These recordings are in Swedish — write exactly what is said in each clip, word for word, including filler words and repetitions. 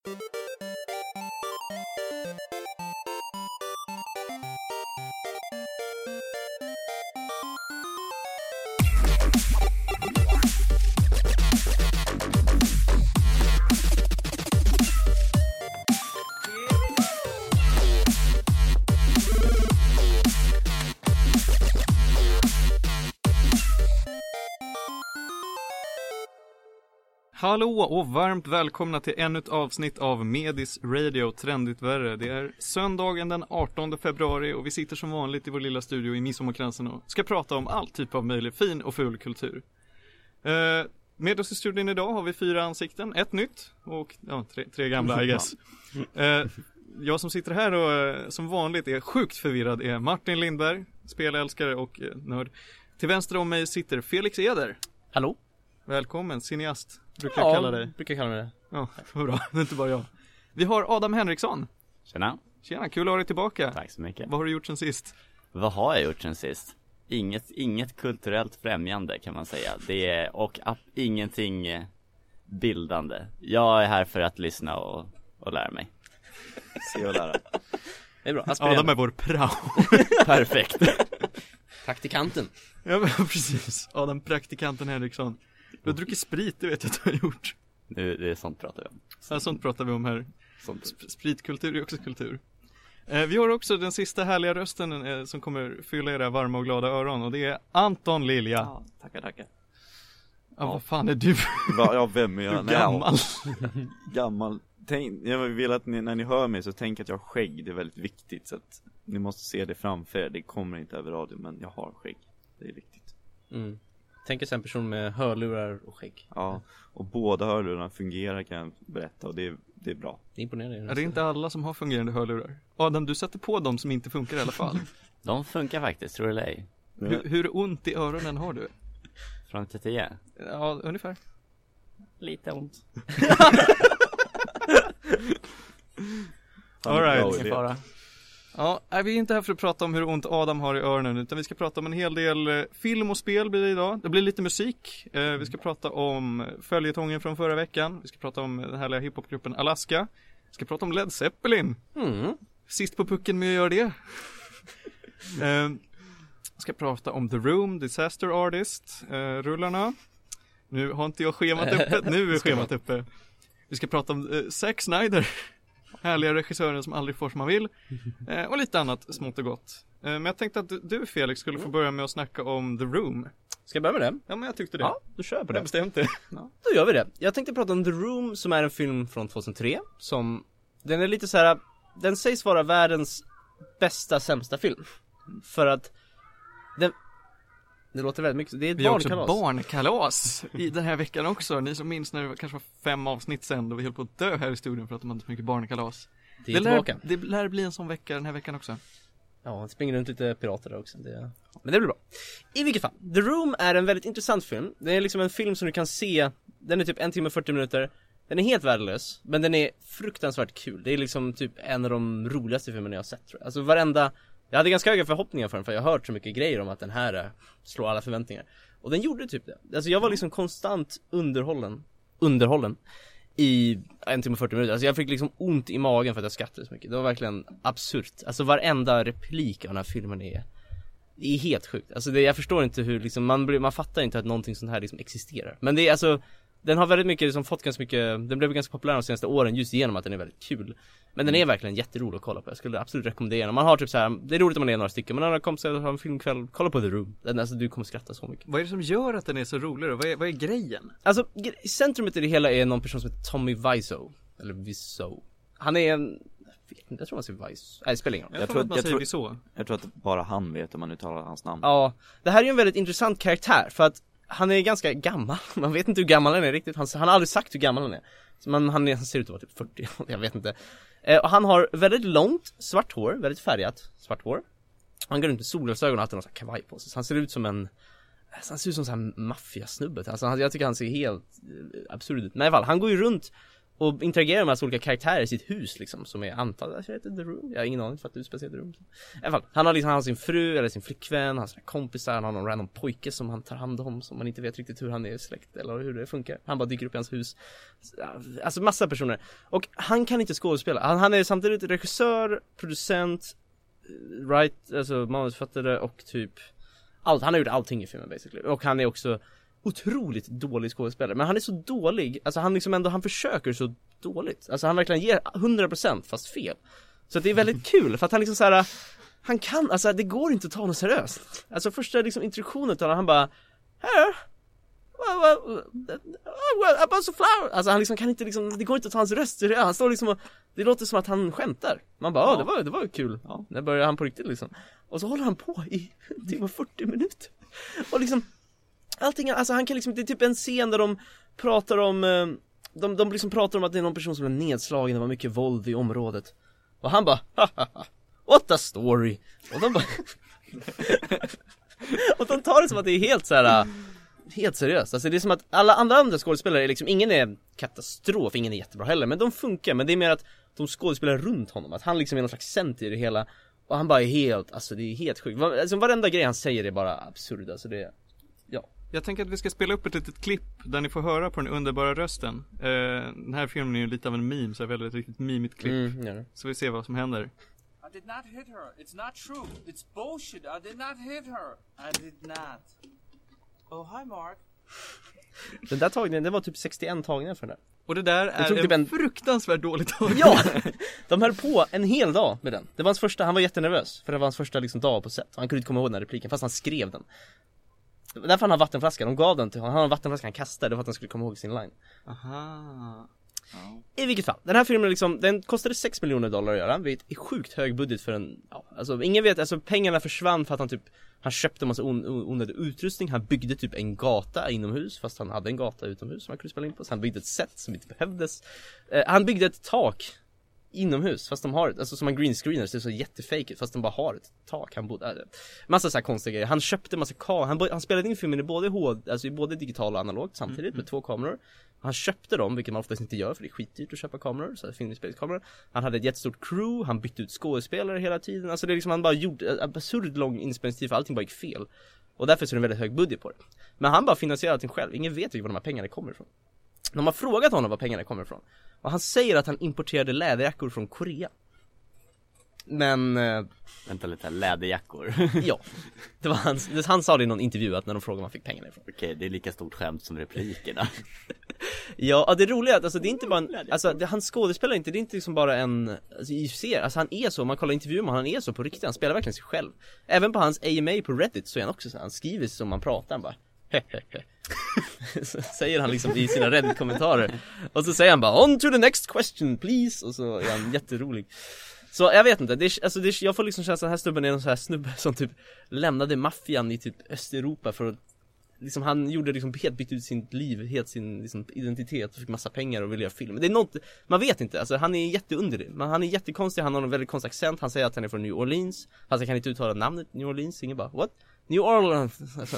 Hallå och varmt välkomna till ännu ett avsnitt av Medis Radio Trendigt Värre. Det är söndagen den artonde februari och vi sitter som vanligt i vår lilla studio i Midsommarkransen och ska prata om all typ av möjlig fin och ful kultur. Eh, med oss i studion idag har vi fyra ansikten, ett nytt och ja, tre, tre gamla I guess. Eh, jag som sitter här och eh, som vanligt är sjukt förvirrad är Martin Lindberg, spelälskare och eh, nörd. Till vänster om mig sitter Felix Eder. Hallå. Välkommen, cineast. Brukar ja, jag kalla dig. brukar kalla mig det. Ja, vad bra. Det är inte bara jag. Vi har Adam Henriksson. Tjena. Tjena, kul att ha dig tillbaka. Tack så mycket. Vad har du gjort sen sist? Vad har jag gjort sen sist? Inget, inget kulturellt främjande kan man säga. Det är, och app, ingenting bildande. Jag är här för att lyssna och, och lära mig. Se och lära. Det är bra. Adam är vår prao. Perfekt. Praktikanten. Ja, men precis. Adam, praktikanten Henriksson. Du har druckit sprit, det vet jag att du har gjort. Det, det är sånt pratar vi om. Ja, sånt pratar vi om här. Sånt. Sp- spritkultur är också kultur. Eh, vi har också den sista härliga rösten eh, som kommer fylla era varma och glada öron. Och det är Anton Lilja. Ja, tackar, tackar. Ja, vad fan är du? Ja, vem är jag? Du är gammal. Gammal. Tänk, jag vill att ni, när ni hör mig så tänk att jag har skägg. Det är väldigt viktigt. Så att ni måste se det framför er. Det kommer inte över radio, men jag har skägg. Det är viktigt. Mm. Tänk er en person med hörlurar och skägg. Ja, och båda hörlurarna fungerar kan jag berätta. Och det är, det är bra. Det är imponerande. Är det inte alla som har fungerande hörlurar? Adam, du sätter på dem som inte funkar i alla fall. De funkar faktiskt, tror du eller ej? Hur, hur ont i öronen har du? Från till tio? Ja, ungefär. Lite ont. All right. Ingen fara. Ja, vi är inte här för att prata om hur ont Adam har i öronen, utan vi ska prata om en hel del eh, film och spel blir det idag. Det blir lite musik. Eh, vi ska prata om följetongen från förra veckan. Vi ska prata om den härliga hiphopgruppen Alaska. Vi ska prata om Led Zeppelin. Mm. Sist på pucken med att göra det. eh, vi ska prata om The Room, Disaster Artist, eh, rullarna. Nu har inte jag schemat uppe, nu är schemat uppe. Vi ska prata om eh, Zack Snyder. Härliga regissören som aldrig får som man vill. Eh, och lite annat smått och gott. Eh, men jag tänkte att du, du Felix skulle få börja med att snacka om The Room. Ska jag börja med det? Ja, men jag tyckte det. Ja, då kör jag på det. Jag bestämde. Ja. Då gör vi det. Jag tänkte prata om The Room som är en film från tjugohundratre. Som, den är lite så här. Den sägs vara världens bästa sämsta film. För att den, det låter väldigt mycket. Det är ett vi har barnkalas. också barnkalas i den här veckan också. Ni som minns när det kanske var fem avsnitt sen då vi höll på att dö här i studion för att de hade så mycket barnkalas. Det, är det, tillbaka. lär, det lär bli en sån vecka den här veckan också. Ja, det springer runt lite pirater där också. Det, men det blir bra. I vilket fall, The Room är en väldigt intressant film. Det är liksom en film som du kan se. Den är typ en timme och fyrtio minuter. Den är helt värdelös, men den är fruktansvärt kul. Det är liksom typ en av de roligaste filmerna jag har sett, tror jag. Alltså varenda. Jag hade ganska höga förhoppningar för den, för jag har hört så mycket grejer om att den här är, slår alla förväntningar. Och den gjorde typ det. Alltså jag var liksom konstant underhållen Underhållen i en timme och fyrtio minuter. Alltså jag fick liksom ont i magen för att jag skrattade så mycket. Det var verkligen absurt. Alltså varenda replik av den här filmen är Det är helt sjukt. Alltså det, jag förstår inte hur liksom, man, blir, man fattar inte att någonting sånt här liksom existerar. Men det är alltså, den har väldigt mycket liksom, fått ganska mycket. Den blev ganska populär de senaste åren just genom att den är väldigt kul. Men den är verkligen jätterolig att kolla på. Jag skulle absolut rekommendera den. Man har typ så här, det är roligt om man är några stycken. Men när man kommer så ha en filmkväll, kolla på The Room. Den, alltså, du kommer skratta så mycket. Vad är det som gör att den är så rolig då? Vad är, vad är grejen? Alltså, i centrumet i det hela är någon person som heter Tommy Wiseau. Eller Wiseau. Han är en... Jag tror man säger Wiseau. Nej, det spelar ingen roll. Jag, Jag tror tror att man jag säger tror- Wiseau. Jag tror att bara han vet om man uttalar hans namn. Ja, det här är ju en väldigt intressant karaktär. För att han är ganska gammal. Man vet inte hur gammal han är riktigt. Han, han har aldrig sagt hur gammal han är. Så man, han, är, han ser ut att vara typ fyrtio. Jag vet inte. Eh, och han har väldigt långt svart hår. Väldigt färgat svart hår. Han går runt med solglasögon och alltid någon sån här kavaj på sig. Så han ser ut som en... Han ser ut som en sån här maffiasnubbe. Alltså, han, jag tycker han ser helt eh, absurd ut. Men i alla fall, han går ju runt och interagerar med alltså olika karaktärer i sitt hus liksom, som är antagligen, jag heter The Room. Jag har ingen aning för att du spelar The Room. I alla fall, han har liksom han har sin fru eller sin flickvän, han har sina kompisar, han har någon random pojke som han tar hand om, som man inte vet riktigt hur han är släkt eller hur det funkar. Han bara dyker upp i hans hus. Alltså massa personer. Och han kan inte skådespela. Han, han är samtidigt regissör, producent, write, alltså manusförfattare och typ allt. Han har gjort allting i filmen basically. Och han är också otroligt dålig skådespelare. Men han är så dålig. Alltså han liksom ändå, han försöker så dåligt. Alltså han verkligen ger hundra procent fast fel. Så det är väldigt kul för att han liksom så här, han kan, alltså det går inte att ta honom seriöst. Alltså första liksom introduktionen till honom, han bara här, about a flower. Alltså han liksom kan inte liksom, det går inte att ta hans röst seriöst. Han står liksom och, det låter som att han skämtar. Man bara, ja, det var, det var kul. Ja, när börjar han på riktigt liksom. Och så håller han på i typ fyrtio minuter. Och liksom allting, alltså han kan liksom, det är typ en scen där de pratar om de, de liksom pratar om att det är någon person som är nedslagen, det var mycket våld i området. Och han bara, hahaha, what a story. Och de bara och de tar det som att det är helt så här, helt seriöst. Alltså det är som att alla andra andra skådespelare är liksom, ingen är katastrof, ingen är jättebra heller, men de funkar, men det är mer att de skådespelar runt honom, att han liksom är någon slags center i det hela. Och han bara är helt, alltså det är helt sjukt. Alltså varenda grej han säger är bara absurd, alltså det är, ja. Jag tänker att vi ska spela upp ett litet klipp där ni får höra på den underbara rösten. Eh, den här filmen är ju lite av en meme, så är väldigt riktigt mimigt klipp. Mm, ja. Så vi ser vad som händer. I did not hit her. It's not true. It's bullshit. I did not hit her. I did not. Oh, hi Mark. Den där tagningen, det var typ sextioen tagningar för den där. Och det där är tog en, typ en fruktansvärt dålig tagning. Ja! De höll på en hel dag med den. Det var hans första, han var jättenervös. För det var hans första liksom, dag på set. Han kunde inte komma ihåg den här repliken, fast han skrev den. Därför han har vattenflaska, de gav den till honom. Han har en vattenflaska han kastade för att han skulle komma ihåg sin line. Aha. I vilket fall, den här filmen liksom, den kostade sex miljoner dollar att göra. Det är sjukt hög budget för en, ja, alltså ingen vet, alltså pengarna försvann för att han typ, han köpte en massa on, onödig utrustning. Han byggde typ en gata inomhus, fast han hade en gata utomhus som han kunde spela in på. Så han byggde ett set som inte behövdes. eh, Han byggde ett tak inomhus, fast de har, alltså som en green screener, så det är så jättefake, fast de bara har ett tak. Han bodde, äh, massa så här konstiga grejer. Han köpte massa kameror, han, han spelade in filmen i både H D, alltså i både digital och analogt samtidigt, mm. med två kameror. Han köpte dem, vilket man oftast inte gör, för det är skitdyrt att köpa kameror, så filminspelningskameror. Han hade ett jättestort crew, han bytte ut skådespelare hela tiden. Alltså det är liksom, han bara gjorde absurd lång inspelningstid, för allting bara gick fel. Och därför så är det en väldigt hög budget på det. Men han bara finansierar allting själv, ingen vet ju var de här pengarna kommer ifrån. De har frågat honom var pengarna kommer ifrån, och han säger att han importerade läderjackor från Korea. Men eh, vänta lite, läderjackor. Ja, det var hans, det, han sa det i någon intervju, att när de frågade var man fick pengarna ifrån. Okej, det är lika stort skämt som replikerna. Ja, det roliga är att alltså, det är inte bara en, alltså, det, han skådespelar inte, det är inte liksom bara en, alltså, i ser, alltså han är så, man kollar intervjuer med han är så på riktigt, han spelar verkligen sig själv. Även på hans A M A på Reddit så är han också så, han skriver som man pratar, han bara så säger han liksom i sina Reddit-kommentarer. Och så säger han bara, on to the next question please. Och så är han jätterolig. Så jag vet inte, det är, alltså det är, jag får liksom känna att den här snubben är en sån här snubbe som typ lämnade maffian i typ Östeuropa för att liksom, han gjorde liksom helt bytt ut sin liv, helt sin liksom, identitet och fick massa pengar och ville göra film. Det är något, man vet inte, alltså han är jätteunderlig, men han är jättekonstig, han har en väldigt konstig accent, han säger att han är från New Orleans, fast jag kan inte uttala namnet New Orleans, ingen bara, what? New Orleans, alltså.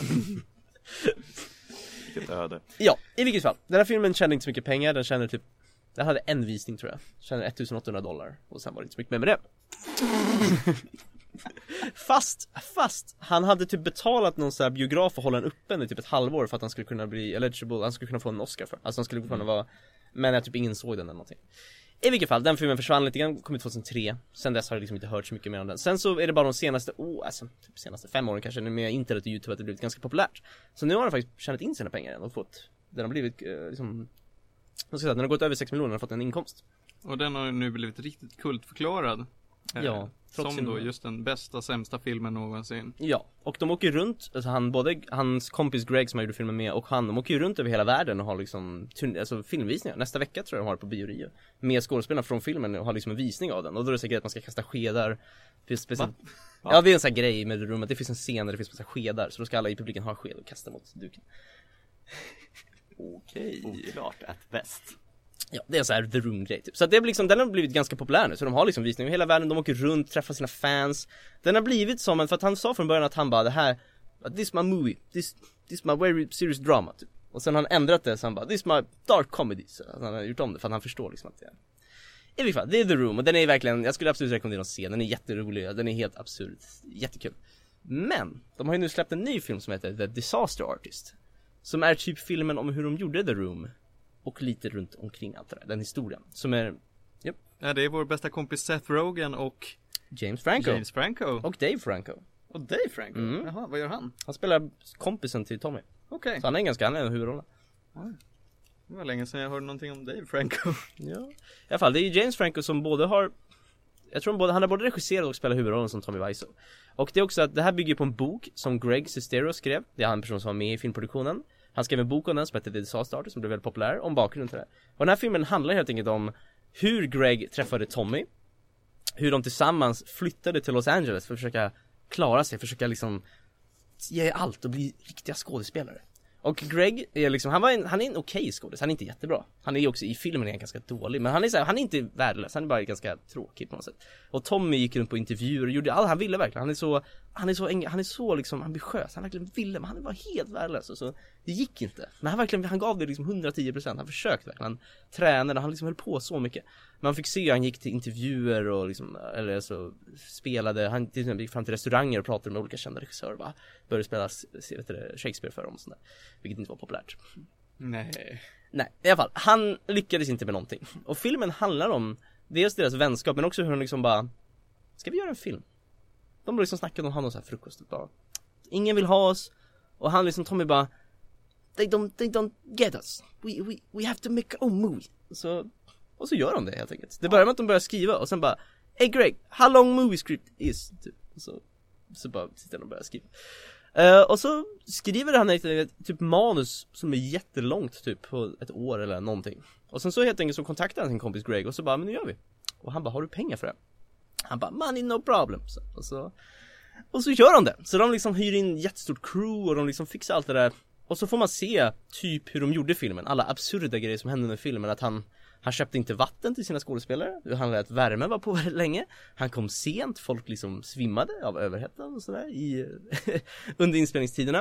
Vilket öde. Ja, i vilket fall, den här filmen tjänade inte så mycket pengar, den tjänade typ, den hade en visning tror jag, tjänade ettusenåttahundra dollar, och sen var det inte så mycket mer med det. Fast, fast han hade typ betalat någon sån här biograf och hålla den öppen i typ ett halvår för att han skulle kunna bli eligible, han skulle kunna få en Oscar för. Alltså han skulle kunna vara, men jag typ ingen såg den eller någonting. I vilket fall, den filmen försvann lite grann, kom ut tjugohundratre. Sen dess har jag liksom inte hört så mycket mer om den. Sen så är det bara de senaste, oh, alltså typ senaste fem åren kanske, med internet och YouTube att det blivit ganska populärt. Så nu har den faktiskt tjänat in sina pengar igen och fått, den har blivit eh, liksom, vad ska jag säga, den har gått över sex miljoner och fått en inkomst. Och den har nu blivit riktigt kultförklarad. Ja, som sin... då just den bästa, sämsta filmen någonsin. Ja, och de åker runt, alltså han, både hans kompis Greg som har gjort filmen med och han, de åker ju runt över hela världen och har liksom turn- alltså filmvisningar. Nästa vecka tror jag de har det på Biorio med skådespelarna från filmen och har liksom en visning av den. Och då är det säkert att man ska kasta skedar. Speciellt... Ja, det är en sån här grej med rummet. Det finns en scen där det finns massa skedar, så då ska alla i publiken ha sked och kasta mot duken. Okej, oklart att bäst. Ja, det är en sån här The Room-grej typ. Så det är liksom, den har blivit ganska populär nu. Så de har liksom visningar över hela världen, de åker runt, träffar sina fans. Den har blivit som en, för att han sa från början att han bara, det här, this is my movie, this, this is my very serious drama typ. Och sen har han ändrat det så han bara, this is my dark comedy. Så han har gjort om det för att han förstår liksom att det är. I vilket fall, det är The Room och den är verkligen, jag skulle absolut rekommendera att se. Den är jätterolig, den är helt absurd, jättekul. Men, de har ju nu släppt en ny film som heter The Disaster Artist. Som är typ filmen om hur de gjorde The Room. Och lite runt omkring allt det där, den historien. Som är, yep. Ja, det är vår bästa kompis Seth Rogen och James Franco. James Franco. Och Dave Franco. Och Dave Franco? Mm. Jaha, vad gör han? Han spelar kompisen till Tommy. Okej. Okay. Så han är en ganska, han är en huvudroll. Det var länge sedan jag hörde någonting om Dave Franco. Ja. I alla fall, det är James Franco som både har, jag tror både, han har både regisserat och spelat huvudrollen som Tommy Wiseau. Och det är också att det här bygger på en bok som Greg Sestero skrev. Det är han en person som var med i filmproduktionen. Han skrev en bok om den som heter The Disaster Artist som blev väldigt populär, om bakgrunden till det. Och den här filmen handlar helt enkelt om hur Greg träffade Tommy. Hur de tillsammans flyttade till Los Angeles för att försöka klara sig, försöka liksom ge allt och bli riktiga skådespelare. Och Greg är liksom, han, var en, han är en okej skådis, han är inte jättebra. Han är också i filmen är han ganska dålig, men han är så här, han är inte värdelös, han är bara ganska tråkig på något sätt. Och Tommy gick runt på intervjuer och gjorde allt han ville verkligen. Han är så, han är så, han är så liksom ambitiös, han verkligen ville, men han var helt värdelös och så det gick inte. Men han verkligen, han gav det liksom hundratio procent, han försökte verkligen, han tränade, han liksom höll på så mycket. Man fick se, han gick till intervjuer och liksom, eller så spelade, han till exempel gick fram till restauranger och pratade med olika kända regissörer, va? Började spela vet du, Shakespeare för dem och sånt där, vilket inte var populärt. Nej. Nej, i alla fall, han lyckades inte med någonting. Och filmen handlar om dels deras vänskap, men också hur de liksom bara, ska vi göra en film? De liksom snackade om han och så här frukost och bara, ingen vill ha oss. Och han liksom, Tommy bara, they don't, they don't get us. We, we, we have to make our own movie. Så, och så gör de det helt enkelt. Det börjar med att de börjar skriva och sen bara, hey Greg, how long movie script is? Typ. Och så, så bara sitter de och börjar skriva. Uh, och så skriver han ett, ett typ manus som är jättelångt typ på ett år eller någonting. Och sen så helt enkelt så kontaktar han sin kompis Greg och så bara, men nu gör vi. Och han bara, har du pengar för det? Han bara, money no problem. Så, och, så, och så gör de det. Så de liksom hyr in jättestort crew och de liksom fixar allt det där. Och så får man se typ hur de gjorde filmen. Alla absurda grejer som hände med filmen. Att han, han köpte inte vatten till sina skådespelare. Han lät värmen var på väldigt länge. Han kom sent. Folk liksom svimmade av överhettan och sådär i under inspelningstiderna.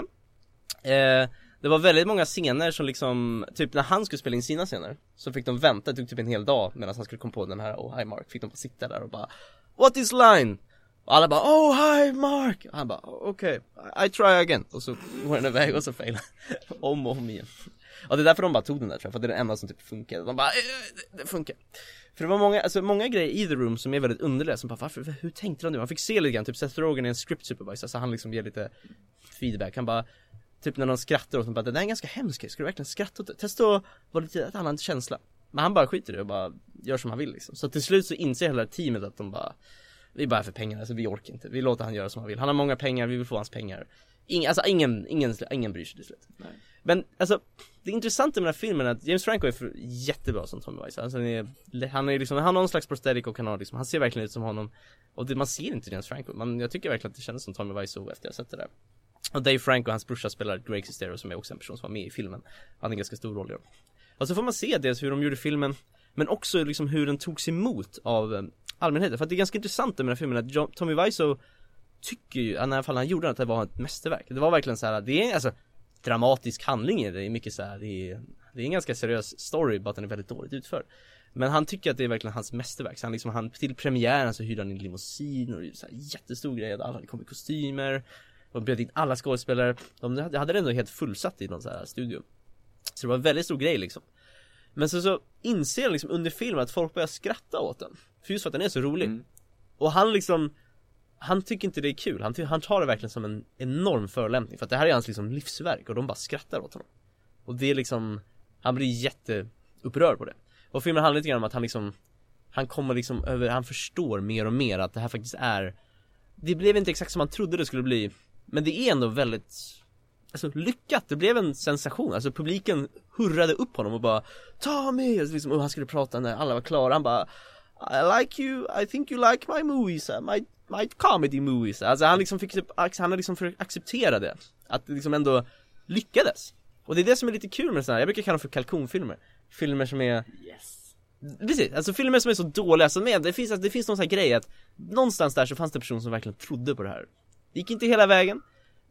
Eh, det var väldigt många scener som liksom, typ när han skulle spela in sina scener så fick de vänta, det tog typ en hel dag medan han skulle komma på den här Oh hi Mark, fick de bara sitta där och bara, what is line? Och alla bara, oh hi Mark. Och han bara, okej, okay, I try again. Och så går den iväg och så failar om och om igen. Och det är därför de bara tog den där, tror jag, för det är det enda som typ funkar. De bara, det, det funkar. För det var många, alltså många grejer i The Room som är väldigt underliga, som bara, varför, hur tänkte de nu? Man fick se lite grann, typ Seth Rogen är en script supervisor, så han liksom ger lite feedback. Han bara, typ när de skrattar och så bara, det där är en ganska hemsk, ska du verkligen skratta åt det? Testa att vara lite ett annan känsla. Men han bara skiter i det och bara gör som han vill liksom. Så till slut så inser hela teamet att de bara, vi är bara för pengar, alltså vi orkar inte. Vi låter han göra som han vill. Han har många pengar, vi vill få hans pengar. Ingen, alltså ingen, ingen, ingen bryr sig till slut. Nej. Men alltså, det intressanta med den här filmen är att James Franco är för, jättebra som Tommy Wiseau. Alltså, han är, han är liksom, han har någon slags prosthetic och han har liksom, han ser verkligen ut som honom. Och det, man ser inte James Franco. Man, jag tycker verkligen att det känns som Tommy Wiseau efter jag sett det där. Och Dave Franco, hans brorsa, spelar Greg Sestero som är också en person som var med i filmen. Han har en ganska stor roll i den. Och så får man se dels hur de gjorde filmen, men också liksom hur den togs emot av um, allmänheten. För att det är ganska intressant med den här filmen att John, Tommy Wiseau tycker ju, i alla fall han gjorde att det var ett mästerverk. Det var verkligen så här, det är alltså dramatisk handling i det, det är mycket så här, det är, det är en ganska seriös story, bara att den är väldigt dåligt utförd. Men han tycker att det är verkligen hans mästerverk. Så han liksom, han, till premiären så hyrde han en limousin och så här jättestor grej, alla hade kommit i kostymer och bjöd in alla skådespelare. De hade det ändå helt fullsatt i någon så här studio. Så det var en väldigt stor grej liksom. Men så, så inser liksom under filmen att folk börjar skratta åt den. För just för att den är så rolig. Mm. Och han liksom, han tycker inte det är kul. Han, han tar det verkligen som en enorm förolämpning. För att det här är hans liksom livsverk och de bara skrattar åt honom. Och det är liksom, han blir jätteupprörd på det. Och filmen handlar lite grann om att han liksom, han kommer liksom över, han förstår mer och mer att det här faktiskt är, det blev inte exakt som han trodde det skulle bli. Men det är ändå väldigt, alltså lyckat, det blev en sensation. Alltså publiken hurrade upp honom och bara, ta mig, alltså, liksom, och han skulle prata när alla var klara. Han bara, I like you, I think you like my movies, my, my comedy movies. Alltså han liksom fick, han har liksom för acceptera det, att det liksom ändå lyckades. Och det är det som är lite kul med sådana här, jag brukar kalla dem för kalkonfilmer. Filmer som är, yes. Precis, alltså filmer som är så dåliga som är, det finns, alltså, det finns någon sån här grej att någonstans där så fanns det personer som verkligen trodde på det här. Det gick inte hela vägen,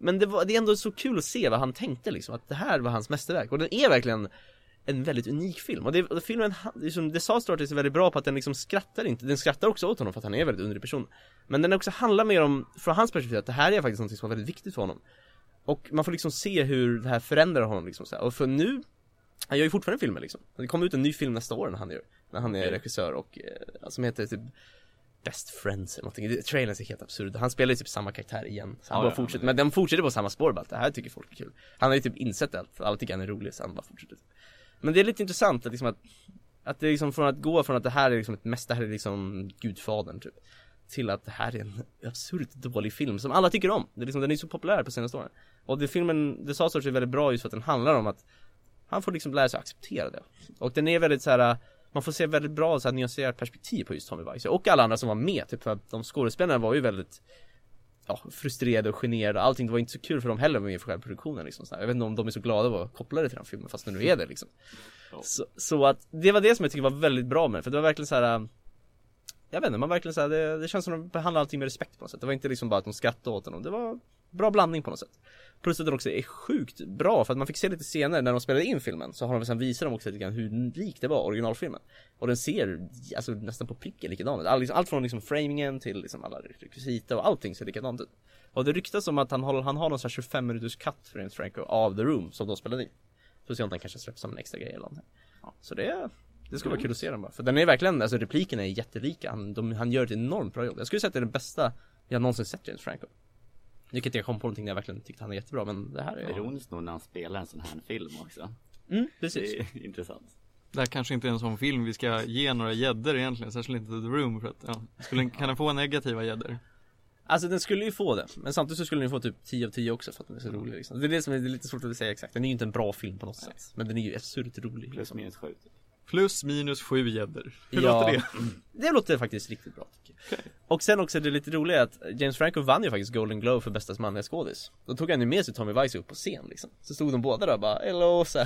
Men det, var, det är ändå så kul att se vad han tänkte liksom, att det här var hans mästerverk. Och den är verkligen en väldigt unik film. Och, det, och filmen, liksom, Disaster Artist är väldigt bra på att den liksom skrattar inte. Den skrattar också åt honom för att han är en väldigt underlig person. Men den också handlar mer om, från hans perspektiv, att det här är faktiskt något som är väldigt viktigt för honom. Och man får liksom se hur det här förändrar honom liksom, så här. Och för nu, han gör ju fortfarande filmer liksom. Det kommer ut en ny film nästa år när han, gör, när han är regissör och, eh, som heter typ Best Friends eller någonting. Trailern är helt absurd. Han spelar ju typ samma karaktär igen. Så han ja, bara ja, fortsätter. men... Men de fortsätter på samma spår bara. Det här tycker folk är kul. Han har ju typ insett allt. Alla tycker han är rolig, så han bara fortsätter. Men det är lite intressant att liksom att, att det är liksom från att gå från att det här är liksom ett mest, det här är liksom Gudfadern typ, till att det här är en absurt dålig film som alla tycker om. Det är liksom, den är så populär på senaste åren. Och det filmen, det sa så är väldigt bra just för att den handlar om att han får liksom lära sig att acceptera det. Och den är väldigt så här, man får se väldigt bra så här nyanserat perspektiv på just Tommy Wiseau och alla andra som var med, typ, för att de skådespelarna var ju väldigt, ja, frustrerade och generade. Allting, det var inte så kul för dem heller med själva produktionen liksom, så här. Jag vet inte om de är så glada att vara kopplade till den filmen, fast det nu är det liksom. Så, så att det var det som jag tycker var väldigt bra med, för det var verkligen så här. Jag vet inte, man verkligen så här, det, det känns som att de behandlade allting med respekt på något sätt. Det var inte liksom bara att de skrattade åt honom. Det var bra blandning på något sätt. Plus att den också är sjukt bra, för att man fick se lite senare när de spelade in filmen, så har de sen visat dem också lite grann hur lik det var originalfilmen. Och den ser alltså nästan på pricken likadant. All, liksom, allt från liksom framingen till liksom alla rekvisita och allting ser likadant ut. Och det ryktas om att han har, han har någon sån här tjugofem minuters cut för James Franco av The Room som de spelade in. Så ser om den kanske släpps som en extra grej eller någonting. Ja. Så det, det ska vara kul att se den bara. För den är verkligen, alltså replikerna är jättelika. Han, de, han gör ett enormt bra jobb. Jag skulle säga att det är den bästa jag någonsin sett James Franco. Nu kan inte jag komma på någonting när jag verkligen tyckte han är jättebra, men det här är... Ironiskt nog när han spelar en sån här film också. Mm, precis. Det är intressant. Det här kanske inte är en sån film vi ska ge några gäddor egentligen, särskilt inte The Room, för att, ja, skulle, kan den få negativa gäddor? Alltså den skulle ju få det, men samtidigt så skulle den få typ tio av tio också för att den är så rolig liksom. Det är det som är lite svårt att säga exakt. Den är ju inte en bra film på något Nej. sätt, men den är ju absurt rolig Plus liksom. minus sju. Plus minus sju gäddor. Hur Ja, låter det? Det låter faktiskt riktigt bra tycker jag. Okay. Och sen också det är lite roligt att James Franco vann ju faktiskt Golden Globe för bästa manliga skådis. Då tog han ju med sig Tommy Wiseau upp på scen liksom. Så stod de båda där och bara, hello, så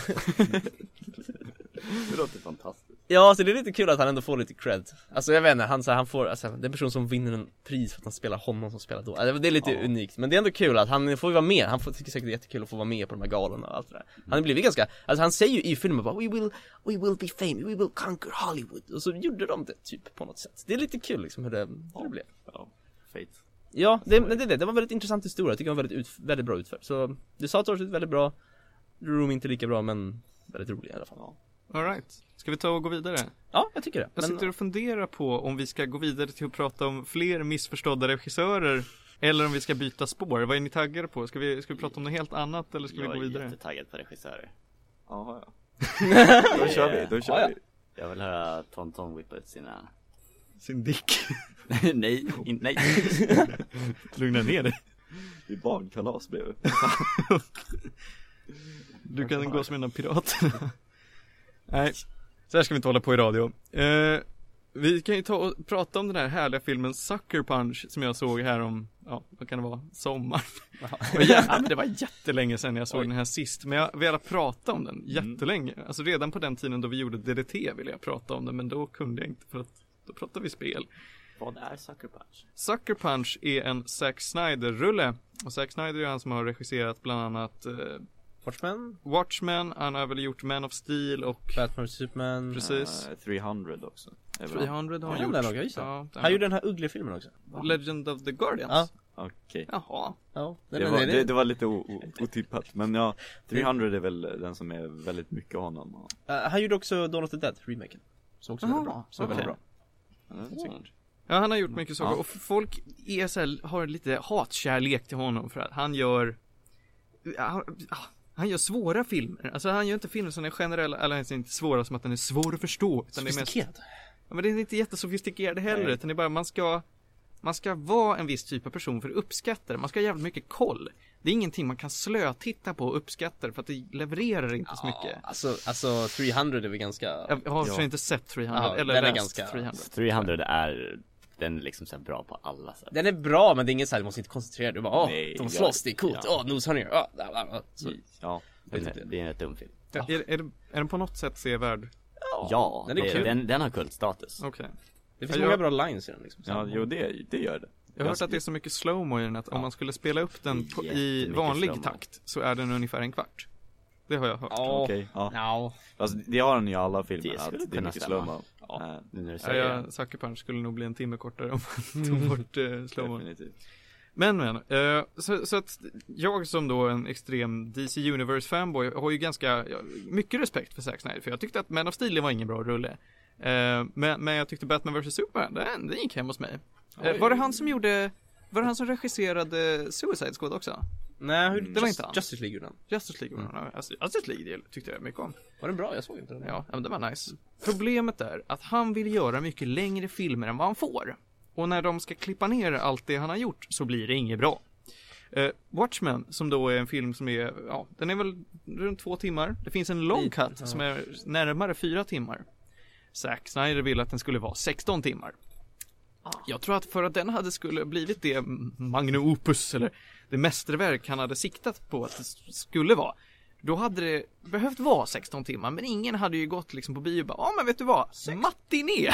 Det låter fantastiskt. Ja, så det är lite kul att han ändå får lite cred. Alltså jag vet inte, han, så här, han får, alltså, det är en person som vinner en pris för att han spelar honom som spelar då. Alltså, det är lite ja. unikt, men det är ändå kul att han får vara med. Han får, tycker säkert det är jättekul att få vara med på de här galorna och allt det där. Han har blivit ganska, alltså han säger ju i filmen bara, we will, we will be famous, we will conquer Hollywood. Och så gjorde de det typ på något sätt. Det är lite kul liksom hur det, hur ja. det blev. Ja, fate. Ja, det, men det är det. Det var en väldigt intressant historia. Jag tycker det var väldigt, ut, väldigt bra utfört. Så det sa torset väldigt bra. Room inte lika bra, men väldigt rolig i alla fall. Ja. All right. Ska vi ta och gå vidare? Ja, jag tycker det. Jag sitter och funderar på om vi ska gå vidare till att prata om fler missförstådda regissörer eller om vi ska byta spår. Vad är ni taggade på? Ska vi, ska vi prata om något helt annat eller ska jag vi gå vidare? Jag är jättetaggad på regissörer. Jaha, ja. Då kör vi, då kör ja, ja. vi. Jag vill höra Tonton whippa ut sina... Sin dick. nej, in, nej. Lugna ner dig. Det är barnkalas bredvid. Du kan gå som en pirat. Nej, så här ska vi inte hålla på i radio. Eh, vi kan ju ta och prata om den här härliga filmen Sucker Punch som jag såg här om, ja, vad kan det vara? Sommar. Det var, jätte, det var jättelänge sedan jag såg Oj. den här sist, men jag ville prata om den jättelänge. Mm. Alltså redan på den tiden då vi gjorde D D T ville jag prata om den, men då kunde jag inte för att då pratade vi spel. Vad är Sucker Punch? Sucker Punch är en Zack Snyder-rulle. Och Zack Snyder är han som har regisserat bland annat... Eh, Watchmen? Watchmen, han har väl gjort Man of Steel och... Batman, Superman. Precis. Uh, trehundra också. trehundra har han ja, gjort. Den ja, han gjorde den här Ugly-filmen också. Legend of the Guardians. Ja. Okej. Okay. Jaha. Ja, det, det, var, det, det var lite o, o, otippat. Men ja, trehundra är väl den som är väldigt mycket av honom. Uh, han gjorde också Dawn of the Dead, remaken. Som också är väldigt bra. Som okay. väldigt bra. Ja, ja, han har gjort mycket saker. Ja. Och folk är så här, har lite hatkärlek till honom för att han gör... Han, han gör svåra filmer. Alltså han gör inte filmer som är generella, eller inte svåra som att den är svår att förstå. Utan det är mest, ja, men det är inte jättesofistikerad heller. Nej. Utan det är bara, man ska, man ska vara en viss typ av person för att uppskatta det. Man ska ha jävligt mycket koll. Det är ingenting man kan slötitta på och uppskatta för att det levererar inte ja, så mycket. Alltså, alltså trehundra är väl ganska... Jag har ja. inte sett trehundra ja, eller läst ganska... trehundra. trehundra är... Den är liksom så bra på alla sätt. Den är bra, men det är inget så här, du måste inte koncentrera dig. Du bara, åh, Nej, de slåss, det är coolt. Åh, ja. oh, noshörningar. Åh, oh, oh, oh. Så, ja, det är, det är en dum film. Ja. Är, är, det, är den på något sätt sevärd? Ja, ja den, är det, kul. Den, den har kultstatus. Okej. Okay. Det finns jag, många bra lines i den liksom. Ja, jo, det, det gör det. Jag har hört att det är så mycket slow-mo i den att om man skulle spela upp den på, i Jättemycket vanlig slow-mo. takt så är den ungefär en kvart. Det har jag hört. Ja, Okej, ja. ja. Alltså, det har den i alla filmer, Det att skulle det är kunna mycket stämma. slow-mo. Ja, Eh, nu när du Ja, säger jag, det. Sucker Punch skulle nog bli en timme kortare om man tog bort eh, slow-mo. definitivt. Men men, eh, så, så att jag som då en extrem D C Universe fanboy har ju ganska ja, mycket respekt för Zack Snyder, för jag tyckte att Man of Steel var ingen bra rulle. Eh, men, men jag tyckte Batman versus Superman, den, den gick hem hos mig. Eh, var det han som gjorde, var det han som regisserade Suicide Squad också? Nej, hur, Det var inte han. Justice League gjorde han. Justice League, mm. alltså, Justice League det tyckte jag mycket om. Var den bra? Jag såg inte den. Ja, men det var nice. Problemet är att han vill göra mycket längre filmer än vad han får. Och när de ska klippa ner allt det han har gjort så blir det inget bra. Uh, Watchmen, som då är en film som är, ja, den är väl runt två timmar. Det finns en long cut ja. som är närmare fyra timmar. Zack Snyder ville att den skulle vara sexton timmar. Jag tror att för att den hade skulle blivit det magnum opus eller det mästerverk han hade siktat på att det skulle vara, då hade det behövt vara sexton timmar, men ingen hade ju gått liksom på bio och bara, ja men vet du vad, matiné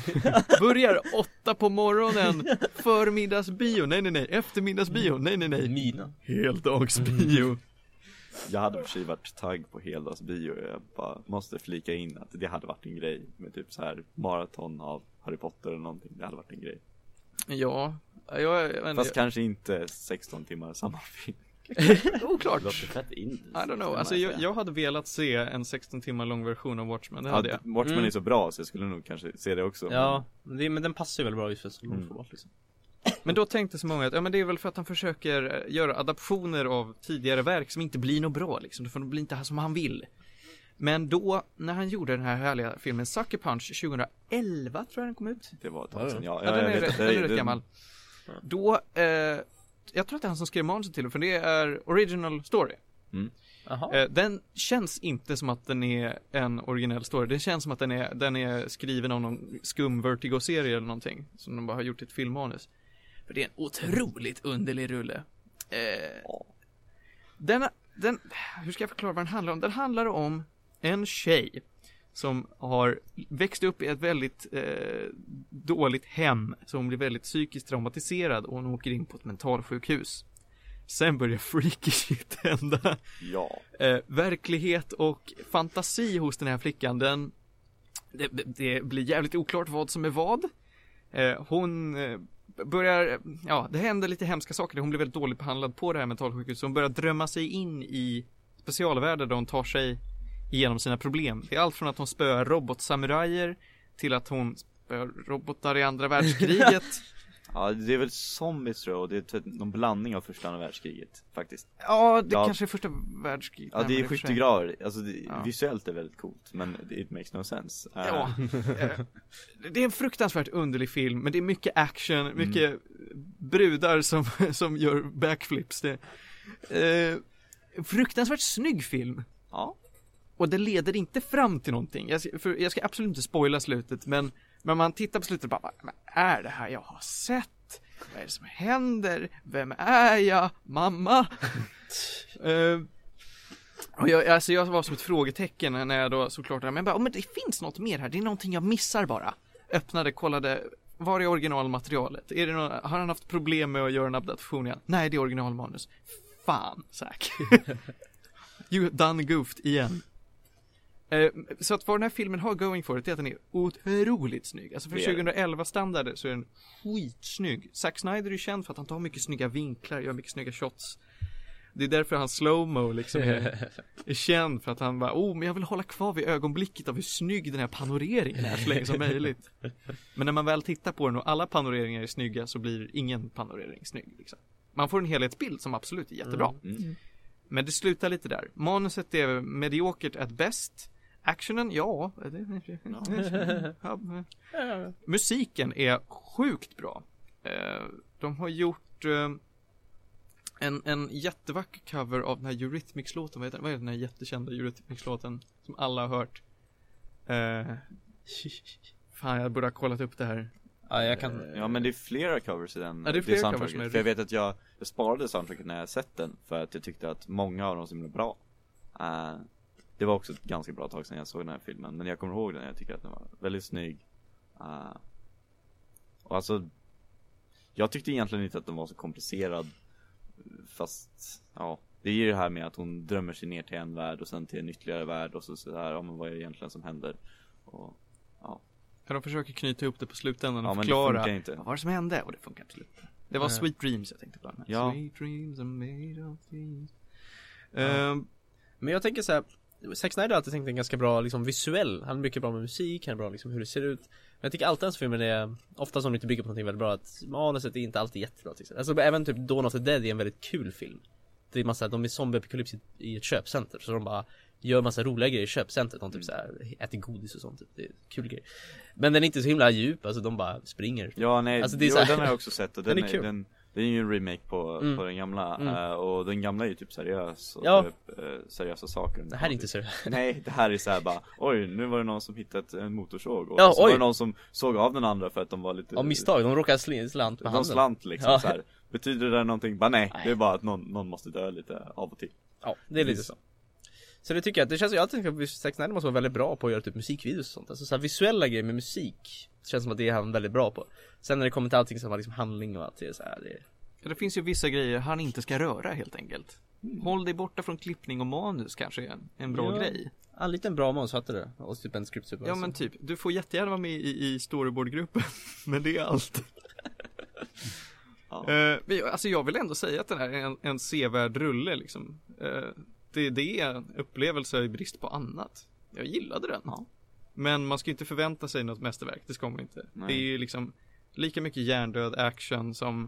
börjar åtta på morgonen, förmiddagsbio, nej nej nej, eftermiddagsbio, nej nej nej, Mina. heldagsbio. Jag hade för sig varit tagg på heldagsbio. Jag bara måste flika in att det hade varit en grej med typ så här maraton av Harry Potter eller någonting. Det hade varit en grej. Ja, jag, jag, jag, Fast jag kanske inte sexton timmar samma film. oklart. Det låter fett in. I don't know, alltså jag, jag hade velat se en sexton timmar lång version av Watchmen, det hade Ja, jag. Watchmen Mm. är så bra så jag skulle nog kanske se det också. Ja, men, det, men den passar ju väl bra just för så långt Mm. format liksom. Men då tänkte så många att ja, men det är väl för att han försöker eh, göra adaptioner av tidigare verk som inte blir något bra liksom, för de blir inte som han vill. Men då, när han gjorde den här härliga filmen Sucker Punch tjugoelva tror jag den kom ut. Det var ett Ja, tag sedan. Ja, Ja, den jag är, vet rätt, att den det är rätt den- gammal. Då, eh, jag tror att det är han som skrev manuset till det, för det är original story. Jaha. Eh, den känns inte som att den är en originell story. Det känns som att den är, den är skriven av någon skum Vertigo-serie eller någonting, som de bara har gjort ett filmmanus. För det är en otroligt underlig rulle. Eh, den, den, hur ska jag förklara vad den handlar om? Den handlar om en tjej som har växt upp i ett väldigt eh, dåligt hem, så hon blir väldigt psykiskt traumatiserad och hon åker in på ett mentalsjukhus. Sen börjar freaky shit hända. Ja. Eh, verklighet och fantasi hos den här flickan, den, det, det blir jävligt oklart vad som är vad. Eh, hon eh, börjar, ja, det händer lite hemska saker. Hon blir väldigt dåligt behandlad på det här mentalsjukhuset. Hon börjar drömma sig in i specialvärldar där hon tar sig igenom sina problem. Det är allt från att hon spöar robotsamurajer till att hon spöar robotar i andra världskriget. Ja, det är väl zombies tror jag, och det är typ någon blandning av första och andra världskriget faktiskt. Ja, det Ja. kanske är första världskriget. Ja, det närmare är i och för sig. skyttegravar. Alltså det, Ja. visuellt är väldigt coolt, men det it makes no sense. Eh, Ja, eh, det är en fruktansvärt underlig film, men det är mycket action, mycket brudar som, som gör backflips. Det, eh, fruktansvärt snygg film. Ja. Och det leder inte fram till någonting. Jag, ska- för jag ska absolut inte spoila slutet, men när man tittar på slutet bara, men är det här jag har sett? Vad är det som händer? Vem är jag? Mamma? Eh, och jag, alltså jag var som ett frågetecken när jag då såklart, men jag bara, oh, men det finns något mer här, det är någonting jag missar bara. Öppnade, kollade, var är originalmaterialet? Är det någon, har han haft problem med att göra en adaptation igen? Nej, det är originalmanus. Fan, Zack. You done goofed igen. Eh, så att vad den här filmen har going for it är att den är otroligt snygg. Alltså för Det är den. tjugoelva standarder så är den skitsnygg. Zack Snyder är ju känd för att han tar mycket snygga vinklar, gör mycket snygga shots. Det är därför han slow-mo liksom är, är känd, för att han bara, oh men jag vill hålla kvar vid ögonblicket av hur snygg den här panoreringen är så länge som möjligt. Men när man väl tittar på den och alla panoreringar är snygga så blir ingen panorering snygg liksom. Man får en helhetsbild som absolut är jättebra. Mm. Men det slutar lite där. Manuset är mediokert at best. Actionen, ja. Det, ja. Musiken är sjukt bra. Eh, De har gjort eh, en, en jättevacker cover av den här Eurythmics-låten. Vad heter den? Vad är den här jättekända Eurythmics-låten som alla har hört? Eh, Fan, jag borde ha kollat upp det här. Ja, jag kan... Ja, men det är flera covers i den. Ja, det är flera soundtracket. covers som är För jag vet att jag, jag sparade soundtracket när jag sett den, för att jag tyckte att många av dem som blev bra. Uh, det var också ett ganska bra tag sedan jag såg den här filmen, men jag kommer ihåg den, jag tycker att den var väldigt snygg. Uh, och alltså, jag tyckte egentligen inte att den var så komplicerad. Fast, ja, det är ju det här med att hon drömmer sig ner till en värld och sen till en ytterligare värld och så, så här, ja men vad är det egentligen som händer? Och, ja. Ja, de försöker knyta ihop det på slutändan och Ja, men det förklara funkar inte. vad var det som hände, och det funkar absolut. Det var Nej. Sweet Dreams jag tänkte på. Ja. Sweet Dreams are made of these. Ja. Ehm, Men jag tänker så här, Zack Snyder har alltid tänkt en ganska bra liksom visuell. Han är mycket bra med musik, han är bra liksom hur det ser ut. Men jag tycker alltid hans filmer är ofta som inte bygger på någonting väldigt bra, att manuset är inte alltid jättebra till exempel. Alltså även typ Dawn of the Dead är en väldigt kul film. Det är massa, de är zombie-apokalyps i ett köpcenter, så de bara gör massa roliga grejer i köpcentret. De typ så här äter godis och sånt typ. Det är kul grejer. Men den är inte så himla djup, alltså de bara springer. Ja, nej, Alltså, det är jo, så här- den har jag också sett och den, Den är är kul. den, det är ju en remake på, Mm. på den gamla Mm. eh, och den gamla är ju typ seriös och Ja. typ, eh, seriösa saker. Det här är inte så. Nej, det här är så här bara, oj, nu var det någon som hittat en motorsåg och Ja, så var oj. det någon som såg av den andra för att de var lite Av misstag, de råkar sl- slant med de handen. slant liksom Ja. så här. Betyder det någonting? Bara nej, Nej. det är bara att någon, någon måste dö lite av och till. Ja, det är lite så. Så det tycker jag, det känns, jag alltid tänkt att Zack Snyder måste vara väldigt bra på att göra typ musikvideos och sånt. Alltså så här visuella grejer med musik känns som att det är han väldigt bra på. Sen när det kommer till allting som har liksom handling och allt det är så här, det är... ja, det finns ju vissa grejer han inte ska röra helt enkelt. Håll dig borta från klippning och manus kanske är en, en bra Ja. grej. Ja, lite en bra manus, fattar du? Och typ en script super. Ja men typ, du får jättegärna vara med i, i storyboardgruppen. Men det är allt. Ja. Eh, men jag- alltså jag vill ändå säga att den här är en, en sevärd rulle liksom. Eh, det, det är en upplevelse i brist på annat. Jag gillade den. Ja. Men man ska inte förvänta sig något mästerverk, det ska man inte. Nej. Det är ju liksom lika mycket hjärndöd action som,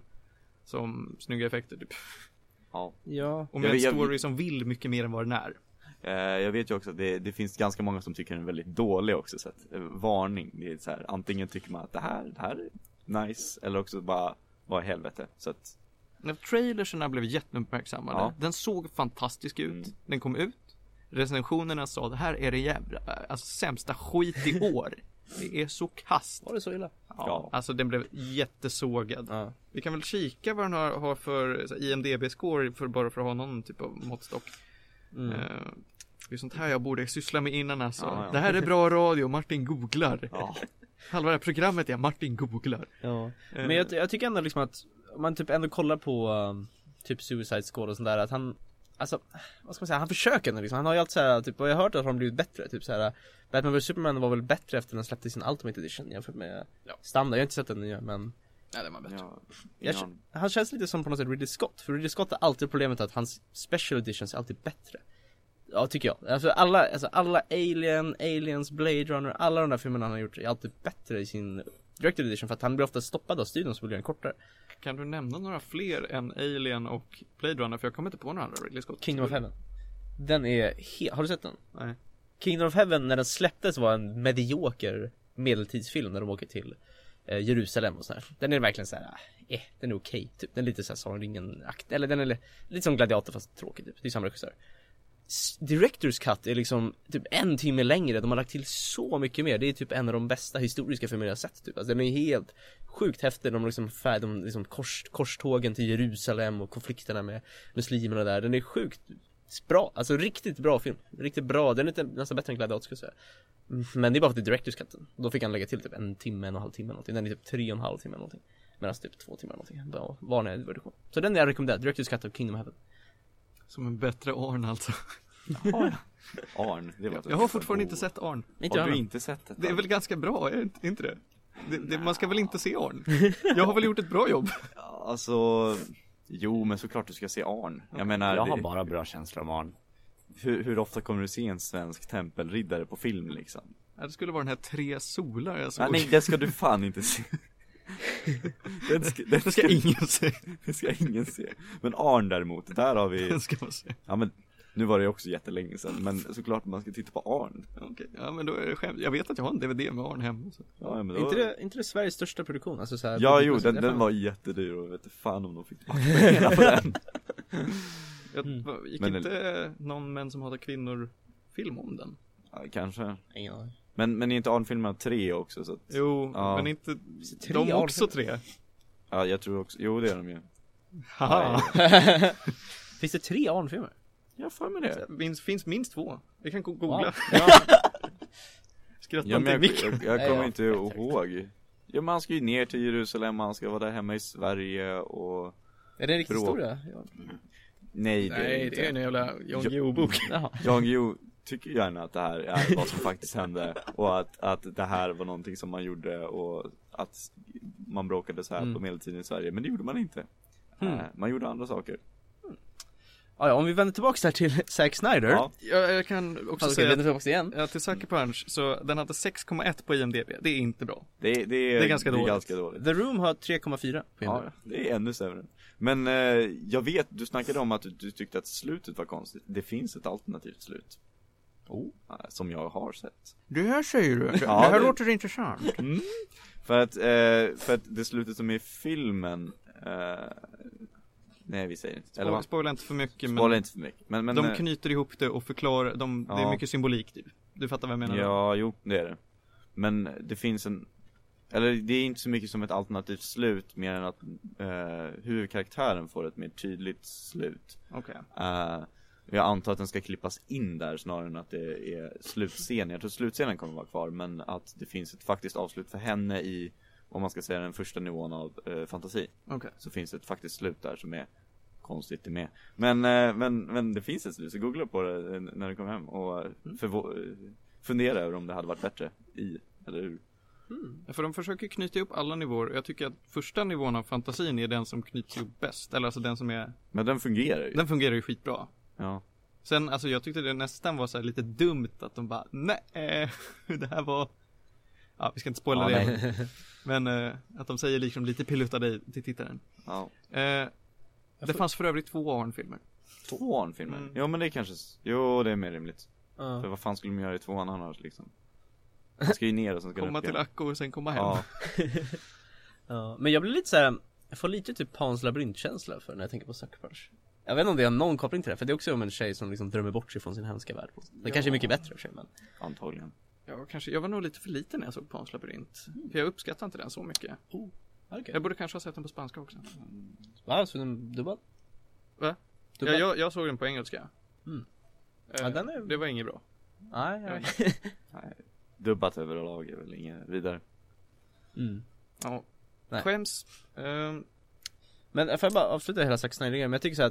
som snygga effekter typ. Ja. Ja. Och med Jag en vet- jag- story som vill mycket mer än vad den är. Eh, jag vet ju också att det, det finns ganska många som tycker den är väldigt dålig också, så att, eh, varning, det är så här, antingen tycker man att det här, det här är nice, eller också bara, vad i helvete, så att, När trailerserna blev jätteuppmärksammade, Ja. den såg fantastisk ut, Mm. den kom ut, recensionerna sa det här är det jävla, alltså sämsta skit i år. Det är så kast. Var det så illa? Ja, Ja. alltså den blev jättesågad. Ja. Vi kan väl kika vad den har, har för så här, I M D B-score för, bara för att ha någon typ av måttstock. Mm. Eh, det är sånt här jag borde syssla med innan alltså. Ja, ja. Det här är bra radio, Martin googlar. ja, Halva det här programmet är Martin googlar. Ja. Eh, Men jag, jag tycker ändå liksom att om man typ ändå kollar på um, typ Suicide Squad och sånt där, att han, alltså, vad ska man säga, han försöker ändå liksom. Han har ju alltid såhär, typ, och jag har hört att han blivit bättre, typ såhär, Batman versus Superman var väl bättre efter den släppte sin Ultimate Edition jämfört med Ja. standard. Jag har inte sett den nya, men Nej, det var bättre. ja, jag, innan- han känns lite som på något sätt Ridley Scott. För Ridley Scott har alltid problemet att hans special editions är alltid bättre. Ja, tycker jag. Alltså alla, alltså alla Alien, Aliens, Blade Runner, alla de där filmerna han har gjort är alltid bättre i sin directed edition, för att han blir ofta stoppad av studion som vill göra den kortare. Kan du nämna några fler än Alien och Blade Runner? För jag kommer inte på några andra Ridley Scott. Kingdom of Heaven. Den är he- har du sett den? Nej. Kingdom of Heaven, när den släpptes, var en medioker medeltidsfilm när de åker till eh, Jerusalem och sådär. Den är verkligen såhär, eh, den är okej, typ. Den är lite såhär Sagan om ringen-akt, eller den är li- lite som Gladiator fast tråkig typ. Det är samma regissör. S- Director's Cut är liksom typ en timme längre. De har lagt till så mycket mer. Det är typ en av de bästa historiska filmer jag har sett typ. Alltså den är helt sjukt häftig. De liksom färd, de liksom kors, korstågen till Jerusalem och konflikterna med muslimerna där. Den är sjukt bra, alltså riktigt bra film. Riktigt bra, den är inte nästan bättre än Gladiator skulle jag säga. Mm, Men det är bara för att det är Director's Cutten. Då fick han lägga till typ en timme, en och en halv timme någonting. Den är typ tre och en halv timme någonting. Medan typ två timmar någonting. Bara vanlig version. Så den är jag rekommenderar, Director's Cut of Kingdom of Heaven. Som en bättre Arn alltså. Arn, det var Jag har fortfarande inte sett Arn. Inte Har jag du med. inte sett det? Det är väl ganska bra, är det inte det? det, det man ska väl inte se Arn? Jag har väl gjort ett bra jobb. Alltså, jo men såklart du ska se Arn. Jag menar, Jag har det- bara bra känslor om Arn. hur, hur ofta kommer du se en svensk tempelriddare på film liksom? Ja, det skulle vara den här Tre solar jag såg. Nej, nej, det ska du fan inte se. Den ska, den Det ska ingen se. det ska ingen se. Men Arn däremot, där har vi, Den ska man se. ja men, nu var det ju också jättelänge sedan, men såklart man ska titta på Arn. Okej, ja men då är det skämt. Jag vet att jag har en D V D med Arn hemma. Så. Ja, men Är då... inte det, inte det Sveriges största produktion? Alltså så här, Ja, jo, budgetmässigt, den, jag den fan- var jättedyr och vet inte fan om de fick tillbaka pengarna på den. Jag, Mm. va- Gick Men- inte någon Män som hatar kvinnor film om den? Ja, kanske. Ingen aning. Men, men är inte Arn-filmerna tre också så att, Jo, Ja. men inte tre de Arn- också tre. ja jag tror också, jo det är de ju. Haha. Finns det tre Arn-filmer? Jag får med det. Finns, finns minst två. Vi kan go- googla. Ja. Skratta Ja, inte i men jag, micken. jag, jag Nej, kommer ja. inte ihåg. Ja, man ska ju ner till Jerusalem, man ska vara där hemma i Sverige och... Är det en riktig Bra. historia? Ja. Nej, det är Nej, inte. det är en jävla Jan Ja. Guillou-bok. Jan Guillou tycker gärna att det här är vad som faktiskt hände och att, att det här var någonting som man gjorde och att man bråkade så här Mm. på medeltiden i Sverige, men det gjorde man inte. Mm. Eh, Man gjorde andra saker. Ja, ja, om vi vänder tillbaka där till Zack Snyder. Ja. Jag, jag kan också Alltså, ska vi säga vända att, tillbaka igen? ja, till Sucker Punch, så den hade sex komma ett på I M D B. Det är inte bra. Det, det, är, Det är ganska det är dåligt. ganska dåligt. The Room har tre komma fyra på Ja, IMDb. det är ännu sämre. Men eh, jag vet, du snackade om att du, du tyckte att slutet var konstigt. Det finns ett alternativt slut. Oh. eh, Som jag har sett. Det här säger du. Ja, det här det- låter intressant. Mm. För att, eh, för att det slutet som är i filmen eh, nej, vi säger inte. Eller Spoila, vad? spoila inte för mycket, men Spoila inte för mycket. Men, men, de eh, knyter ihop det och förklarar, de, det är Ja. mycket symbolik typ. Du fattar vad jag menar? Ja, jo, det är det. Men det finns en, eller det är inte så mycket som ett alternativt slut, mer än att eh, huvudkaraktären får ett mer tydligt slut. Okej. Eh, jag antar att den ska klippas in där snarare än att det är slutscenen. Jag tror slutscenen kommer vara kvar, men att det finns ett faktiskt avslut för henne i, om man ska säga den första nivån av eh, fantasi. Okej. Så finns det ett faktiskt slut där som är konstigt det med. Men, eh, men, men det finns ett slut, så googla på det eh, när du kommer hem och eh, förvå- eh, fundera över om det hade varit bättre i, eller hur? Ja, för de försöker knyta ihop alla nivåer. Jag tycker att första nivån av fantasin är den som knyts ihop bäst. Eller alltså den som är, Men den fungerar ju. den fungerar ju skitbra. Ja. Sen, alltså jag tyckte det nästan var så här lite dumt att de bara, nej, det här var, ja vi ska inte spoila Ja, det. Men eh, att de säger liksom lite pilluttade till tittaren. Ja. Eh, det fanns för övrigt två Arn-filmer. Två Arn-filmer. Mm. Jo, men det är kanske, jo det är mer rimligt. Ja. För vad fan skulle de göra i tvåan annars liksom? Han ska ju ner och sen ska Komma han upp till igen. Akko och sen komma hem. Ja. Ja, men jag blir lite så här. Jag får lite typ Pans labyrintkänsla för när jag tänker på Sucker Punch. Jag vet inte om det har någon koppling till det, för det är också om en tjej som liksom drömmer bort sig från sin hemska värld. Det kanske är mycket bättre för sig, men Antagligen. Ja, kanske, jag var nog lite för liten när jag såg Pans labyrint. För jag uppskattar inte den så mycket. okej. Jag borde kanske ha sett den på spanska också. Va, så den dubbad? Va? Ja, Dubbad? jag, jag såg den på engelska. Mm. Eh, Ja, den är- Det var inget bra. Nej, nej. Nej. Dubbat överlag är väl inget vidare. Mm. Ja. Nej. Skäms. Ehm, Men får jag bara avsluta hela Zack Snyder-grejen, men jag tycker så att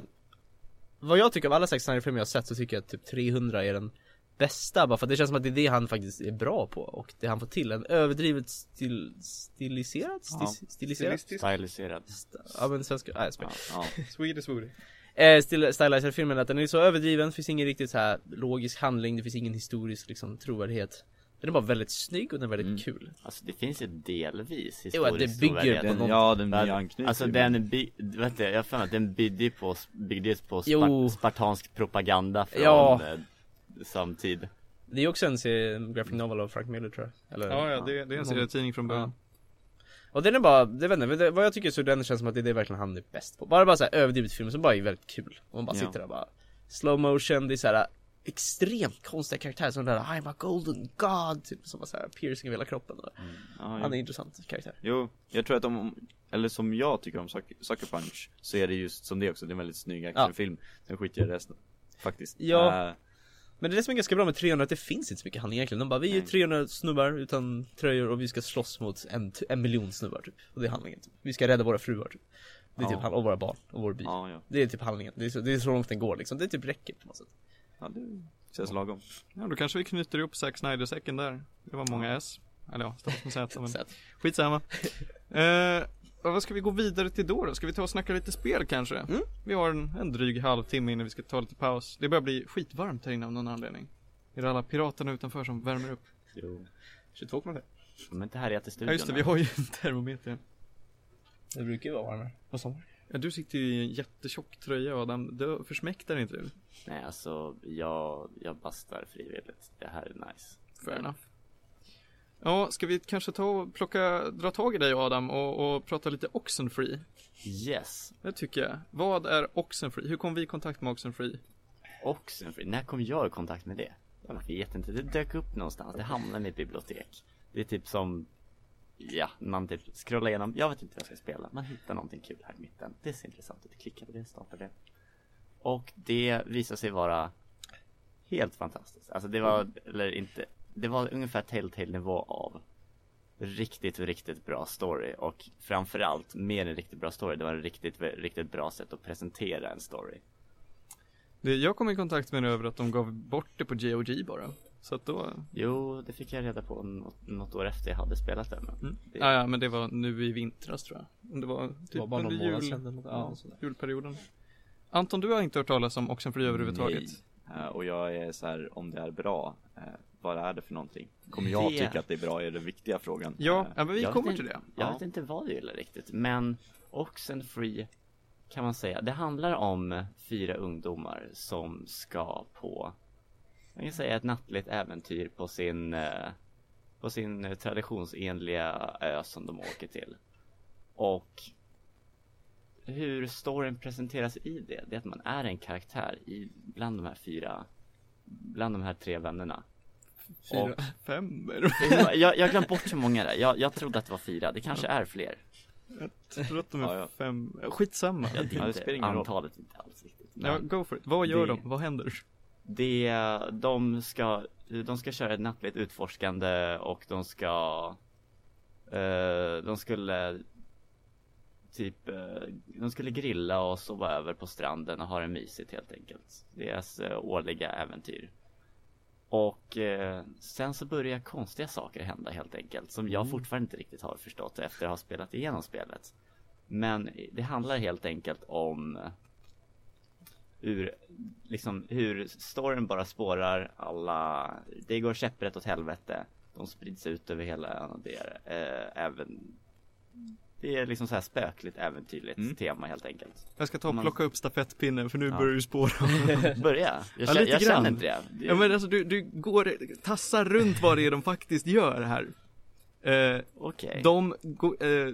vad jag tycker av alla Zack Snyder-filmer jag har sett, så tycker jag att typ trehundra är den bästa, bara för att det känns som att det är det han faktiskt är bra på, och det han får till, en överdrivet stil, stiliserad, Ja. stil, stiliserad, Styliserad. ja men svenska, nej jag skojar. Ja. Ja. Swedish Swedish. Eh, stil, styliserad filmen, att den är så överdriven, det finns ingen riktigt så här logisk handling, det finns ingen historisk liksom trovärdighet. Den är bara väldigt snygg och den är väldigt Mm. kul. Alltså det finns ju delvis Jo, att det historisk bygger trovärdighet. på Den, någon- ja, den Men, nya anknyter Alltså ju, den men- by, vet du, jag har för mig att den byggde på, byggdes på Jo. spar, spartansk propaganda från Ja. eh, samtid. Det är också en serie, en graphic novel av Frank Miller tror jag. Eller, Ja, ja, det, det är en serietidning från början. Och den är bara, det vet inte, vad jag tycker så den känns som att det är det verkligen han är bäst på. Bara bara så här överdrivet film som bara är väldigt kul. Och man bara Ja. sitter där och bara slow motion, det är så här extremt konstiga karaktärer som den där I'm a golden god typ, som var så här piercing i hela kroppen. Och Ja, han jo. är en intressant karaktär. Jo, jag tror att om, eller som jag tycker om Sucker, Sucker Punch, så är det just som det också, det är en väldigt snygg actionfilm. Sen skiter jag i resten, faktiskt. Ja. Eh, Men det är det som är ganska bra med trehundra, att det finns inte så mycket handling egentligen. De bara, vi är Nej. trehundra snubbar utan tröjor och vi ska slåss mot en, en miljon snubbar typ. Och det är handlingen typ. Vi ska rädda våra fruar typ. Det är Ja. typ han och våra barn och vår by. ja, ja. Det är typ handlingen. Det är, så, det är så långt den går liksom. Det typ räcker på något sätt. Ja, det känns lagom. Ja, då kanske vi knyter ihop Zack Snyder-säcken där. Det var många S. Eller ja, stavas med Z, men Så att- skitsamma. eh, och vad ska vi gå vidare till då då? Ska vi ta och snacka lite spel kanske? Mm. Vi har en, en dryg halvtimme innan vi ska ta lite paus. Det börjar bli skitvarmt här inne av någon anledning. Är det alla piraterna utanför som värmer upp? Jo. tjugotvå kommer det. De är inte här i studion. Ja just det, vi har ju en termometer. Det brukar ju vara varmare på sommaren. Ja, du sitter ju i en jättetjock tröja Adam. Du försmäktar inte du? Nej alltså, jag, jag bastar frivilligt. Det här är nice. Fair enough. Ja, ska vi kanske ta och plocka, dra tag i dig Adam och, och prata lite Oxenfree? Yes. Det tycker jag. Vad är Oxenfree? Hur kom vi i kontakt med Oxenfree? Oxenfree, när kom jag i kontakt med det? Jag vet inte, det dök upp någonstans. Det hamnade i mitt bibliotek. Det är typ som, ja, man typ scrollar igenom. Jag vet inte vad jag ska spela. Man hittar någonting kul här i mitten. Det ser intressant ut. Jag klickar på det, startar det. Och det visar sig vara helt fantastiskt. Alltså det var, eller inte, det var ungefär Telltale-nivå av riktigt, riktigt bra story. Och framförallt, mer en riktigt bra story, det var en riktigt, riktigt bra sätt att presentera en story. Det, jag kom i kontakt med det över att de gav bort det på G O G bara. Så att då... Jo, det fick jag reda på något, något år efter jag hade spelat det. Men Mm. det... Ja, ja, men det var nu i vintras tror jag. Om det var typ Det var bara någon under månad jul, sedan eller något. ja, Ja, sådär. julperioden. Anton, du har inte hört talas om Oxenfree överhuvudtaget? Nej. Uh, och jag är så här, om det är bra, uh, vad är det för någonting? Kommer jag Det- tycka att det är bra är den viktiga frågan. Ja, Uh, ja men vi Jag kommer vet till inte- det. Jag Ja. vet inte vad du gillar riktigt, men Oxenfree kan man säga, det handlar om fyra ungdomar som ska på, man kan säga ett nattligt äventyr på sin eh, på sin eh, traditionsenliga ö som de åker till. Och hur storyn presenteras i det, det är att man är en karaktär i, bland de här fyra, bland de här tre vännerna. Fyra, Och- fem är det. jag, jag har glömt bort hur många det är, jag, jag trodde att det var fyra, det kanske är fler. Jag tror att de är Ja, ja. fem. Skitsamma. Ja, det Ja, är det inte, spelar ingen roll. antalet är inte alls riktigt. Men Ja, go for it. Vad gör Det- de? Vad händer? det, de ska, de ska köra ett nattligt utforskande och de ska, eh, de skulle typ, eh, de skulle grilla och sova över på stranden och ha det mysigt helt enkelt. Deras eh, årliga äventyr. Och eh, sen så börjar konstiga saker hända helt enkelt, som jag fortfarande inte riktigt har förstått efter att ha spelat igenom spelet. Men det handlar helt enkelt om hur, liksom, hur storyn bara spårar alla, det går käpprätt åt helvete. De sprids ut över hela ön och det är eh, även, det är liksom så här spökligt äventyrligt Mm. tema helt enkelt. Jag ska ta och Man- plocka upp stafettpinnen för nu Ja. börjar du spåra. Börja, jag, Ja, känner, lite jag grann. känner inte det, det Ja men alltså du, du går, tassar runt vad det är de faktiskt gör här. Eh, okej. De går, eh,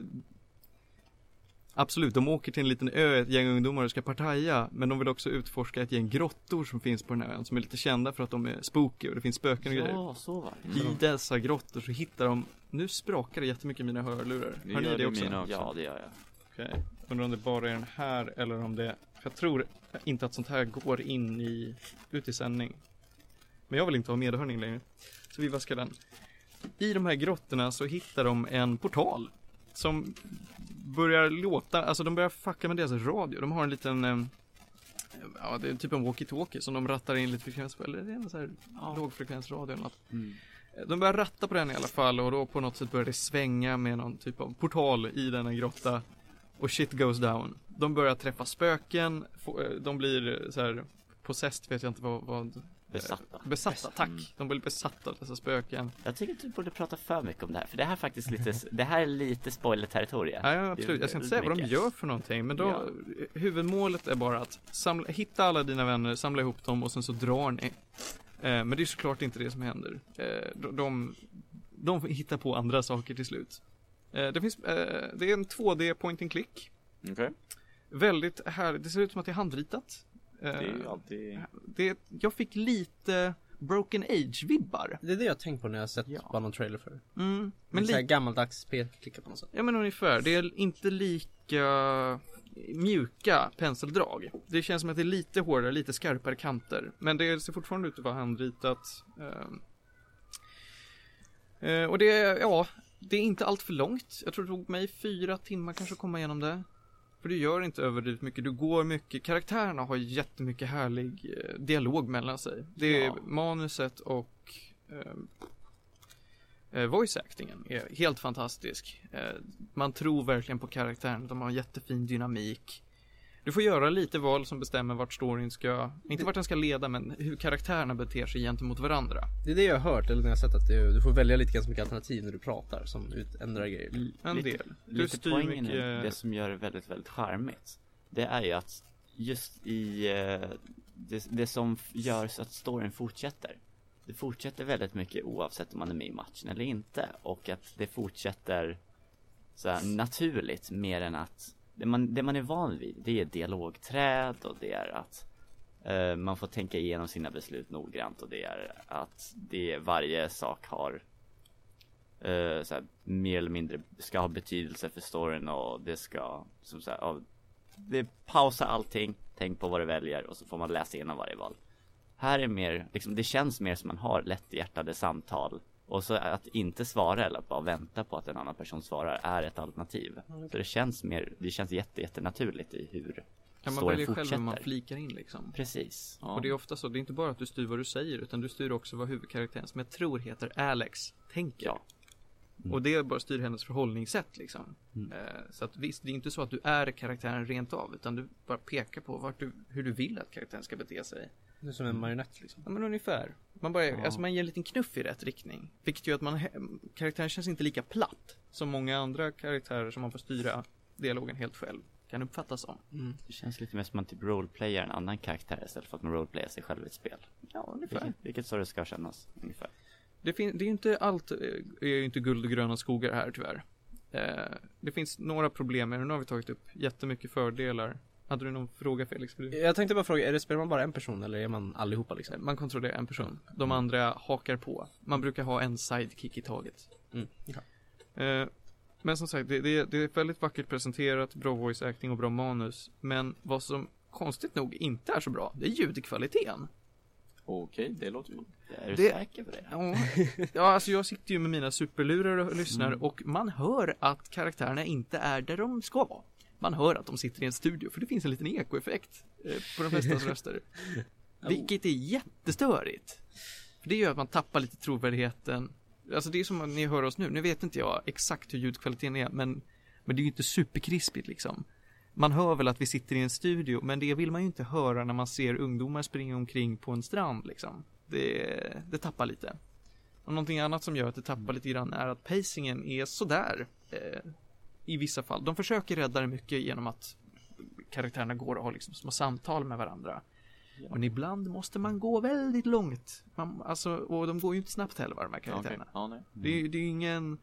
absolut, de åker till en liten ö, ett gäng ungdomar och ska partaja. Men de vill också utforska ett gäng grottor som finns på den här ön, som är lite kända för att de är spooky och det finns spöken och grejer. Ja, så var det. I dessa grottor så hittar de, nu sprakar det jättemycket i mina hörlurar. Det Har ni gör det det också? mina också. Ja, det gör jag. Okej, undrar om det bara är den här eller om det, för jag tror inte att sånt här går in i, ut i sändning. Men jag vill inte ha medhörning längre. Så vi vaskar den. I de här grottorna så hittar de en portal som börjar låta, alltså de börjar fucka med deras radio. De har en liten, eh, ja det är typ en walkie-talkie som de rattar in lite frekvens på, eller det är en sån här Ja. lågfrekvensradio eller något. Mm. De börjar ratta på den i alla fall och då på något sätt börjar det svänga med någon typ av portal i denna grotta och shit goes down. De börjar träffa spöken, få- eh, de blir så här possessed, vet jag inte vad, vad Besatta. besatta, tack. Mm. De blir besatta av dessa spöken. Jag tycker inte du borde prata för mycket om det här, för det här är faktiskt lite, det här är lite spoiler-territoria. Ja, ja absolut, jag ska inte säga vad de mycket. gör för någonting, men då, Ja. huvudmålet är bara att samla, hitta alla dina vänner, samla ihop dem och sen så drar ni. Eh, men det är såklart inte det som händer. Eh, de, de, de hittar på andra saker till slut. Eh, det finns, eh, det är en två D point and click. Okej. Väldigt härligt, det ser ut som att det är handritat. Eh, Det är ju alltid... det, jag fick lite Broken Age-vibbar. Det är det jag har tänkt på när jag har sett Ja. bara någon trailer för. Mm, Men men så här li- gammaldags p-klickar på något sätt. ja men ungefär, det är inte lika mjuka penseldrag. Det känns som att det är lite hårdare, lite skarpare kanter. Men det ser fortfarande ut att vara handritat. Ehm. Eh, och det är, ja, det är inte allt för långt. Jag tror det tog mig fyra timmar kanske att komma igenom det. För du gör inte överdrivet mycket, du går mycket. Karaktärerna har jättemycket härlig eh, dialog mellan sig. Det är Ja. manuset och ehm, eh, voice actingen är helt fantastisk. Eh, man tror verkligen på karaktären, de har en jättefin dynamik. Du får göra lite val som bestämmer vart storyn ska, inte vart den ska leda, men hur karaktärerna beter sig gentemot varandra. Det är det jag har hört, eller när jag har sett att det, du får välja lite ganska mycket alternativ när du pratar som ut, ändrar grejer. En Lite- del. Du Lite styr poängen mycket... är det som gör det väldigt, väldigt charmigt. Det är ju att just i eh, det, det som f- gör så att storyn fortsätter. Det fortsätter väldigt mycket oavsett om man är med i matchen eller inte. Och att det fortsätter så här naturligt mer än att det man, det man är van vid, det är dialogträd och det är att eh, man får tänka igenom sina beslut noggrant och det är att det varje sak har eh, så här, mer eller mindre ska ha betydelse för storyn och det ska som så här, ja, det pausar allting, tänk på vad du väljer och så får man läsa igenom varje val. Här är mer, liksom, det känns mer som man har lätthjärtade samtal Och så att inte svara eller bara vänta på att en annan person svarar är ett alternativ. Mm. Så det känns mer, det känns jätte, jättenaturligt i hur ja, man väljer själv hur man flikar in liksom. Precis. Ja. Och det är ofta så, det är inte bara att du styr vad du säger utan du styr också vad huvudkaraktären, som jag tror heter Alex, tänker. Ja. Mm. Och det bara styr hennes förhållningssätt liksom. Mm. Eh, så att visst, det är inte så att du är karaktären rent av, utan du bara pekar på vart du, hur du vill att karaktären ska bete sig. Det är som en marionett liksom. Ja, men ungefär. Man bara, ja. alltså man ger en liten knuff i rätt riktning. Vilket gör att man, karaktären känns inte lika platt som många andra karaktärer som man får styra dialogen helt själv kan uppfattas som. Mm. Det känns lite mer som man typ roleplayar en annan karaktär istället för att man roleplayar sig själv i ett spel. Ja, ungefär. Vilket, vilket så det ska kännas, ungefär. Det, fin- det är ju inte allt, är ju inte guld och gröna skogar här tyvärr. Eh, det finns några problem med det. Nu har vi tagit upp jättemycket fördelar. Hade du någon fråga, Felix? Du... Jag tänkte bara fråga, är det, spelar man bara en person eller är man allihopa liksom? Man kontrollerar en person. De andra hakar på. Man brukar ha en sidekick i taget. Mm. Okay. Eh, men som sagt, det, det, det är väldigt vackert presenterat, bra voice acting och bra manus. Men vad som konstigt nog inte är så bra, det är ljudkvaliteten. Okej, det låter ju. Är du det... säker på det? Ja, ja, alltså jag sitter ju med mina superlurar och lyssnar mm. och man hör att karaktärerna inte är där de ska vara. Man hör att de sitter i en studio, för det finns en liten ekoeffekt eh, på de flestas röster. Vilket är jättestörigt. För det gör att man tappar lite trovärdigheten. Alltså det är som att ni hör oss nu. Nu vet inte jag exakt hur ljudkvaliteten är, men, men det är ju inte superkrispigt liksom. Man hör väl att vi sitter i en studio, men det vill man ju inte höra när man ser ungdomar springa omkring på en strand liksom. Det, det tappar lite. Och någonting annat som gör att det tappar lite grann är att pacingen är sådär eh, i vissa fall. De försöker rädda det mycket genom att karaktärerna går och har liksom små samtal med varandra. Ja. Men ibland måste man gå väldigt långt. Man, alltså, och de går ju inte snabbt heller, de här karaktärerna. Okay. Ja, nej. Mm. Det, det är ju ingen...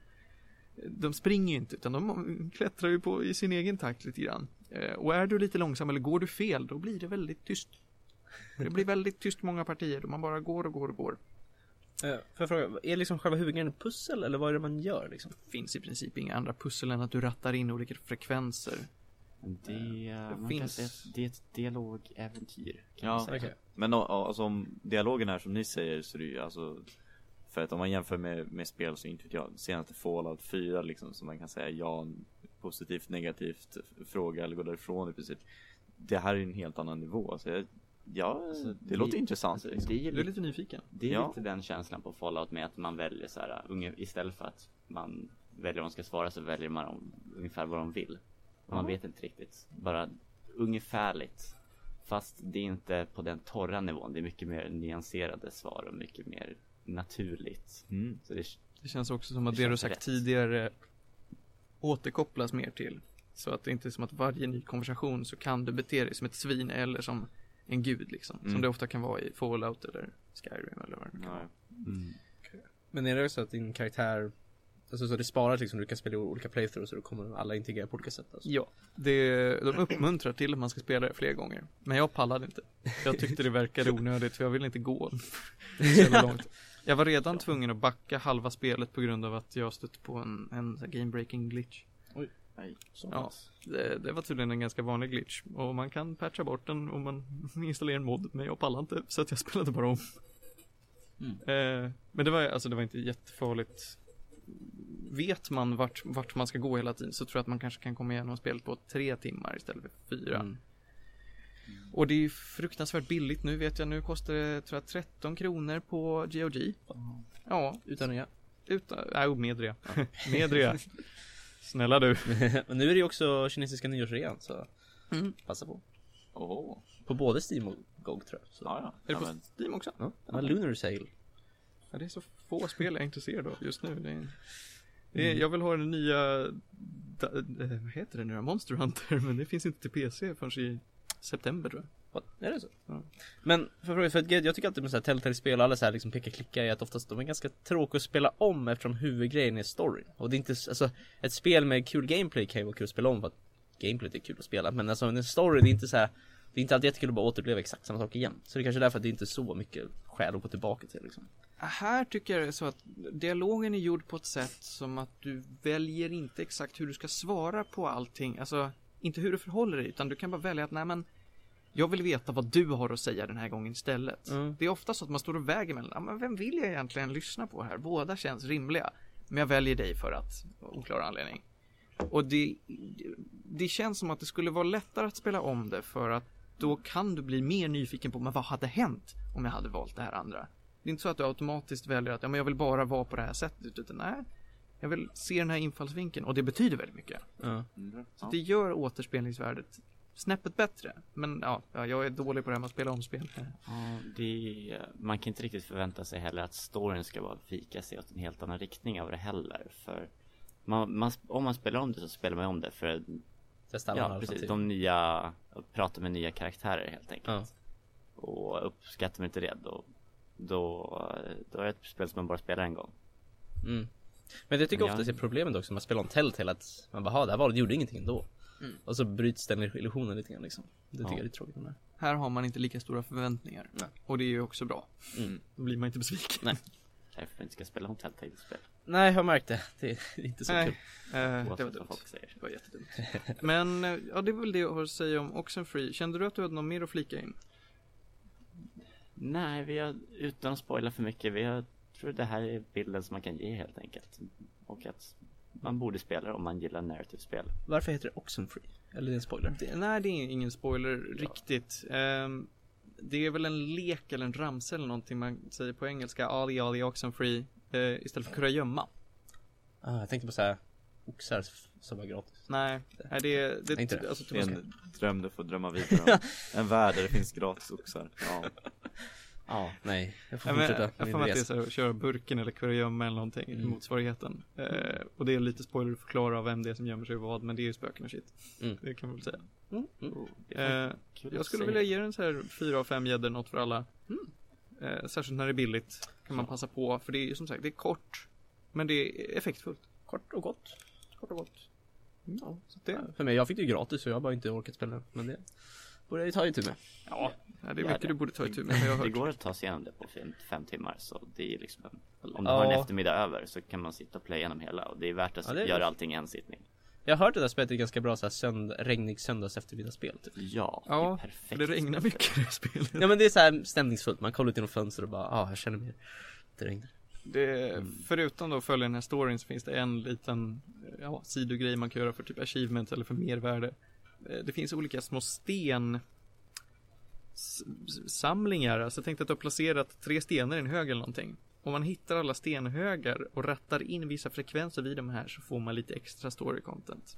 De springer ju inte, utan de klättrar ju på i sin egen takt lite grann. Eh, och är du lite långsam eller går du fel, då blir det väldigt tyst. Det blir väldigt tyst många partier, då man bara går och går och går. Uh, för jag fråga, är liksom själva huvudgrejen pussel eller vad är det man gör liksom? Finns i princip inga andra pussel än att du rattar in olika frekvenser. Det, det, man finns... kan säga det är ett dialogäventyr. Ja, okay. Men alltså, om dialogen här som ni säger så är det ju alltså, för att om man jämför med, med spel så inte vet jag, senaste Fallout fyra liksom, som man kan säga ja, positivt, negativt fråga eller gå därifrån i princip. Det här är en helt annan nivå. Alltså, jag, ja, alltså, det, det låter intressant. Alltså, liksom. Det är du är lite nyfiken. Det är ja. lite den känslan på Fallout med att man väljer så här, unge, istället för att man väljer vad de ska svara så väljer man om, ungefär vad de vill. Och man vet inte riktigt. Bara ungefärligt. Fast det är inte på den torra nivån. Det är mycket mer nyanserade svar och mycket mer naturligt. Mm. Så det, det känns också som att det, det du sagt rätt. tidigare återkopplas mer till. Så att det inte är som att varje ny konversation så kan du bete dig som ett svin eller som en gud liksom. Mm. Som det ofta kan vara i Fallout eller Skyrim eller vad det kan vara. mm. Okay. Men är det så att din karaktär, alltså så det sparar liksom, du kan spela olika playthroughs så då kommer alla integrera på olika sätt alltså? Ja, det, de uppmuntrar till att man ska spela det fler gånger. Men jag pallade inte. Jag tyckte det verkade onödigt för jag ville inte gå så långt. Jag var redan tvungen att backa halva spelet på grund av att jag stött på en, en game-breaking glitch. Oj. Nej, så ja, det, det var tydligen en ganska vanlig glitch. Och man kan patcha bort den om man installerar en mod. Men jag pallade inte, så att jag spelade bara om. Mm. Eh, men det var, alltså, det var inte jättefarligt. Vet man vart, vart man ska gå hela tiden så tror jag att man kanske kan komma igenom spelet på tre timmar istället för fyra. Mm. Mm. Och det är ju fruktansvärt billigt nu, vet jag. Nu kostar det tror jag, tretton kronor på G O G. Mm. Ja, utan rea. Utan, nej, med rea. Ja. Med rea. Snälla du. Men nu är det ju också kinesiska nyårsrean, så mm. passa på. Oh. På både Steam och G O G tror jag. Så. Ja, ja. Är det ja, på men... Steam också? Ja, ja. Lunar Sale. Ja, det är så få spel jag är intresserad av just nu. Det är, det är, jag vill ha den nya, da, vad heter det nu, Monster Hunter, men det finns inte till P C förrän i september tror jag. What? Är det så? Ja. Men för, för att jag tycker alltid med så här Telltale-spel och alla så här liksom peka-klicka är att oftast de är ganska tråkiga att spela om eftersom huvudgrejen är story. Och det är inte, alltså ett spel med kul gameplay kan ju vara kul att spela om för att gameplay är kul att spela. Men alltså en story, det är inte så här, det är inte alltid jättekul att bara återuppleva exakt samma sak igen. Så det är kanske därför att det inte är så mycket skäl att gå tillbaka till liksom. Här tycker jag det är så att dialogen är gjord på ett sätt som att du väljer inte exakt hur du ska svara på allting. Alltså, inte hur du förhåller dig, utan du kan bara välja att nej men Jag vill veta vad du har att säga den här gången istället. Mm. Det är ofta så att man står och väger mellan, ja, men vem vill jag egentligen lyssna på här? Båda känns rimliga. Men jag väljer dig för att, oklar anledning. Och det, det känns som att det skulle vara lättare att spela om det, för att då kan du bli mer nyfiken på, men vad hade hänt om jag hade valt det här andra? Det är inte så att du automatiskt väljer att, ja, men jag vill bara vara på det här sättet, utan nej, jag vill se den här infallsvinkeln, och det betyder väldigt mycket. Ja. Så det gör återspelningsvärdet snäppet bättre. Men ja, jag är dålig på det här med att spela om spel. Ja, det är, man kan inte riktigt förvänta sig heller att storyn ska vara vika sig åt en helt annan riktning av det heller. För man, man, om man spelar om det så spelar man om det för Testa alla ja, här precis, samtidigt. de nya, prata med nya karaktärer helt enkelt. Ja. Och uppskattar man inte det, då, då, då är det ett spel som man bara spelar en gång. Mm. Men det tycker Men jag jag- ofta är problemet också. Man spelar om Telltale, att man bara, ha, det här valet gjorde ingenting ändå. Mm. Och så bryts den illusionen lite grann liksom. Det tycker Ja. jag är lite tråkigt med det. Här har man inte lika stora förväntningar. Nej. Och det är ju också bra. Mm. Då blir man inte besviken. Nej. Därför man inte ska spela om Telltale-spel. Nej, jag har märkt det. Det är inte så Nej, kul. eh, det var Oavsett dumt. vad folk säger. Det var jättedumt. Men eh, ja, det är väl det jag har att säga om Oxenfree. Kände du att du hade något mer att flika in? Nej, vi har, utan att spoila för mycket, vi har, tror det här är bilden som man kan ge helt enkelt. Och att man borde spela det om man gillar narrative-spel. Varför heter det Oxenfree? Eller är det en spoiler? Det, nej, det är ingen spoiler riktigt. Ehm, det är väl en lek eller en ramsa eller någonting man säger på engelska. Ali, Ali, Oxenfree. Uh, istället för kurragömma. Ah, jag tänkte på så här oxar som var gratis. Nej, nej det, det, Inte det. Alltså, Det är en dröm du får drömma vidare om. En värld där det finns gratis oxar. Ja. Ja, Nej, jag får Ja, men, fortsätta jag min får att det är resa. så här, att köra burken eller kurragömma eller någonting, Mm. motsvarigheten. Eh, och det är lite spoiler att förklara vem det är som gömmer sig och vad, men det är ju spöken och shit. Mm. Det kan man väl säga. Mm. Mm. oh, det är Eh, kul jag att skulle säga. vilja ge den så här fyra av fem gäddor, något för alla. Eh, särskilt när det är billigt kan man passa på, för det är ju som sagt, det är kort, men det är effektfullt. Kort och gott. Kort och gott. Mm. Ja, så det, För mig, jag fick det ju gratis så jag har bara inte orkat spela. Men det borde jag ta i tur med. ja, det är Ja, mycket det- du borde ta itu med, har jag Det hört. går att ta sig igenom det på fem, fem timmar, så det är liksom en, om du Ja. har en eftermiddag över så kan man sitta och playa igenom hela, och det är värt att Ja, det är göra det. allting i en sittning. Jag har hört att det där spelet är ganska bra så här sönd- regnig söndags eftermiddagsspel typ. Ja, det Ja, är perfekt. för det regnar mycket i det här spelet. Ja men det är så här stämningsfullt, man kollar ut genom fönster och bara, ja ah, jag känner mer. Det regnar. Det, förutom då att följa den här storyn så finns det en liten ja, sidogrej man kan göra för typ achievement eller för mervärde. Eh, Det finns olika små sten s- samlingar. Alltså jag tänkte att du har placerat tre stenar i en hög eller någonting. Om man hittar alla stenhögar och rattar in vissa frekvenser vid de här så får man lite extra story content.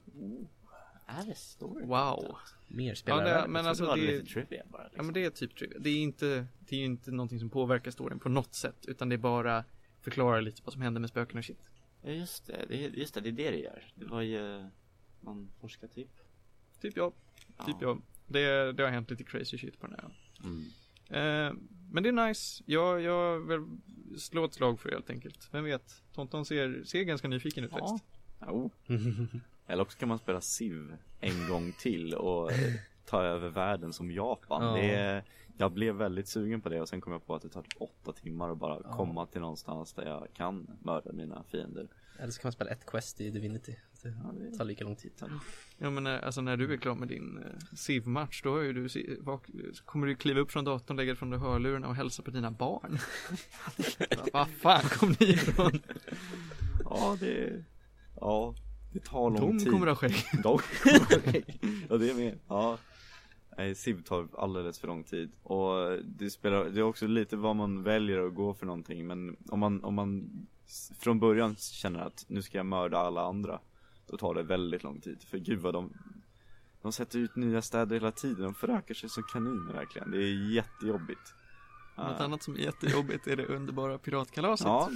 Är det story? Wow. Mer Ja, spelare. det, men Så alltså var det det, lite trivia bara liksom. ja, men det är typ trivia. Det är inte, det är ju inte någonting som påverkar storyn på något sätt, utan det är bara förklarar lite vad som händer med spöken och shit. Ja, just det, det är, just det, det är det det gör. Det var ju någon forskar typ. Typ jag. Typ jag. Det, det har hänt lite crazy shit på den här. Mm. Eh, men det är nice. Jag, jag vill slå ett slag för det helt enkelt. Vem vet? Tonton ser, ser ganska nyfiken ut Ja. växt. Jo. Eller också kan man spela Civ en gång till och eh, ta över världen som Japan. Ja. Det är, jag blev väldigt sugen på det och sen kom jag på att det tar typ åtta timmar att bara Ja. komma till någonstans där jag kan mörda mina fiender. Eller så kan man spela ett quest i Divinity. Det tar lika lång tid. Ja, men eh, alltså när du är klar med din eh, Civ-match, då är ju du, si- vak- kommer du kliva upp från datorn, lägga från dig hörlurarna och hälsa på dina barn. Vad fan kom ni ifrån? Ja, det Ja, det tar lång Tom tid. kommer ha skägg. De kommer ha skägg. Ja, det är med. Ja. Nej, Civ tar alldeles för lång tid. Och det spelar, det är också lite vad man väljer att gå för någonting. Men om man, om man s- från början känner att nu ska jag mörda alla andra, då tar det väldigt lång tid. För gud vad de De sätter ut nya städer hela tiden. De förökar sig som kaniner verkligen. Det är jättejobbigt. Något Ja. annat som är jättejobbigt är det underbara piratkalaset. Ja.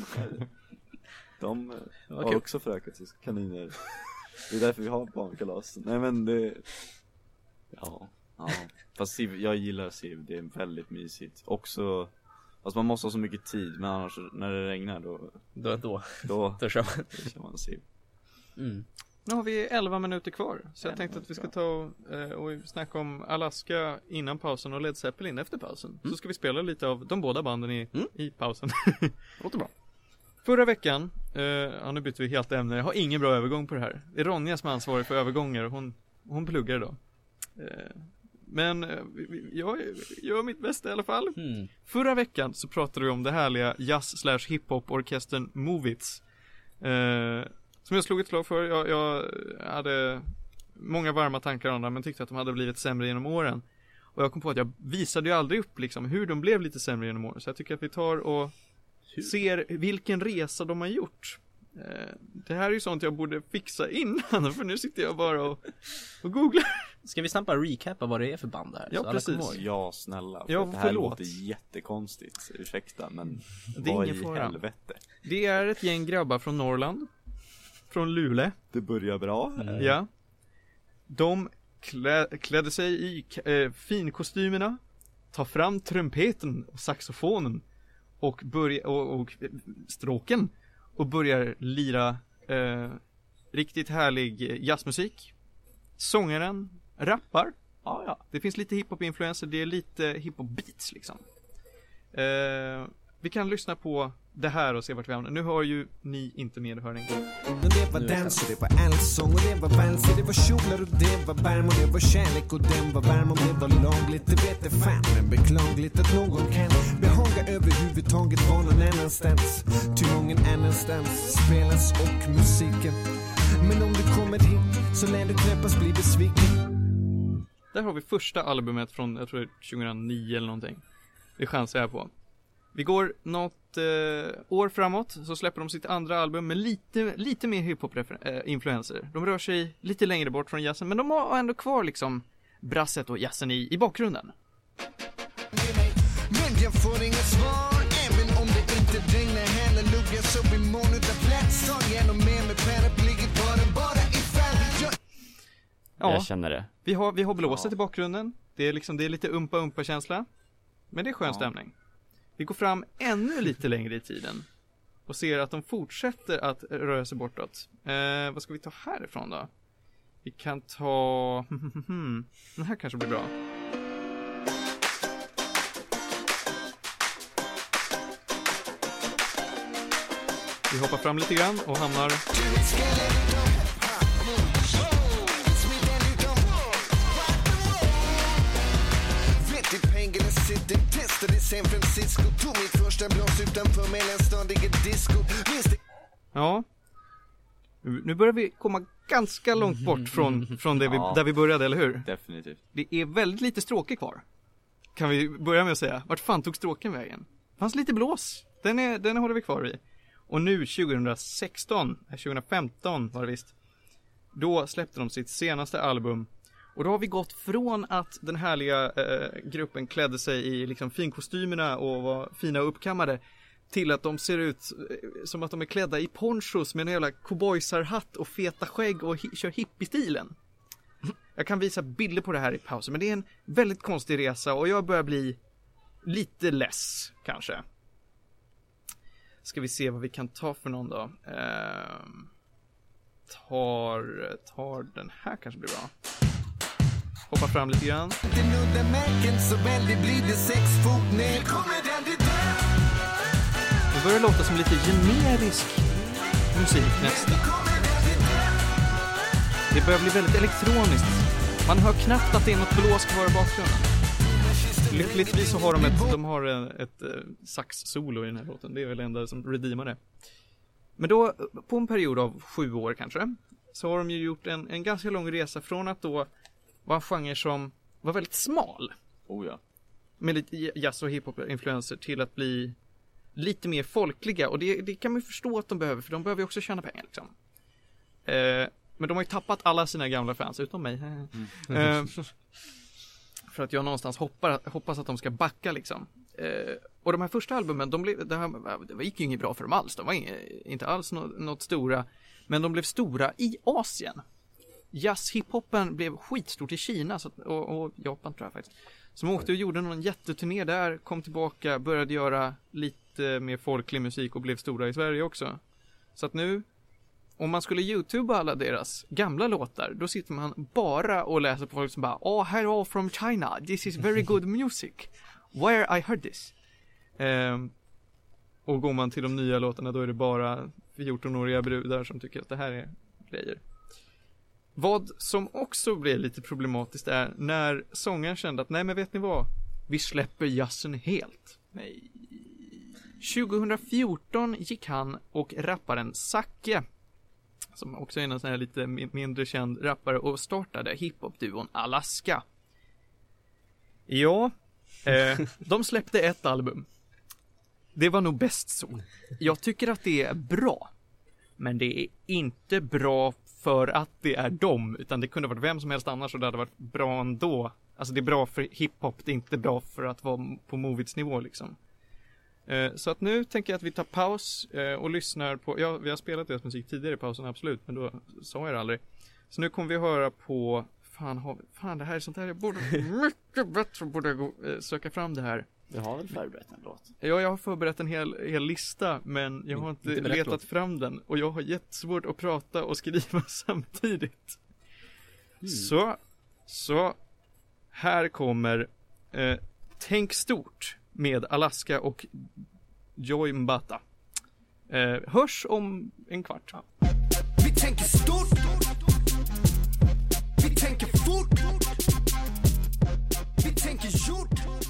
De Vad har kul. också förökat sig som kaniner. Det är därför vi har barnkalas. Nej men det Ja, ja. Fast Civ, jag gillar Civ. Det är väldigt mysigt. Också Fast man måste ha så mycket tid. Men annars när det regnar då Då, då, Då, då kör man. då kör man Civ. Mm. Nu har vi elva minuter kvar. Så jag Ja, tänkte att vi ska bra. ta och, eh, och snacka om Alaska innan pausen och Led Zeppelin efter pausen. Mm. Så ska vi spela lite av de båda banden i, Mm. i pausen. Låter bra. Förra veckan, eh, ja nu bytte vi helt ämne. Jag har ingen bra övergång på det här. Det är Ronja som är ansvarig för övergångar och hon, hon pluggar idag. Eh, Men jag gör mitt bästa i alla fall. Mm. Förra veckan så pratade vi om det härliga jazz slash hiphop-orkestern Movits. Eh, som jag slog ett slag för. Jag, jag hade många varma tankar om dem, men tyckte att de hade blivit sämre genom åren. Och jag kom på att jag visade ju aldrig upp liksom hur de blev lite sämre genom åren. Så jag tycker att vi tar och hur? ser vilken resa de har gjort. Eh, det här är ju sånt jag borde fixa innan, för nu sitter jag bara och, och googlar. Ska vi snabbt bara recapa vad det är för band här? Ja, så precis. alla kommer ihåg? Ja, snälla. För Ja, det här förlåt. låter jättekonstigt. Ursäkta, men Det är vad ingen i fara. helvete? Det är ett gäng grabbar från Norrland. Från Luleå. Det börjar bra. Mm. Ja. De klä, klädde sig i eh, finkostymerna. Ta fram trumpeten och saxofonen. Och, börja, och, och stråken. Och börjar lira eh, riktigt härlig jazzmusik. Sångaren rappar. Ja, ja. Det finns lite hiphop-influenser. Det är lite hiphop-beats liksom. Eh, vi kan lyssna på det här och se vart vi hamnar. Nu hör ju ni inte medhörning. Det var dans och det var allsång och det var vals och det var kjolar och det var värm och det var kärlek och den var varm och det var lagligt. Det vet det fan, men beklagligt att någon kan behaga överhuvudtaget var någon annanstans. Ty mången annanstans spelas och musiken. Men om du kommer hit så lär du knappast bli besviken. Där har vi första albumet från, jag tror det är tjugohundranio eller någonting. Det chansar jag på. Vi går något eh, år framåt, så släpper de sitt andra album med lite, lite mer hiphop-influenser. De rör sig lite längre bort från jazzen, men de har ändå kvar liksom brasset och jazzen i, i bakgrunden. Men jag får inga svar, även om det inte regnar. Halleluja, så blir mån utav plats. Ta igenom med med paraplyet, bara, bara ifall jag... Ja, Jag känner det. vi har, vi har blåset Ja. i bakgrunden. Det är liksom, det är lite umpa-umpa-känsla. Men det är skön Ja. stämning. Vi går fram ännu lite längre i tiden och ser att de fortsätter att röra sig bortåt. Eh, vad ska vi ta härifrån då? Vi kan ta... Den här kanske blir bra. Vi hoppar fram lite grann och hamnar... Testade i San Francisco. Tog mitt första blås utanför mellanstadiga disco. Ja. Nu nu börjar vi komma ganska långt bort från, från det vi, Ja. där vi började, eller hur? Definitivt. Det är väldigt lite stråke kvar. Kan vi börja med att säga. Vart fan tog stråken vägen? Fanns lite blås. Den, är, den håller vi kvar i. Och nu tjugohundrasexton, nej, tjugohundrafemton var det visst. Då släppte de sitt senaste album. Och då har vi gått från att den härliga eh, gruppen klädde sig i liksom finkostymerna och var fina och uppkammade, till att de ser ut eh, som att de är klädda i ponchos med en jävla cowboysarhatt och feta skägg och hi- kör hippie-stilen. Jag kan visa bilder på det här i pausen, men det är en väldigt konstig resa och jag börjar bli lite less kanske. Ska vi se vad vi kan ta för någon då. Eh, tar, tar den här kanske blir bra. Hoppa fram lite grann. Det nuddar märken så väl det blir det sex fot ner. Kommer den till död? Det börjar låta som lite generisk musik nästan. Det börjar bli väldigt elektroniskt. Man hör knappt att det är något blås kvar i bakgrunden. Lyckligtvis så har de ett, de har ett, ett sax-solo i den här låten. Det är väl det enda som redeemar det. Men då, på en period av sju år kanske, så har de ju gjort en, en ganska lång resa från att då vara en genre som var väldigt smal. Oh ja. Med lite jazz och hiphop-influenser till att bli lite mer folkliga. Och det, det kan man ju förstå att de behöver, för de behöver ju också tjäna pengar liksom. Eh, men de har ju tappat alla sina gamla fans, utom mig. Mm. Eh, för att jag någonstans hoppar, hoppas att de ska backa liksom. Eh, och de här första albumen, de blev, det, här, det gick ju inget bra för dem alls. De var inget, inte alls något, något stora. Men de blev stora i Asien. Jazz-hiphopen blev skitstort i Kina så att, och, och Japan tror jag faktiskt. Som åkte och gjorde någon jätteturné där, kom tillbaka, började göra lite mer folklig musik och blev stora i Sverige också. Så att nu, om man skulle YouTubea alla deras gamla låtar, då sitter man bara och läser på folk som bara "Oh, hello from China, this is very good music. Where I heard this." Um, och går man till de nya låtarna, då är det bara fjortonåriga brudar som tycker att det här är grejer. Vad som också blev lite problematiskt är när sångaren kände att nej men vet ni vad? Vi släpper jazzen helt. Nej. tjugohundrafjorton gick han och rapparen Zacke, som också är en sån här lite mindre känd rappare, och startade hiphop-duon Alaska. Ja, eh, de släppte ett album. Det var nog bäst så. Jag tycker att det är bra. Men det är inte bra för att det är dem, utan det kunde varit vem som helst annars och det hade varit bra ändå. Alltså det är bra för hiphop, det är inte bra för att vara på Movits nivå liksom. Eh, så att nu tänker jag att vi tar paus eh, och lyssnar på, ja vi har spelat deras musik tidigare i pausen absolut, men då sa jag det aldrig. Så nu kommer vi höra på, fan, har vi, fan det här är sånt här, jag borde mycket bättre borde gå, eh, söka fram det här. Du har väl förberett en låt? Ja, jag har förberett en hel, hel lista, men jag har inte, inte letat låt. fram den. Och jag har jättesvårt att prata och skriva samtidigt. Mm. Så, så, här kommer eh, Tänk stort med Alaska och Joy Mbata. Eh, hörs om en kvart. Ja. Vi tänker stort. Vi tänker fort. Vi tänker gjort.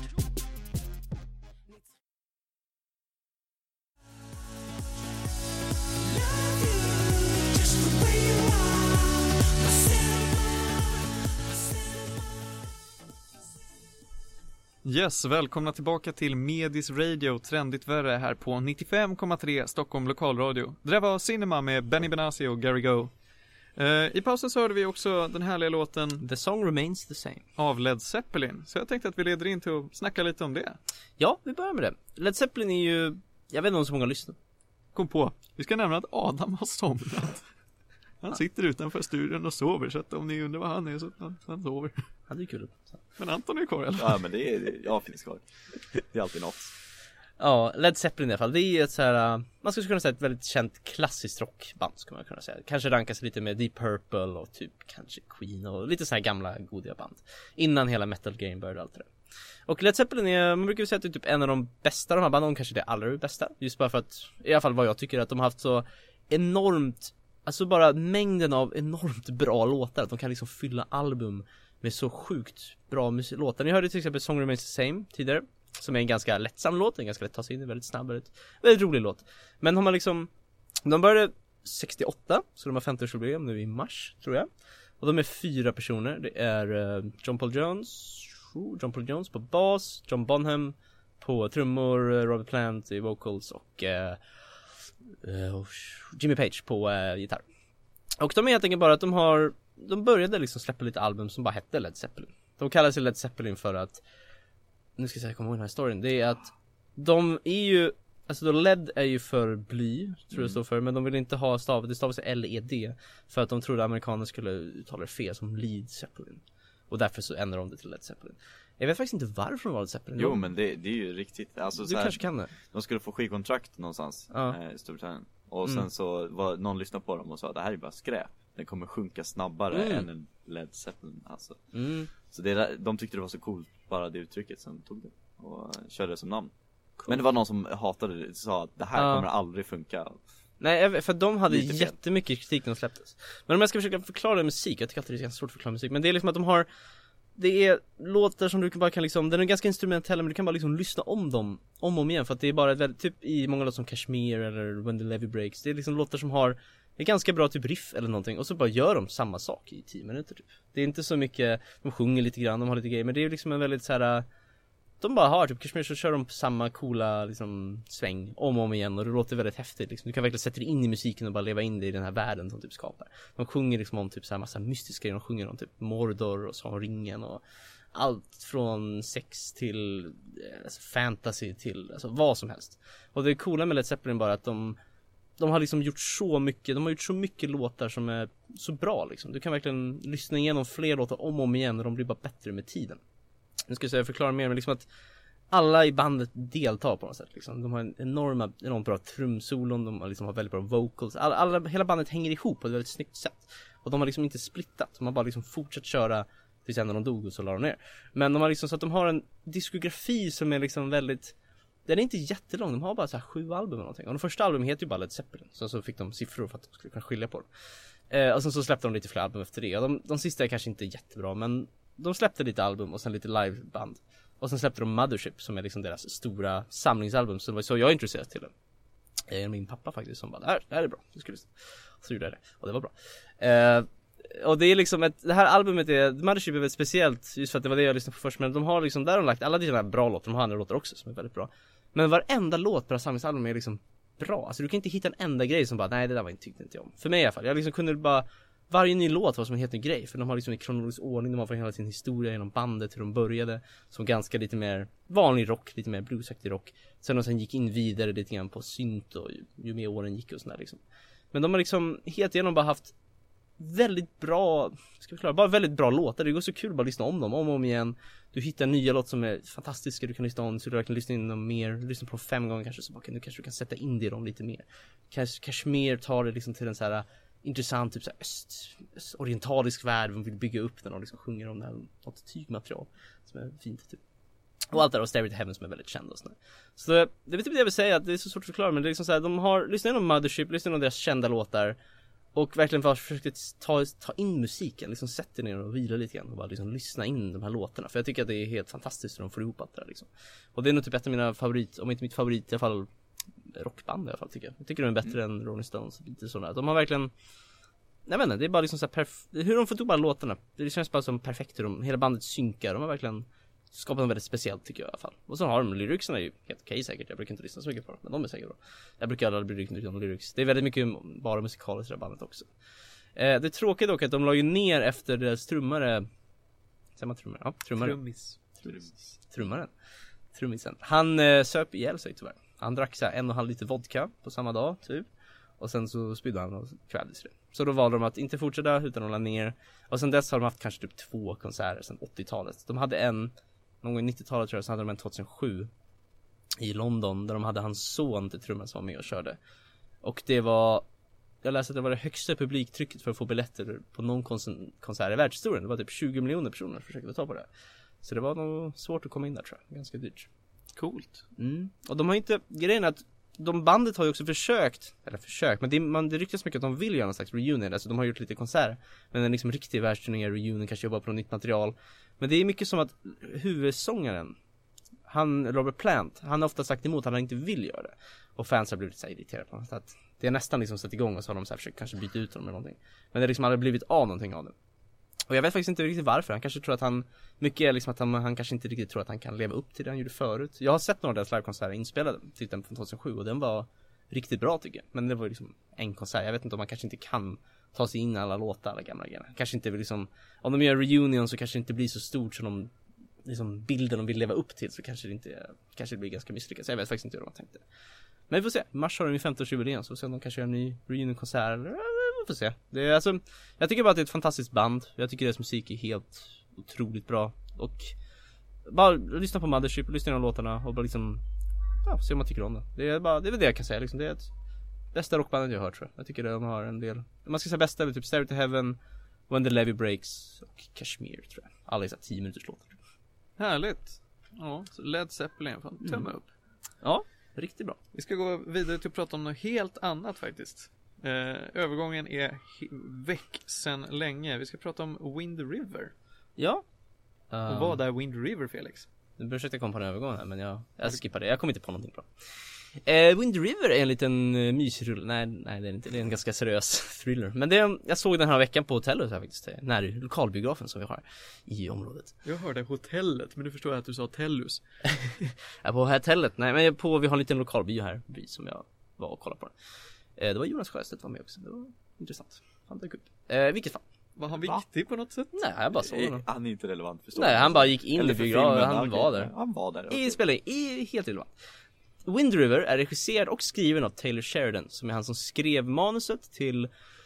Yes, välkomna tillbaka till Medis Radio, trendigt värre här på nittiofem komma tre Stockholm lokalradio. Det där var Cinema med Benny Benassi och Gary Go. Uh, I pausen så hörde vi också den härliga låten The Song Remains the Same av Led Zeppelin. Så jag tänkte att vi leder in till att snacka lite om det. Ja, vi börjar med det. Led Zeppelin är ju, jag vet inte om så många lyssnar. Kom på, vi ska nämna att Adam har somnat. Han sitter utanför studion och sover, så att om ni undrar vad han är så han, han sover. Ja, det är kul. Men Anton är kvar i alla fall. Ja, men det är, jag finns kvar. Det är alltid något. Ja, Led Zeppelin i alla fall. Det är ett så här, man skulle kunna säga ett väldigt känt klassiskt rockband skulle man kunna säga. Kanske rankas lite med Deep Purple och typ kanske Queen och lite så här gamla godiga band. Innan hela Metal Game började och allt det där. Och Led Zeppelin är, man brukar säga att det är typ en av de bästa de här banden, kanske det allra bästa. Just bara för att, i alla fall vad jag tycker, att de har haft så enormt, alltså bara mängden av enormt bra låtar. Att de kan liksom fylla album med så sjukt bra musik- låtar. Ni hörde till exempel Song Remains the Same tidigare, som är en ganska lättsam låt, en ganska lätt att ta sig in, väldigt snabb, väldigt, väldigt rolig låt. Men har man liksom, de började sextioåtta, så de har femtioårsjubileum nu i mars, tror jag. Och de är fyra personer. Det är uh, John Paul Jones, John Paul Jones på bas, John Bonham på trummor, uh, Robert Plant i vocals och uh, uh, Jimmy Page på uh, gitarr. Och de är helt enkelt bara att de har, de började liksom släppa lite album som bara hette Led Zeppelin. De kallar sig Led Zeppelin för att, nu ska jag säga, komma ihåg den här storyn, det är att de är ju, alltså då Led är ju för bly, tror jag mm. det står för, men de vill inte ha stav, det stavas L E D, för att de trodde amerikaner skulle uttala det fel som Led Zeppelin. Och därför så ändrar de det till Led Zeppelin. Jag vet faktiskt inte varför de var Led Zeppelin. Jo, men det, det är ju riktigt, alltså, du så här, kanske kan det. De skulle få skivkontrakt någonstans ja. eh, i Storbritannien. Och mm. sen så var någon lyssnade på dem och sa att det här är bara skräp. Den kommer sjunka snabbare mm. än en Led Zeppelin, alltså. Mm. Så det, de tyckte det var så coolt, bara det uttrycket, sen tog det och körde det som namn. Cool. Men det var någon som hatade det, sa att det här ja. kommer aldrig funka. Nej, för de hade jättemycket kritik när de släpptes. Men om jag ska försöka förklara musik, jag tycker alltid det är ganska svårt att förklara musik, men det är liksom att de har, det är låtar som du kan bara kan liksom, den är ganska instrumentell, men du kan bara liksom lyssna om dem om och om igen, för att det är bara ett väldigt, typ i många låtar som Kashmir eller When the Levee Breaks, det är liksom låtar som har ett ganska bra typ riff eller någonting, och så bara gör de samma sak i tio minuter typ. Det är inte så mycket, de sjunger lite grann, de har lite grejer, men det är liksom en väldigt så här, de bara har typ Kashmir, så kör de samma coola liksom sväng om och om igen, och det låter väldigt häftigt liksom. Du kan verkligen sätta dig in i musiken och bara leva in dig i den här världen som typ skapar. De sjunger liksom om typ så här massa mystiska grejer, de sjunger om typ Mordor och så har ringen och allt från sex till alltså fantasy till alltså vad som helst. Och det coola med Led Zeppelin bara att de de har liksom gjort så mycket, de har gjort så mycket låtar som är så bra liksom. Du kan verkligen lyssna igenom fler låtar om och om igen, och de blir bara bättre med tiden. Nu ska jag säga, förklara mer, men liksom att alla i bandet deltar på något sätt liksom. De har en enorma, enormt bra trumsolon, de har liksom har väldigt bra vocals. Alla, alla, hela bandet hänger ihop på ett väldigt snyggt sätt. Och de har liksom inte splittat, de har bara liksom fortsatt köra tills när de dog och så la de ner. Men de har liksom så att de har en diskografi som är liksom väldigt, den är inte jättelång, de har bara så här sju album eller någonting. Och de första albumen heter ju bara Led Zeppelin, så så fick de siffror för att de skulle kunna skilja på dem. eh, Och sen så släppte de lite fler album efter det. Och de, de sista är kanske inte jättebra, men de släppte lite album och sen lite liveband. Och sen släppte de Mothership som är liksom deras stora samlingsalbum. Så det var så jag är intresserad till det. eh, Min pappa faktiskt som bara, det här, det här är bra, det skulle... Så gjorde jag det, och det var bra. eh, Och det är liksom ett, det här albumet är, Mothership är väldigt speciellt. Just för att det var det jag lyssnade på först. Men de har liksom, där har de lagt alla dina bra låtar. De har andra låtar också som är väldigt bra. Men varenda låt på det här samlingsalbumet är liksom bra. Alltså du kan inte hitta en enda grej som bara, nej det där var inte, tyckte inte jag om. För mig i alla fall, jag liksom kunde bara, varje ny låt var som en helt ny grej. För de har liksom i kronologisk ordning, de har för hela sin historia genom bandet, hur de började. Som ganska lite mer vanlig rock, lite mer bluesaktig rock. Sen de sen gick in vidare lite grann på synt och ju, ju mer åren gick och sådär liksom. Men de har liksom helt igenom bara haft väldigt bra, ska vi klara, bara väldigt bra låtar. Det går så kul bara att lyssna om dem om och om igen. Du hittar nya låtar som är fantastiska, du kan lyssna om, så du kan lyssna in dem mer, lyssna på dem fem gånger kanske, så bara, nu kanske du kan sätta in det i dem lite mer. Kanske Kashmir tar det liksom till en så här intressant typ så här öst, öst orientalisk värld, de vill bygga upp den och liksom sjunger om det här, något tygmaterial som är fint typ. Och allt där, och Stairway to Heaven som är väldigt känd och sådär. Så det, det vet inte vad jag vill säga, att det är så svårt att förklara, men det är liksom så här, de har lyssnat igenom Mothership, lyssnat igenom deras kända låtar och verkligen bara försökt ta, ta in musiken, liksom sätta ner och vila lite grann och bara liksom lyssna in de här låtarna. För jag tycker att det är helt fantastiskt hur de får ihop allt det där liksom. Och det är nog typ ett av mina favorit, om inte mitt favorit i alla fall, rockband i alla fall tycker jag. Jag tycker de är bättre mm. än Rolling Stones, lite sådana. De har verkligen, jag vet inte, det är bara liksom så här perf- hur de får ihop alla låtarna. Det känns bara som perfekt hur de, hela bandet synkar. De har verkligen skapat något väldigt speciellt tycker jag i alla fall. Och så har de lyricsen är ju helt okej säkert. Jag brukar inte lyssna så mycket på dem, men de är säkert bra. Jag brukar aldrig bry mig om lyrics. Det är väldigt mycket bara musikaliskt i det här bandet också. Eh, det är tråkigt dock att de la ju ner efter deras trummare. Säger man trummare? Ja, trummare. Trummis. Trummis. Trummaren. Trummisen. Han eh, söp ihjäl sig tyvärr. Han drack så här en och en halv liter vodka på samma dag typ. Och sen så spydde han och kvävdes det. Så då valde de att inte fortsätta utan de la ner. Och sen dess har de haft kanske typ två konserter sedan åttiotalet. De hade en, någon gång i nittiotalet tror jag, så hade de en tjugohundrasju i London. Där de hade hans son till trumman som var med och körde. Och det var, jag läste att det var det högsta publiktrycket för att få biljetter på någon konsert, konsert i världshistorien. Det var typ tjugo miljoner personer som försökte ta på det. Så det var nog svårt att komma in där tror jag. Ganska dyrt. Coolt. Mm. Och de har inte, grejen är att de bandet har ju också försökt, eller försökt, men det, man, det ryktas mycket att de vill göra någon slags reunion. Alltså de har gjort lite konserter, men en liksom riktig världsturné reunion, kanske jobba på något nytt material. Men det är mycket som att huvudsångaren, han, Robert Plant, han har ofta sagt emot, han inte vill göra det. Och fans har blivit så här irriterade på något. Att det är nästan liksom satt igång och så har de så här försökt kanske byta ut dem eller någonting. Men det är liksom aldrig blivit av någonting av det. Och jag vet faktiskt inte riktigt varför. Han kanske tror att han, mycket är liksom att han, han kanske inte riktigt tror att han kan leva upp till det han gjorde förut. Jag har sett några av deras livekonserter inspelade, till den från tjugohundrasju, och den var riktigt bra tycker jag. Men det var liksom en konsert. Jag vet inte om man kanske inte kan ta sig in i alla låtar, alla gamla grejer. Kanske inte liksom, om de gör reunion så kanske det inte blir så stort som de, liksom bilden de vill leva upp till, så kanske det inte, kanske det blir ganska misslyckat. Så jag vet faktiskt inte hur de tänkte. Men vi får se. I mars har de ju femtioårsjubileum, så vi får se om de kanske gör en ny reunion-konsert eller vi får se. Det är alltså, jag tycker bara att det är ett fantastiskt band. Jag tycker deras musik är helt otroligt bra. Och bara lyssna på Mothership, lyssna på låtarna och bara liksom, ja, se om man tycker om det. Det är bara, det är väl det jag kan säga liksom. Det är ett bästa rockbandet jag har hört tror jag. Jag tycker de har en del, man ska säga bästa är typ Stairway to Heaven, When the Levee Breaks och Kashmir tror jag. Alla är så tio minuters låtar. Härligt. Ja, så Led Zeppelin, fan, tömma Mm. upp. Ja, riktigt bra. Vi ska gå vidare till att prata om något helt annat faktiskt. Eh, övergången är he- väck sedan länge. Vi ska prata om Wind River. Ja. Och Um, vad är Wind River, Felix? Nu försökte jag komma på en övergång här, men jag, jag skippar det. Jag kommer inte på någonting bra. Eh, Wind River är en liten uh, mysrull. Nej, nej det är inte. Det är en ganska seriös thriller. Men det, jag såg den här veckan på hotellet här faktiskt. När lokalbiografen som vi har i området. Jag hörde hotellet, men nu förstår jag att du sa Tellus. Ja, på hotellet. Nej, men på, vi har en liten lokalbio här by, som jag var och kollade på den. Eh, det var Jonas Sjöstedt var med också. Det var intressant. Han dök upp. Eh, vilket fall. Var han viktig på något sätt? Nej, jag bara såg honom. Han är inte relevant för Nej, han bara gick in Eller i för biografen. filmen, Han okej. var där. Han var där. I spelning, i helt relevant. Wind River är regisserad och skriven av Taylor Sheridan, som är han som skrev manuset till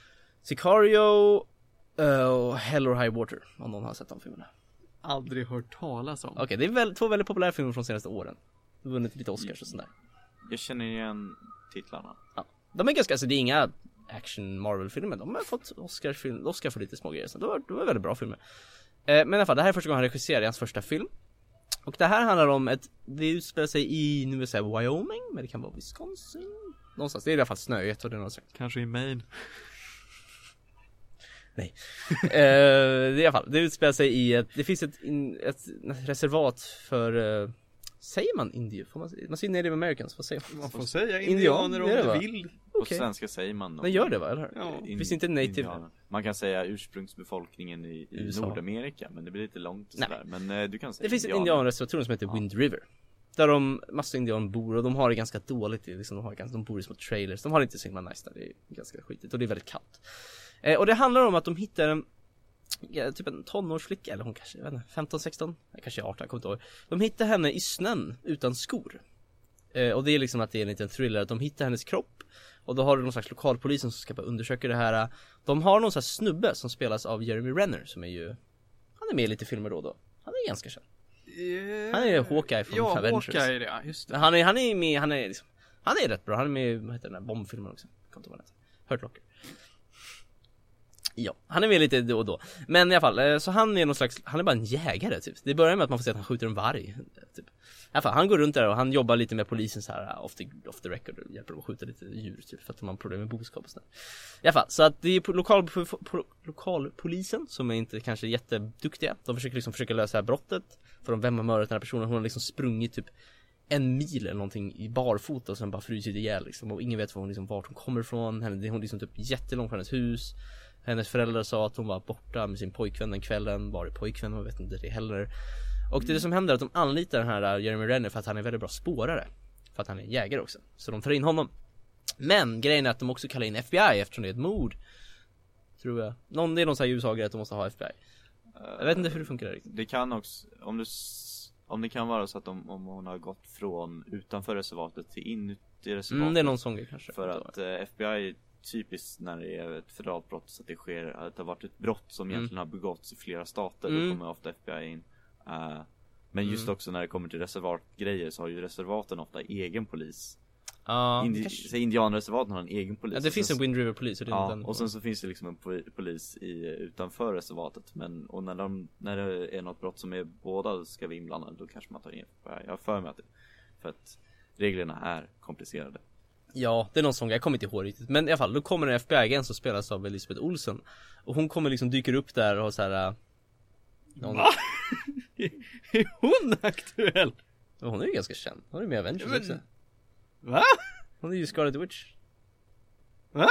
Sicario uh, och Hell or High Water, om någon har sett de filmerna. Aldrig hört talas om. Okej, okay, det är väl, två väldigt populära filmer från de senaste åren. De har vunnit lite Oscars och sådär. Jag känner igen titlarna. Ja. De är ganska, alltså det är inga action Marvel-filmer, de har fått Oscar, film, Oscar för lite små grejer, så det var, det var väldigt bra filmer. Eh, men i alla fall, det här är första gången han regisserar i hans första film. Och det här handlar om ett, det utspelar sig i, nu vill jag säga Wyoming, men det kan vara Wisconsin. Någonstans, det är i alla fall snöigt och det är något sånt. Kanske i Maine. Nej. uh, det är i alla fall, det utspelar sig i ett, det finns ett, in, ett reservat för, uh, säger man indier? Får man, man säger Native Americans, vad säger man? Man får säga Indian, indianer om det är det, du va? vill. På Okej. svenska säger man Men gör det va, eller hur? Ja. In- Finns inte native? indianer. Man kan säga ursprungsbefolkningen i, i U S A. Nordamerika, men det blir lite långt Nej. sådär. Men eh, du kan säga Det finns en indianer. indianreservation som heter Ja. Wind River. Där de, massa indianer bor och de har det ganska dåligt liksom, de, har ganska, de bor i små trailers. De har det inte så himla nice där, det är ganska skitigt och det är väldigt kallt. Eh, och det handlar om att de hittar en, ja, typ en tonårsflicka, eller hon kanske, jag vet inte, femton sexton, kanske arton, jag kommer inte ihåg. De hittar henne i snön utan skor. Eh, och det är liksom att det är en liten thriller, att de hittar hennes kropp. Och då har du någon slags lokalpolisen som ska bara undersöka det här. De har någon slags snubbe som spelas av Jeremy Renner, som är ju, han är med i lite filmer då och då. Han är ganska känd. Han är Hawkeye från Ja, Avengers. Hawkeye, ja, just det. Han är, han är med, han är liksom, han är rätt bra. Han är med i, vad heter den där bombfilmen också. Jag kommer inte ihåg vad den heter. Hurt Locker. Ja, han är med lite då och då. Men i alla fall, eh, så han är någon slags, han är bara en jägare typ. Det börjar med att man får se att han skjuter en varg typ. I alla fall, han går runt där och han jobbar lite med polisen så här off the, off the record och hjälper dem att skjuta lite djur typ, för att de har problem med boskap och sådär. I alla fall, så att det är lokal, lokalpolisen som är inte kanske jätteduktiga. De försöker liksom försöka lösa brottet. För de vem har mördat den här personen. Hon har liksom sprungit typ en mil eller någonting i barfota och sen bara frusit ihjäl liksom. Och ingen vet var hon liksom, vart hon kommer ifrån. Hon är liksom typ jättelångt från hennes hus. Hennes föräldrar sa att hon var borta med sin pojkvän den kvällen. Var det pojkvän? Man vet inte det heller. Och det som händer är att de anlitar den här Jeremy Renner för att han är väldigt bra spårare. För att han är jägare också. Så de tar in honom. Men grejen är att de också kallar in F B I eftersom det är ett mord. Tror jag. Någon, det är någon sån här U S A-grej att de måste ha F B I. Jag vet inte hur det funkar riktigt. Det kan också, om, du, s- om det kan vara så att de, om hon har gått från utanför reservatet till inuti reservatet. Mm, det är någon sån grej kanske. För att eh, F B I typiskt när det är ett federalt brott, så att det sker, att det har varit ett brott som Mm. egentligen har begåtts i flera stater, Mm. då kommer ofta F B I in. Uh, men just Mm. också när det kommer till reservatgrejer så har ju reservaten ofta egen polis. Ja, Indi- kanske... så indianreservaten har en egen polis. ja, det Och finns sen en Wind River polis och det är Ja, den. och sen så finns det liksom en poli- polis i, utanför reservatet. Men, och när, de, när det är något brott som är båda ska vi inblandade, då kanske man tar in F B I. Jag har för mig att det, för att reglerna är komplicerade. Ja, det är någon sån grej, jag kommer inte ihåg riktigt. Men i alla fall, då kommer en F B I-agent som spelas av Elisabeth Olsen. Och hon kommer liksom, dyker upp där och så här. Äh, någon... Va? Är hon aktuell? Ja, hon är ju ganska känd. Hon är med i Avengers Men- också. Va? Hon är ju Scarlet Witch. Va?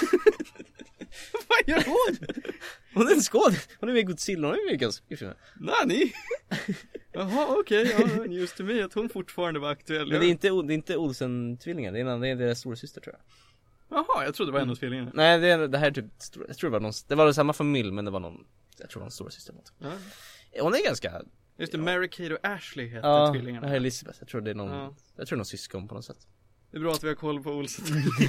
Vad gör hon? Hon är en skådis. Hon är med i Godzilla, hon är med i ganska mycket filmer. Nani? Jaha, okej, ja, just till mig att hon fortfarande var aktuell. Men det är inte, det är inte Olsen-tvillingar, det är, en, det är deras stora syster tror jag. Jaha, jag trodde det var en av tvillingarna. Nej, det, är, det här är typ, stora- jag tror det var någon, det var samma familj men det var någon, jag tror det var en stora syster eller något. Ja. Hon är ganska, Just det, Mary Kate och Ashley hette ja, det tvillingarna. här är Elisabeth, jag tror det är någon, Ja. jag tror det är någon syskon på något sätt. Det är bra att vi har koll på Olsen.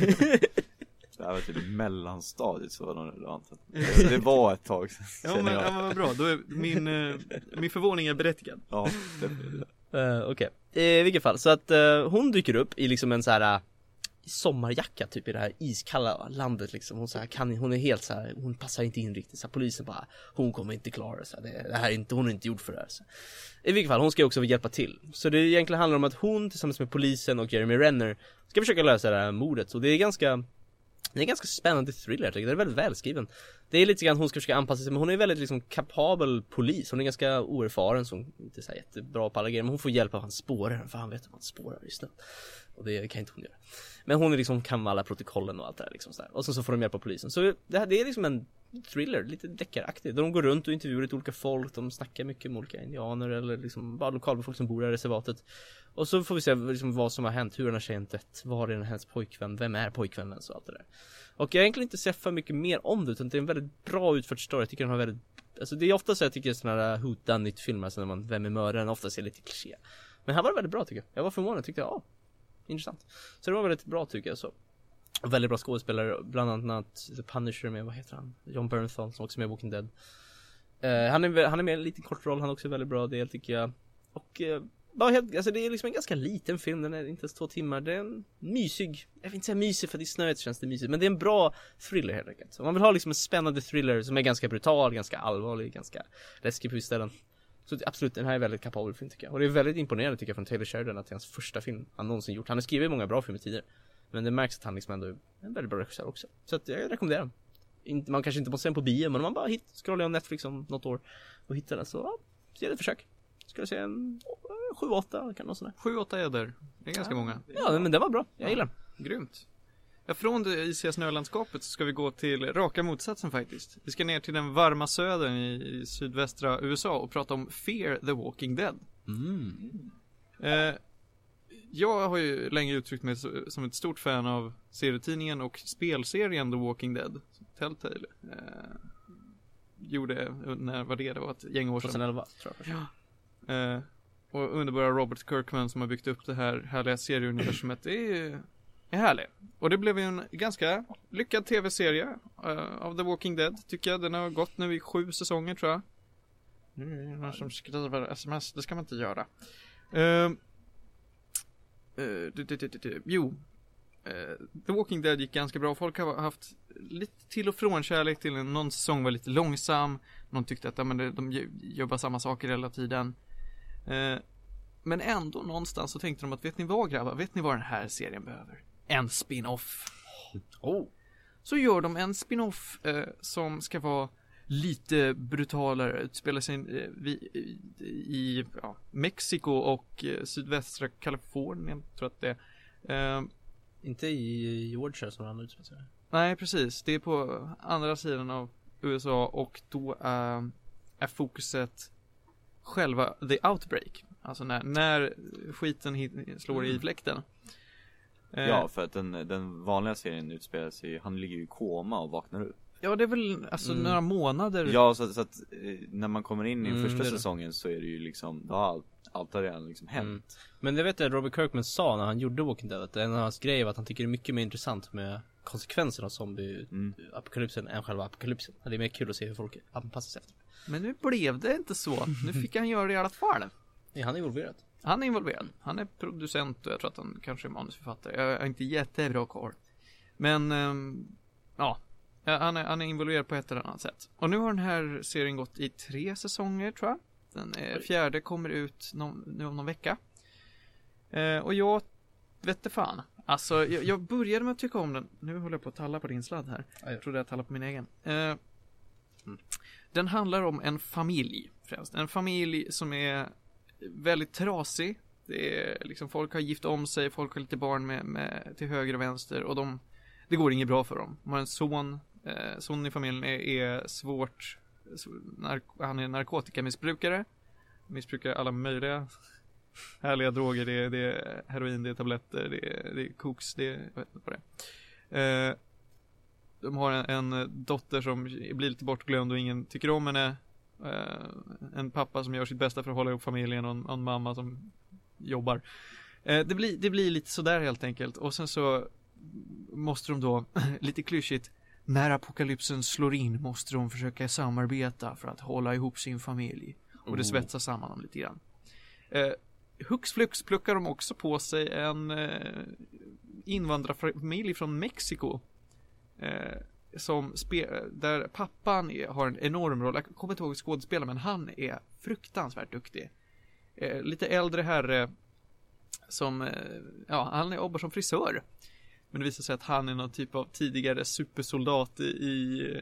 Det här var typ mellanstadiet, så var det relevant. Det var ett tag sedan. Ja känner men, jag. ja, men vad bra, då är min, eh, min förvåning är berättigad. Ja, det, Uh, Okej, okay. I vilket fall, så att uh, hon dyker upp i liksom en så här uh, sommarjacka typ i det här iskalla landet liksom. Hon så här, kan, hon är helt så här, hon passar inte in riktigt så här, polisen bara, hon kommer inte klara det, så här, det, det här är inte, hon är inte gjord för det här så. I vilket fall, hon ska ju också hjälpa till. Så det egentligen handlar om att hon tillsammans med polisen och Jeremy Renner ska försöka lösa det här mordet. Så det är ganska, det är en ganska spännande thriller, det är väldigt välskriven. Det är lite grann, hon ska försöka anpassa sig, men hon är väldigt liksom kapabel polis. Hon är ganska oerfaren, så hon är inte så här jättebra på alla grejer. Men hon får hjälp av hans spårare, för han vet att han spårar just det. Och det kan inte hon göra. Men hon är liksom, kan alla protokollen och allt det där liksom så där. Och sen så får de hjälp av polisen. Så det här, det är liksom en thriller, lite deckaraktig. De går runt och intervjuar lite olika folk. De snackar mycket med olika indianer eller liksom bara lokalbefolkning som bor i reservatet. Och så får vi se liksom vad som har hänt, hur den har tjänat det, var är hennes pojkvän, vem är pojkvännen och allt det där. Och jag har egentligen inte sett för mycket mer om det, utan det är en väldigt bra utförd story. Jag tycker den har väldigt, alltså det är ofta så jag tycker sådana här whodunit filmer, alltså när man, vem är mördaren, ofta ser lite kliché. Men här var det väldigt bra tycker jag. Jag var förvånad, tyckte jag, ja, intressant. Så det var väldigt bra tycker jag så. Och väldigt bra skådespelare, bland annat The Punisher med, vad heter han? John Bernthal som också är med i Walking Dead. Uh, han, är, han är med i en liten kort roll, han är också väldigt bra del tycker jag. Och uh, bara helt, alltså det är liksom en ganska liten film, den är inte ens två timmar. Det är en mysig, jag vill inte säga mysig för det är snöigt känns det mysigt, men det är en bra thriller helt enkelt. Så man vill ha liksom en spännande thriller som är ganska brutal, ganska allvarlig, ganska läskig på vissa ställen. Så absolut, den här är väldigt kapabel film tycker jag. Och det är väldigt imponerande tycker jag från Taylor Sheridan att det är hans första film han någonsin gjort. Han har skrivit många bra filmer tidigare, men det märks att han liksom ändå är en väldigt bra regissör också. Så att jag rekommenderar den. inte, man kanske inte måste se den på bio, men om man bara hit, scrollar om Netflix om något år och hittar den, så ja, ge det ett försök. Ska jag säga en sju åtta kan någon sån där. sju åtta äder. Det är ganska ja. många. Ja, men det var bra. Jag gillar den. Grymt. Ja, från det isiga snölandskapet så ska vi gå till raka motsatsen faktiskt. Vi ska ner till den varma södern i, i sydvästra U S A och prata om Fear the Walking Dead. Mm. Eh, jag har ju länge uttryckt mig som ett stort fan av serietidningen och spelserien The Walking Dead. Telltale eh, gjorde, när var det? Det var ett gäng år sedan. tjugoelva tror jag. Ja. Eh, och underbara Robert Kirkman som har byggt upp det här härliga serieuniversumet. Det är, är härligt. Och det blev ju en ganska lyckad tv-serie uh, av The Walking Dead, tycker jag. Den har gått nu i sju säsonger, tror jag. Nu är det någon som skriver sms. Det ska man inte göra. Uh, uh, du, du, du, du, du. Jo. Uh, The Walking Dead gick ganska bra. Folk har haft lite till och från kärlek till en. Någon säsong var lite långsam. Någon tyckte att ja, men de jobbar samma saker hela tiden. Uh, men ändå någonstans så tänkte de att vet ni vad, grabbar? Vet ni vad den här serien behöver? En spin-off. Oh. Så gör de en spin-off eh, som ska vara lite brutalare, utspela sig eh, vi, i, i ja, Mexiko och eh, sydvästra Kalifornien, tror jag att det är. Eh, Inte i Georgia som han utspelar sig. nej, precis. Det är på andra sidan av U S A och då eh, är fokuset själva the outbreak. Alltså när, när skiten hit, slår mm. i fläkten. Ja, för att den, den vanliga serien utspelar sig, han ligger ju i koma och vaknar upp. Ja, det är väl alltså mm. några månader. Ja, så, så att när man kommer in i mm, första det säsongen så är det ju liksom, då har allt, allt har redan liksom hänt. Mm. Men det vet jag Robert Kirkman sa när han gjorde Walking Dead, att en av hans grejer var att han tycker det är mycket mer intressant med konsekvenserna av zombie-apokalypsen mm. än själva apokalypsen. Det är mer kul att se hur folk anpassar sig efter. Men nu blev det inte så. Nu fick han göra det i alla fall. Ja, han är involverad. Han är involverad. Han är producent och jag tror att han kanske är manusförfattare. Jag är inte jättebra koll. Men um, ja, han är, han är involverad på ett eller annat sätt. Och nu har den här serien gått i tre säsonger, tror jag. Den är, fjärde kommer ut någon, nu om någon vecka. Eh, och jag vet inte fan. Alltså, jag, jag började med att tycka om den. Nu håller jag på att talla på din sladd här. Jag trodde jag tallade på min egen. Eh, mm. Den handlar om en familj främst. En familj som är väldigt trasig. Det är liksom, folk har gift om sig, folk har lite barn med, med till höger och vänster och de, det går inget bra för dem. De har en son, eh, son i familjen är, är svårt, nark- han är narkotikamissbrukare, missbrukar alla möjliga härliga droger, det är, det är heroin, det är tabletter, det är, det är koks, det är, jag vet inte vad det är. Eh, de har en, en dotter som blir lite bortglömd och ingen tycker om henne. Uh, en pappa som gör sitt bästa för att hålla ihop familjen och en, en mamma som jobbar. Uh, det, blir, det blir lite sådär helt enkelt. Och sen så måste de då, lite klyschigt, när apokalypsen slår in måste de försöka samarbeta för att hålla ihop sin familj. Och det svetsar samman dem lite grann. Uh, hux flux pluckar de också på sig en uh, invandrarfamilj från Mexiko. Uh, som spe- där pappan är, har en enorm roll. Jag kommer inte ihåg skådespelare, men han är fruktansvärt duktig. Eh, lite äldre herre som, eh, ja, han jobbar som frisör. Men det visar sig att han är någon typ av tidigare supersoldat i, i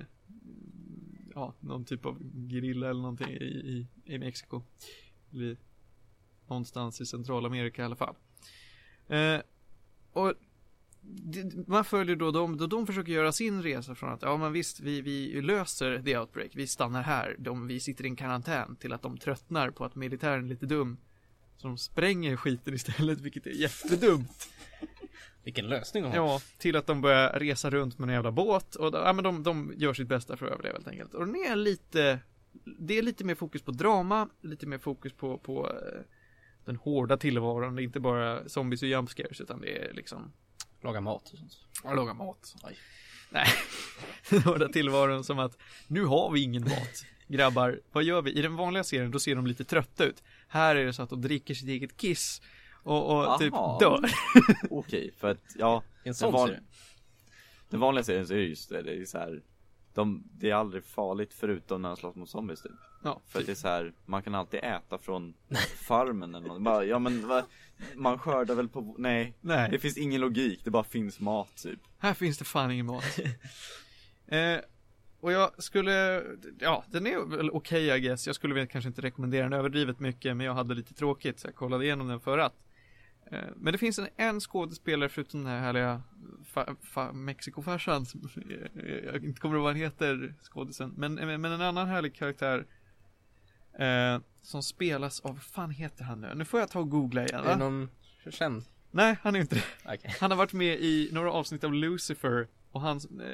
ja, någon typ av gerilla eller någonting i, i, i Mexiko. Eller någonstans i Centralamerika i alla fall. Eh, och man följer då de, då de försöker göra sin resa från att ja men visst vi, vi löser the outbreak, vi stannar här, de, vi sitter i en karantän, till att de tröttnar på att militären är lite dum så de spränger skiten istället, vilket är jättedumt. Vilken lösning de har. Ja, till att de börjar resa runt med en jävla båt och ja, men de, de gör sitt bästa för att överleva helt enkelt. Och den är lite, det är lite mer fokus på drama, lite mer fokus på, på eh, den hårda tillvaron, det är inte bara zombies och jumpscares utan det är liksom laga mat och sånt. Ja, laga mat. Aj. Nej, den hårda tillvaron som att nu har vi ingen mat. Grabbar, vad gör vi? I den vanliga serien då ser de lite trötta ut. Här är det så att de dricker sitt eget kiss och, och typ dör. Okej, för att ja, en sån van... serie. Den vanliga serien så är det just det, det är så här, de, det är aldrig farligt förutom när de slåss mot zombies typ. Ja, för att det är så här, man kan alltid äta från farmen eller något. Bara, ja men va, man skördar väl på, nej, nej, det finns ingen logik, det bara finns mat typ. Här finns det fan ingen mat. eh, och jag skulle, ja, den är väl okej, okay, I guess. Jag skulle väl kanske inte rekommendera den överdrivet mycket, men jag hade lite tråkigt så jag kollade igenom den för att. Eh, men det finns en, en skådespelare förutom den här härliga fa, fa, Mexikofarsan som jag inte kommer ihåg vad han heter, skådisen, men, men en annan härlig karaktär eh, som spelas av, fan heter han nu? Nu får jag ta och googla igen, va? Är det någon känd? Nej, han är inte det. Okay. Han har varit med i några avsnitt av Lucifer. Och han, eh,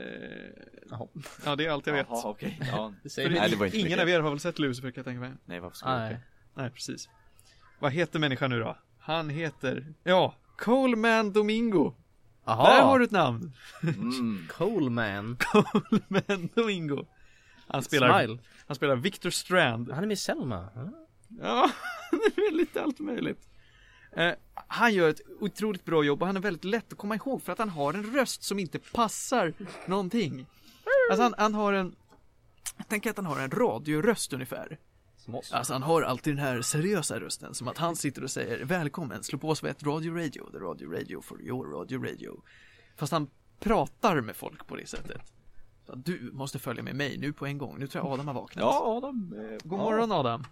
ja det är allt jag vet. Jaha, okej. Okay. Ja. Det Nej, det var inte ingen mycket. av er har väl sett Lucifer, kan jag tänka mig. Nej, varför skulle jag inte? Nej, precis. Vad heter människan nu då? Han heter, ja, Coleman Domingo. Aha. Där har du ett namn. Mm. Coleman. Coleman Domingo. Han spelar, Smile. han spelar Victor Strand. Han är med i Selma. Huh? Ja, det är lite allt möjligt. Uh, han gör ett otroligt bra jobb och han är väldigt lätt att komma ihåg för att han har en röst som inte passar någonting. Alltså han, han har en, jag tänker att han har en radioröst ungefär. Alltså han har alltid den här seriösa rösten, som att han sitter och säger välkommen, slå på Svett Radio Radio, the Radio Radio for your Radio Radio. Fast han pratar med folk på det sättet. Så du måste följa med mig nu på en gång. Nu tror jag Adam har vaknat. Ja, Adam. Eh, God ja. morgon Adam.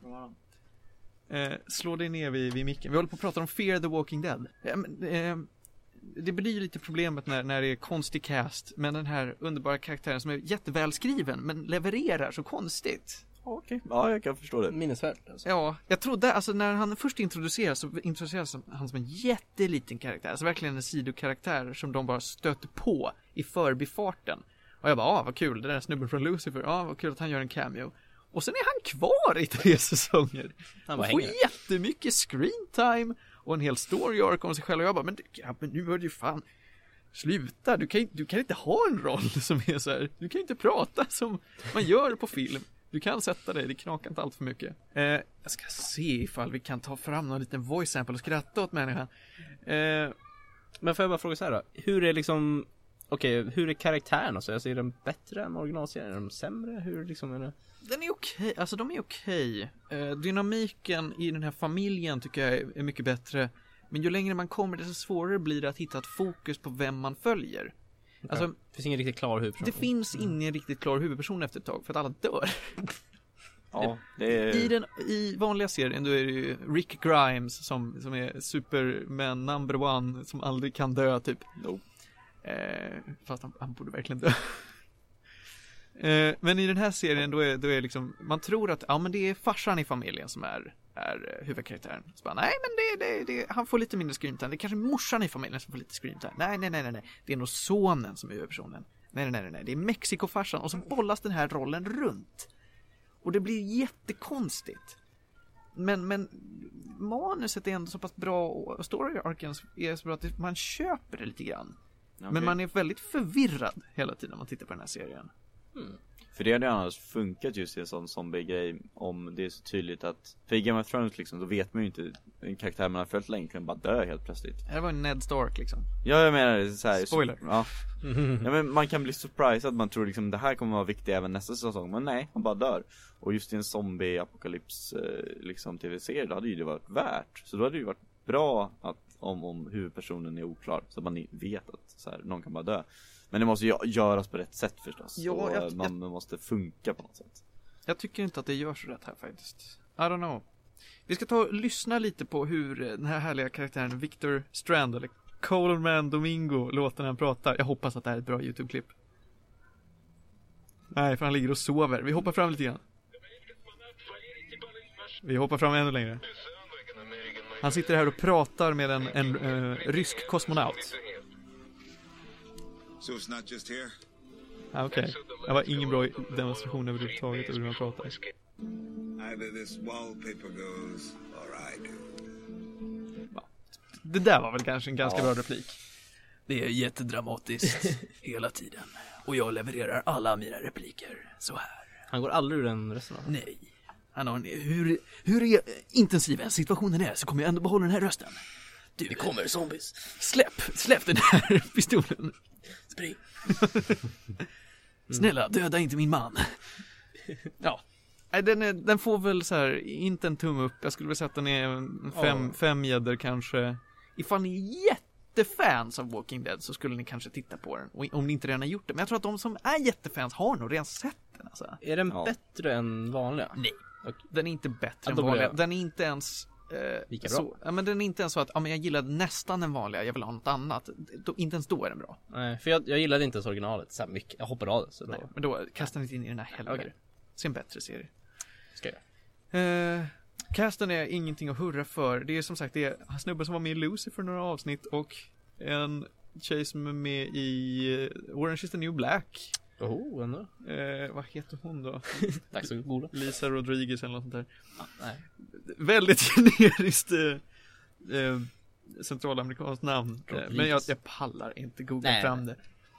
Eh, slå dig ner vid, vid micken. Vi håller på att prata om Fear the Walking Dead. Eh, men, eh, det blir lite problemet när, när det är konstig cast, men den här underbara karaktären som är jättevälskriven men levererar så konstigt. Okej, okay. Ja, jag kan förstå det. Minnesvärt alltså. Ja, jag trodde, alltså när han först introduceras så introduceras han som en jätteliten karaktär, alltså verkligen en sidokaraktär som de bara stöter på i förbifarten. Och jag bara, ah vad kul, det där snubben från Lucifer, ah vad kul att han gör en cameo. Och sen är han kvar i tre säsonger. Han får jättemycket screen time och en hel story arc om sig själv. Och jag bara, men, ja, men nu är det ju fan, sluta, du kan, du kan inte ha en roll som är så här. Du kan inte prata som man gör på film. Du kan sätta dig, det knakar inte allt för mycket. Eh, jag ska se ifall vi kan ta fram någon liten voice sample och skratta åt människan. Eh, men får jag bara fråga så här då? Hur är liksom, okej, okay, hur är karaktären? Alltså, alltså, är den bättre än originalserien? Är de sämre? Hur liksom är det? Den är okej, alltså de är okej. Eh, dynamiken i den här familjen tycker jag är, är mycket bättre. Men ju längre man kommer desto svårare blir det att hitta ett fokus på vem man följer. Okay. Alltså, det finns ingen riktigt klar huvudperson. Det finns ingen riktigt klar huvudperson efter ett tag för att alla dör. Ja, det är... I den i vanliga serien då är det ju Rick Grimes som, som är Superman number one som aldrig kan dö typ. Nope. Eh, fast han, han borde verkligen dö. eh, men i den här serien då är, då är liksom, man tror att ja, men det är farsan i familjen som är, är huvudkaraktären. Så bara, nej men det, det, det, han får lite mindre screentime. Det är kanske morsan i familjen som får lite screentime. Nej, nej, nej, nej, nej. Det är nog sonen som är huvudpersonen. Nej, nej, nej, nej. Det är Mexikofarsan. Och så bollas den här rollen runt. Och det blir jättekonstigt. Men, men manuset är ändå så pass bra och story-arken är så bra att man köper det lite grann. Okay. Men man är väldigt förvirrad hela tiden när man tittar på den här serien. Mm. För det hade ju annars funkat just i en sån zombie-grej om det är så tydligt att för i Game of Thrones liksom, då vet man ju inte en karaktär man har följt länge kan bara dö helt plötsligt. Det var en Ned Stark liksom. Ja, jag menar så här, spoiler. Så, ja. Ja, men man kan bli surprised att man tror liksom det här kommer vara viktigt även nästa säsong, men nej, han bara dör. Och just i en zombie-apokalyps liksom tv-serie, då hade ju det varit värt. Så då hade det ju varit bra att om, om huvudpersonen är oklar, så att man vet att så här, någon kan bara dö. Men det måste ju göras på rätt sätt förstås. Ja, jag, man jag, måste funka på något sätt. Jag tycker inte att det görs rätt här faktiskt. I don't know. Vi ska ta och lyssna lite på hur den här härliga karaktären Victor Strand eller Coleman Domingo låter när han pratar. Jag hoppas att det här är ett bra YouTube-klipp. Nej, för han ligger och sover. Vi hoppar fram lite grann. Vi hoppar fram ännu längre. Han sitter här och pratar med en, en uh, rysk kosmonaut. So it's not just here? Ah, okej. Okay. Det var ingen bra demonstration överhuvudtaget över hur man pratar. Either this wallpaper goes or I do. Ja. Det där var väl kanske en ganska ja. bra replik. Det är jättedramatiskt hela tiden. Och jag levererar alla mina repliker så här. Han går aldrig ur den resten av. Nej. Han har en, hur, hur är intensiv situationen är så kommer jag ändå behålla den här rösten. Du, det kommer zombies. Släpp, släpp den här pistolen. Spring. Snälla, döda inte min man. Ja. Nej, den, är, den får väl så här, inte en tumme upp. Jag skulle väl sätta ner en fem, oh. fem gäddor kanske. Ifall ni är jättefans av Walking Dead så skulle ni kanske titta på den. Och om ni inte redan har gjort det. Men jag tror att de som är jättefans har nog redan sett skiten alltså. Är den Ja. bättre än vanliga? Nej. Okej. Den är inte bättre Ja, än då blir vanliga. jag- Den är inte ens eh, Lika så, bra. ja, men den är inte ens så att ja, men jag gillade nästan den vanliga, jag vill ha något annat. Då, inte ens då är den bra. Nej, för jag, jag gillade inte ens originalet så här mycket. Jag hoppade av det, så Nej, då men då kastar ni inte in i den här heller. Okej. Se en bättre serie. ska jag. Eh, casten är ingenting att hurra för. Det är som sagt, det är snubben som var med i Lucy för några avsnitt och en tjej som är med i eh, Orange is the New Black. Oh, ändå. Eh, vad heter hon då? Dags att googla. Lisa Rodriguez eller något sånt där. Nej. Väldigt generiskt eh, eh, centralamerikanskt namn. Eh, Rodriguez. men jag, jag pallar inte googla Nej, fram det.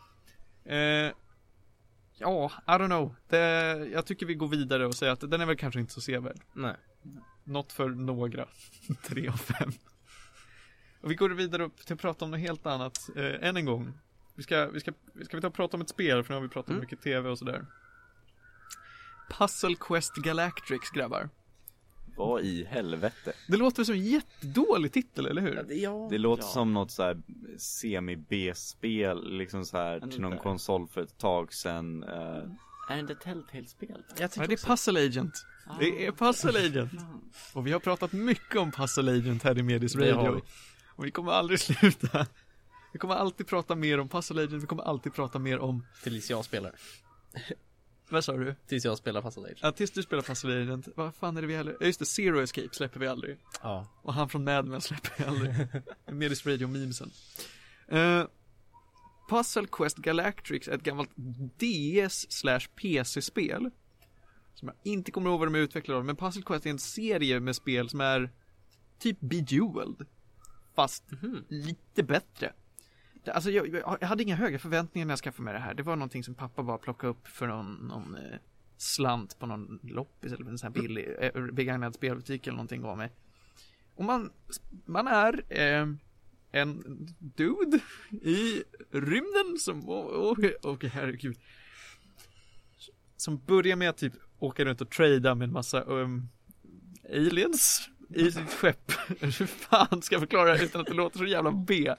Eh, ja, I don't know. Det, jag tycker vi går vidare och säger att den är väl kanske inte så sevärd. Nej. Något för några. Tre av fem. Och vi går vidare upp till att prata om något helt annat. Eh, än en gång. Vi ska, vi ska, ska vi ta och prata om ett spel, för nu har vi pratat om Mm. mycket tv och sådär. Puzzle Quest Galactrix, grabbar. Vad i helvete? Det låter som en jättedålig titel, eller hur? Ja. Det låter Ja. som något så här semi-B-spel, liksom så här Men till någon vänta. konsol för ett tag sedan. eh, Är det inte Telltale-spel? Jag Nej, det är Puzzle Agent. Det är Puzzle Agent. Och vi har pratat mycket om Puzzle Agent här i Medis Det har Radio. vi. Och vi kommer aldrig sluta. Vi kommer alltid prata mer om Puzzle Agent. Vi kommer alltid prata mer om... Tills jag spelar. Vad sa du? Tills jag spelar Puzzle Age. Ja, tills du spelar Puzzle Agent. Vad fan är det vi heller? Ja, just det, Zero Escape släpper vi aldrig. Ja. Och han från Mad Men släpper vi aldrig. Medis Radio memesen. Uh, Puzzle Quest Galactrix är ett gammalt D S slash P C-spel. Som jag inte kommer ihåg vad de är utvecklade av. Men Puzzle Quest är en serie med spel som är typ Bejeweled. Fast lite bättre. Det- Alltså jag, jag hade inga höga förväntningar när jag skaffade med det här. Det var någonting som pappa bara plockade upp för någon, någon eh, slant på någon loppis eller en sån här billig eh, begagnad spelbutik eller någonting gav mig. Och man, man är eh, en dude i rymden som, åh oh, oh, oh, herregud. Som börjar med att typ åka runt och trada med en massa um, aliens i sitt skepp. Hur fan ska jag förklara det utan att det låter så jävla B?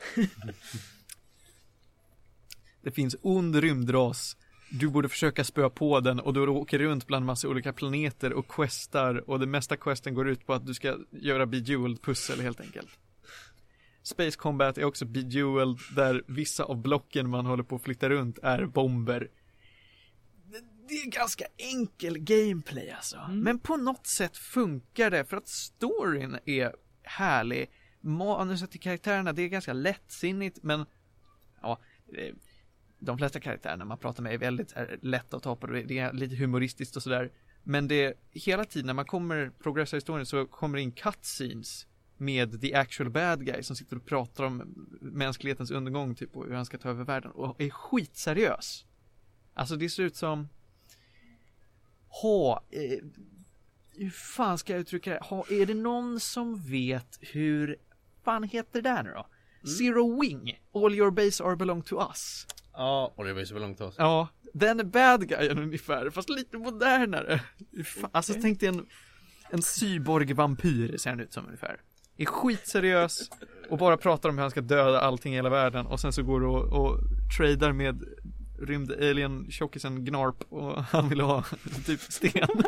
Det finns ond rymdras. Du borde försöka spöa på den och du åker runt bland massa olika planeter och questar, och det mesta questen går ut på att du ska göra Bejeweled pussel helt enkelt. Space Combat är också Bejeweled, där vissa av blocken man håller på att flytta runt är bomber. Det, det är ganska enkel gameplay alltså. Men på något sätt funkar det för att storyn är härlig. Manuset till karaktärerna, det är ganska lättsinnigt, men ja, det, de flesta karaktärerna man pratar med är väldigt är lätta att ta på. Det är lite humoristiskt och sådär. Men det hela tiden när man kommer progressa historien så kommer det in cutscenes med the actual bad guy som sitter och pratar om mänsklighetens undergång typ och hur han ska ta över världen och är skitseriös. Alltså det ser ut som ha eh, hur fan ska jag uttrycka det? Ha, är det någon som vet hur fan heter det där nu då? Zero Wing. All your base are belong to us. Ja, och det var ju så långt till oss. Ja, den är bad guyen ungefär, fast lite modernare. Fan, alltså tänk dig en, en cyborg-vampyr ser han ut som ungefär. Är skitseriös och bara pratar om hur han ska döda allting i hela världen. Och sen så går du och, och tradar med rymd-alien tjockisen Gnarp och han vill ha typ sten.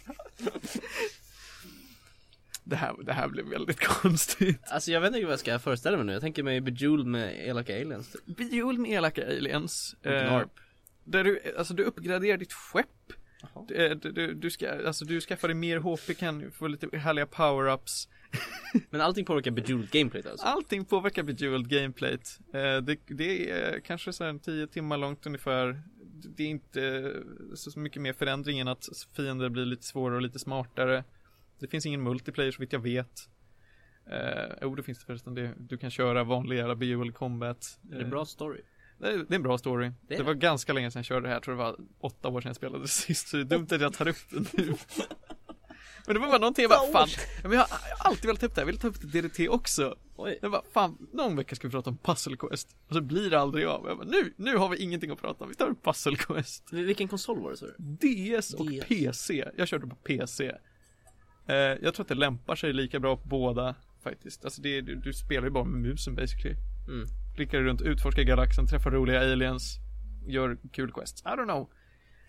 Det här, det här blev väldigt konstigt. Alltså jag vet inte vad jag ska föreställa mig nu. Jag tänker mig Bejeweled med elaka aliens typ. Bejeweled med elaka aliens. Och Gnarp. Där du, alltså du uppgraderar ditt skepp. Jaha. Du, du, du, du, ska, alltså du skaffar dig mer H P, kan få lite härliga power-ups. Men allting påverkar Bejeweled gameplay alltså. Allting påverkar Bejeweled gameplayt. Eh, det, det är kanske så här tio timmar långt ungefär. Det är inte så mycket mer förändring än att fiender blir lite svårare och lite smartare. Det finns ingen multiplayer så vitt jag vet. Eh, jo, det finns det förresten. Det, du kan köra vanlig jävla Bejeweled combat. Det är en bra story. Det är, det är en bra story. Det Det, är var ganska länge sedan jag körde det här. Jag tror det var åtta år sedan jag spelade sist. Så det är dumt att jag tar upp det nu. Men det var bara någonting jag bara, fan. Men jag har jag har alltid velat ta upp det här. Jag vill ta upp det D D T också. Oj. Jag bara, fan, någon vecka ska vi prata om Puzzle Quest. Och så blir det aldrig av. Jag bara, nu, nu har vi ingenting att prata om. Vi tar upp Puzzle Quest. Vilken konsol var det så? D S och D S. P C. Jag körde på P C. Eh, jag tror att det lämpar sig lika bra på båda faktiskt. Alltså det, du, du spelar ju bara med musen basically. Mm. Klickar runt, utforskar galaxen, träffar roliga aliens, gör kul quests. I don't know.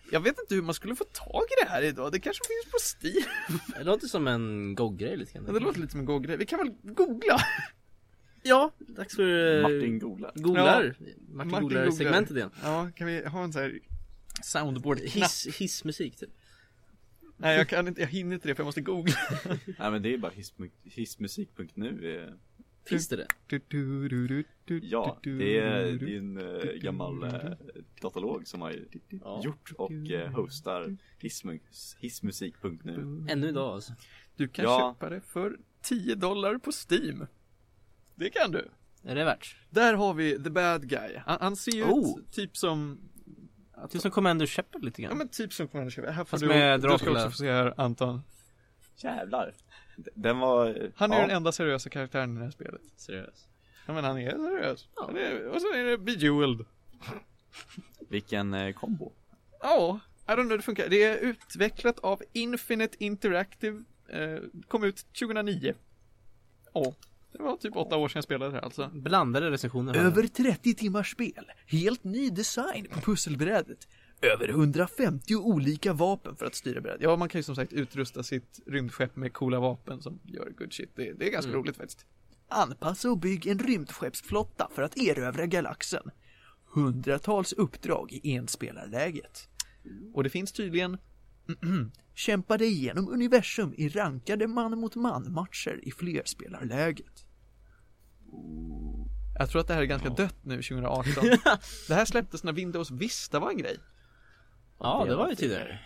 Jag vet inte hur man skulle få tag i det här idag. Det kanske finns på Steam. Det låter som en G O G-grej lite grann. Ja, det låter lite som en G O G-grej. Vi kan väl googla? Ja, dags för uh, Martin googlar. Googlar. Ja, Martin, Martin googlar segmentet igen. Ja, kan vi ha en så här soundboard Hiss, hissmusik typ. Nej, jag kan inte, jag hinner inte det för jag måste googla. Nej men det är bara hissmusik punkt nu. Finns det det? Ja, det är, det är en äh, gammal äh, datalog som har Ja. gjort och äh, hostar hissmusik punkt nu. Ännu idag alltså. Du kan Ja. köpa det för tio dollar på Steam. Det kan du. Är det värt? Där har vi the bad guy. Han, han ser ju Oh. ut typ som... Typ som Commander Shepard lite Ja grann. men typ som Commander Shepard. Här får Fast du, med du ska Dracula. också få se här, Anton. Jävlar. Den var... Han är ja. den enda seriösa karaktären i det här spelet. Seriöst. Ja men han är seriös. Ja. Han är, och så är det Bejeweled. Vilken eh, kombo. Ja, I don't know hur det funkar. Det är utvecklat av Infinite Interactive. Eh, kom ut tjugohundranio. Ja, det var typ åtta år sedan jag spelade det här alltså. Blandade recensioner. Över trettio timmars spel. Helt ny design på pusselbrädet. Över hundrafemtio olika vapen för att styra brädet. Ja, man kan ju som sagt utrusta sitt rymdskepp med coola vapen som gör good shit. Det, det är ganska Mm. roligt faktiskt. Anpassa och bygg en rymdskeppsflotta för att erövra galaxen. Hundratals uppdrag i enspelarläget. Och det finns tydligen kämpa dig igenom universum i rankade man mot man matcher i flerspelarläget. Jag tror att det här är ganska dött nu tjugo arton. Det här släpptes när Windows Vista var en grej. Ja, det var ju tidigare.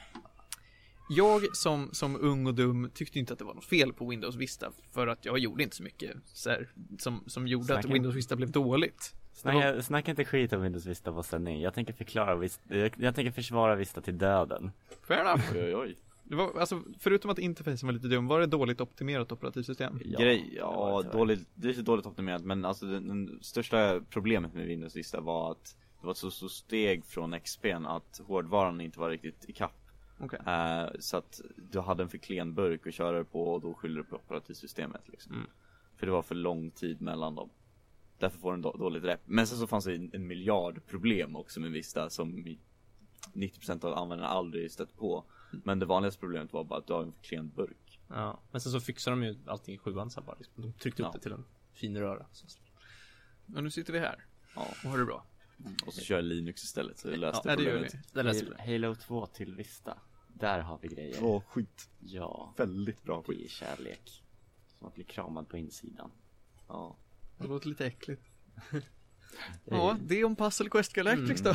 Jag som, som ung och dum tyckte inte att det var något fel på Windows Vista. För att jag gjorde inte så mycket så här, som, som gjorde Snacka. att Windows Vista blev dåligt. Snacka, snacka inte skit om Windows Vista på sändning. Jag tänker förklara Vista, jag, jag tänker försvara Vista till döden. Fair enough. Oj, oj, oj. Det var, alltså, förutom att interfacen var lite dum, var det dåligt optimerat operativsystem? Ja, Grej, det var ja, det tyvärr. dåligt, det är så dåligt optimerat. Men alltså den, den största problemet med Windows Vista var att det var ett så, så steg från X P:n att hårdvaran inte var riktigt i kapp. Okej. Eh, så att du hade en för klen burk att köra det på och då skyller du på operativsystemet liksom. Mm. För det var för lång tid mellan dem. Därför får den då, dåligt rep. Men sen så fanns det en, en miljard problem också med Vista som i nittio procent av användarna aldrig stött på. Men det vanligaste problemet var bara att du har en för klen burk. Ja, men sen så fixar de ju allting i sjuan så bara liksom. De tryckte upp Ja. det till en fin röra. Så. Och nu sitter vi här Ja. och har det bra. Och så kör jag Linux istället så det löste Ja, det gör problemet. vi. Det läser Halo, Halo två till Vista. Där har vi grejer. Åh, skit. Ja, Väldigt bra det skit. är kärlek. Som att bli kramad på insidan. Ja. Det låter lite äckligt. Det är- Ja, det är om Puzzle Quest Galactic Mm. då.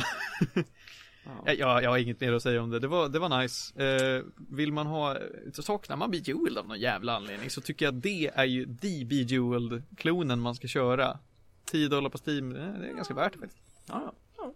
Ja. Ja, jag, jag har inget mer att säga om det. Det var, det var nice. Eh, vill man ha, så saknar man Bejeweled av någon jävla anledning så tycker jag att det är ju the Bejeweled-klonen man ska köra. tio dollar på Steam, det är ganska värt det faktiskt. Ja,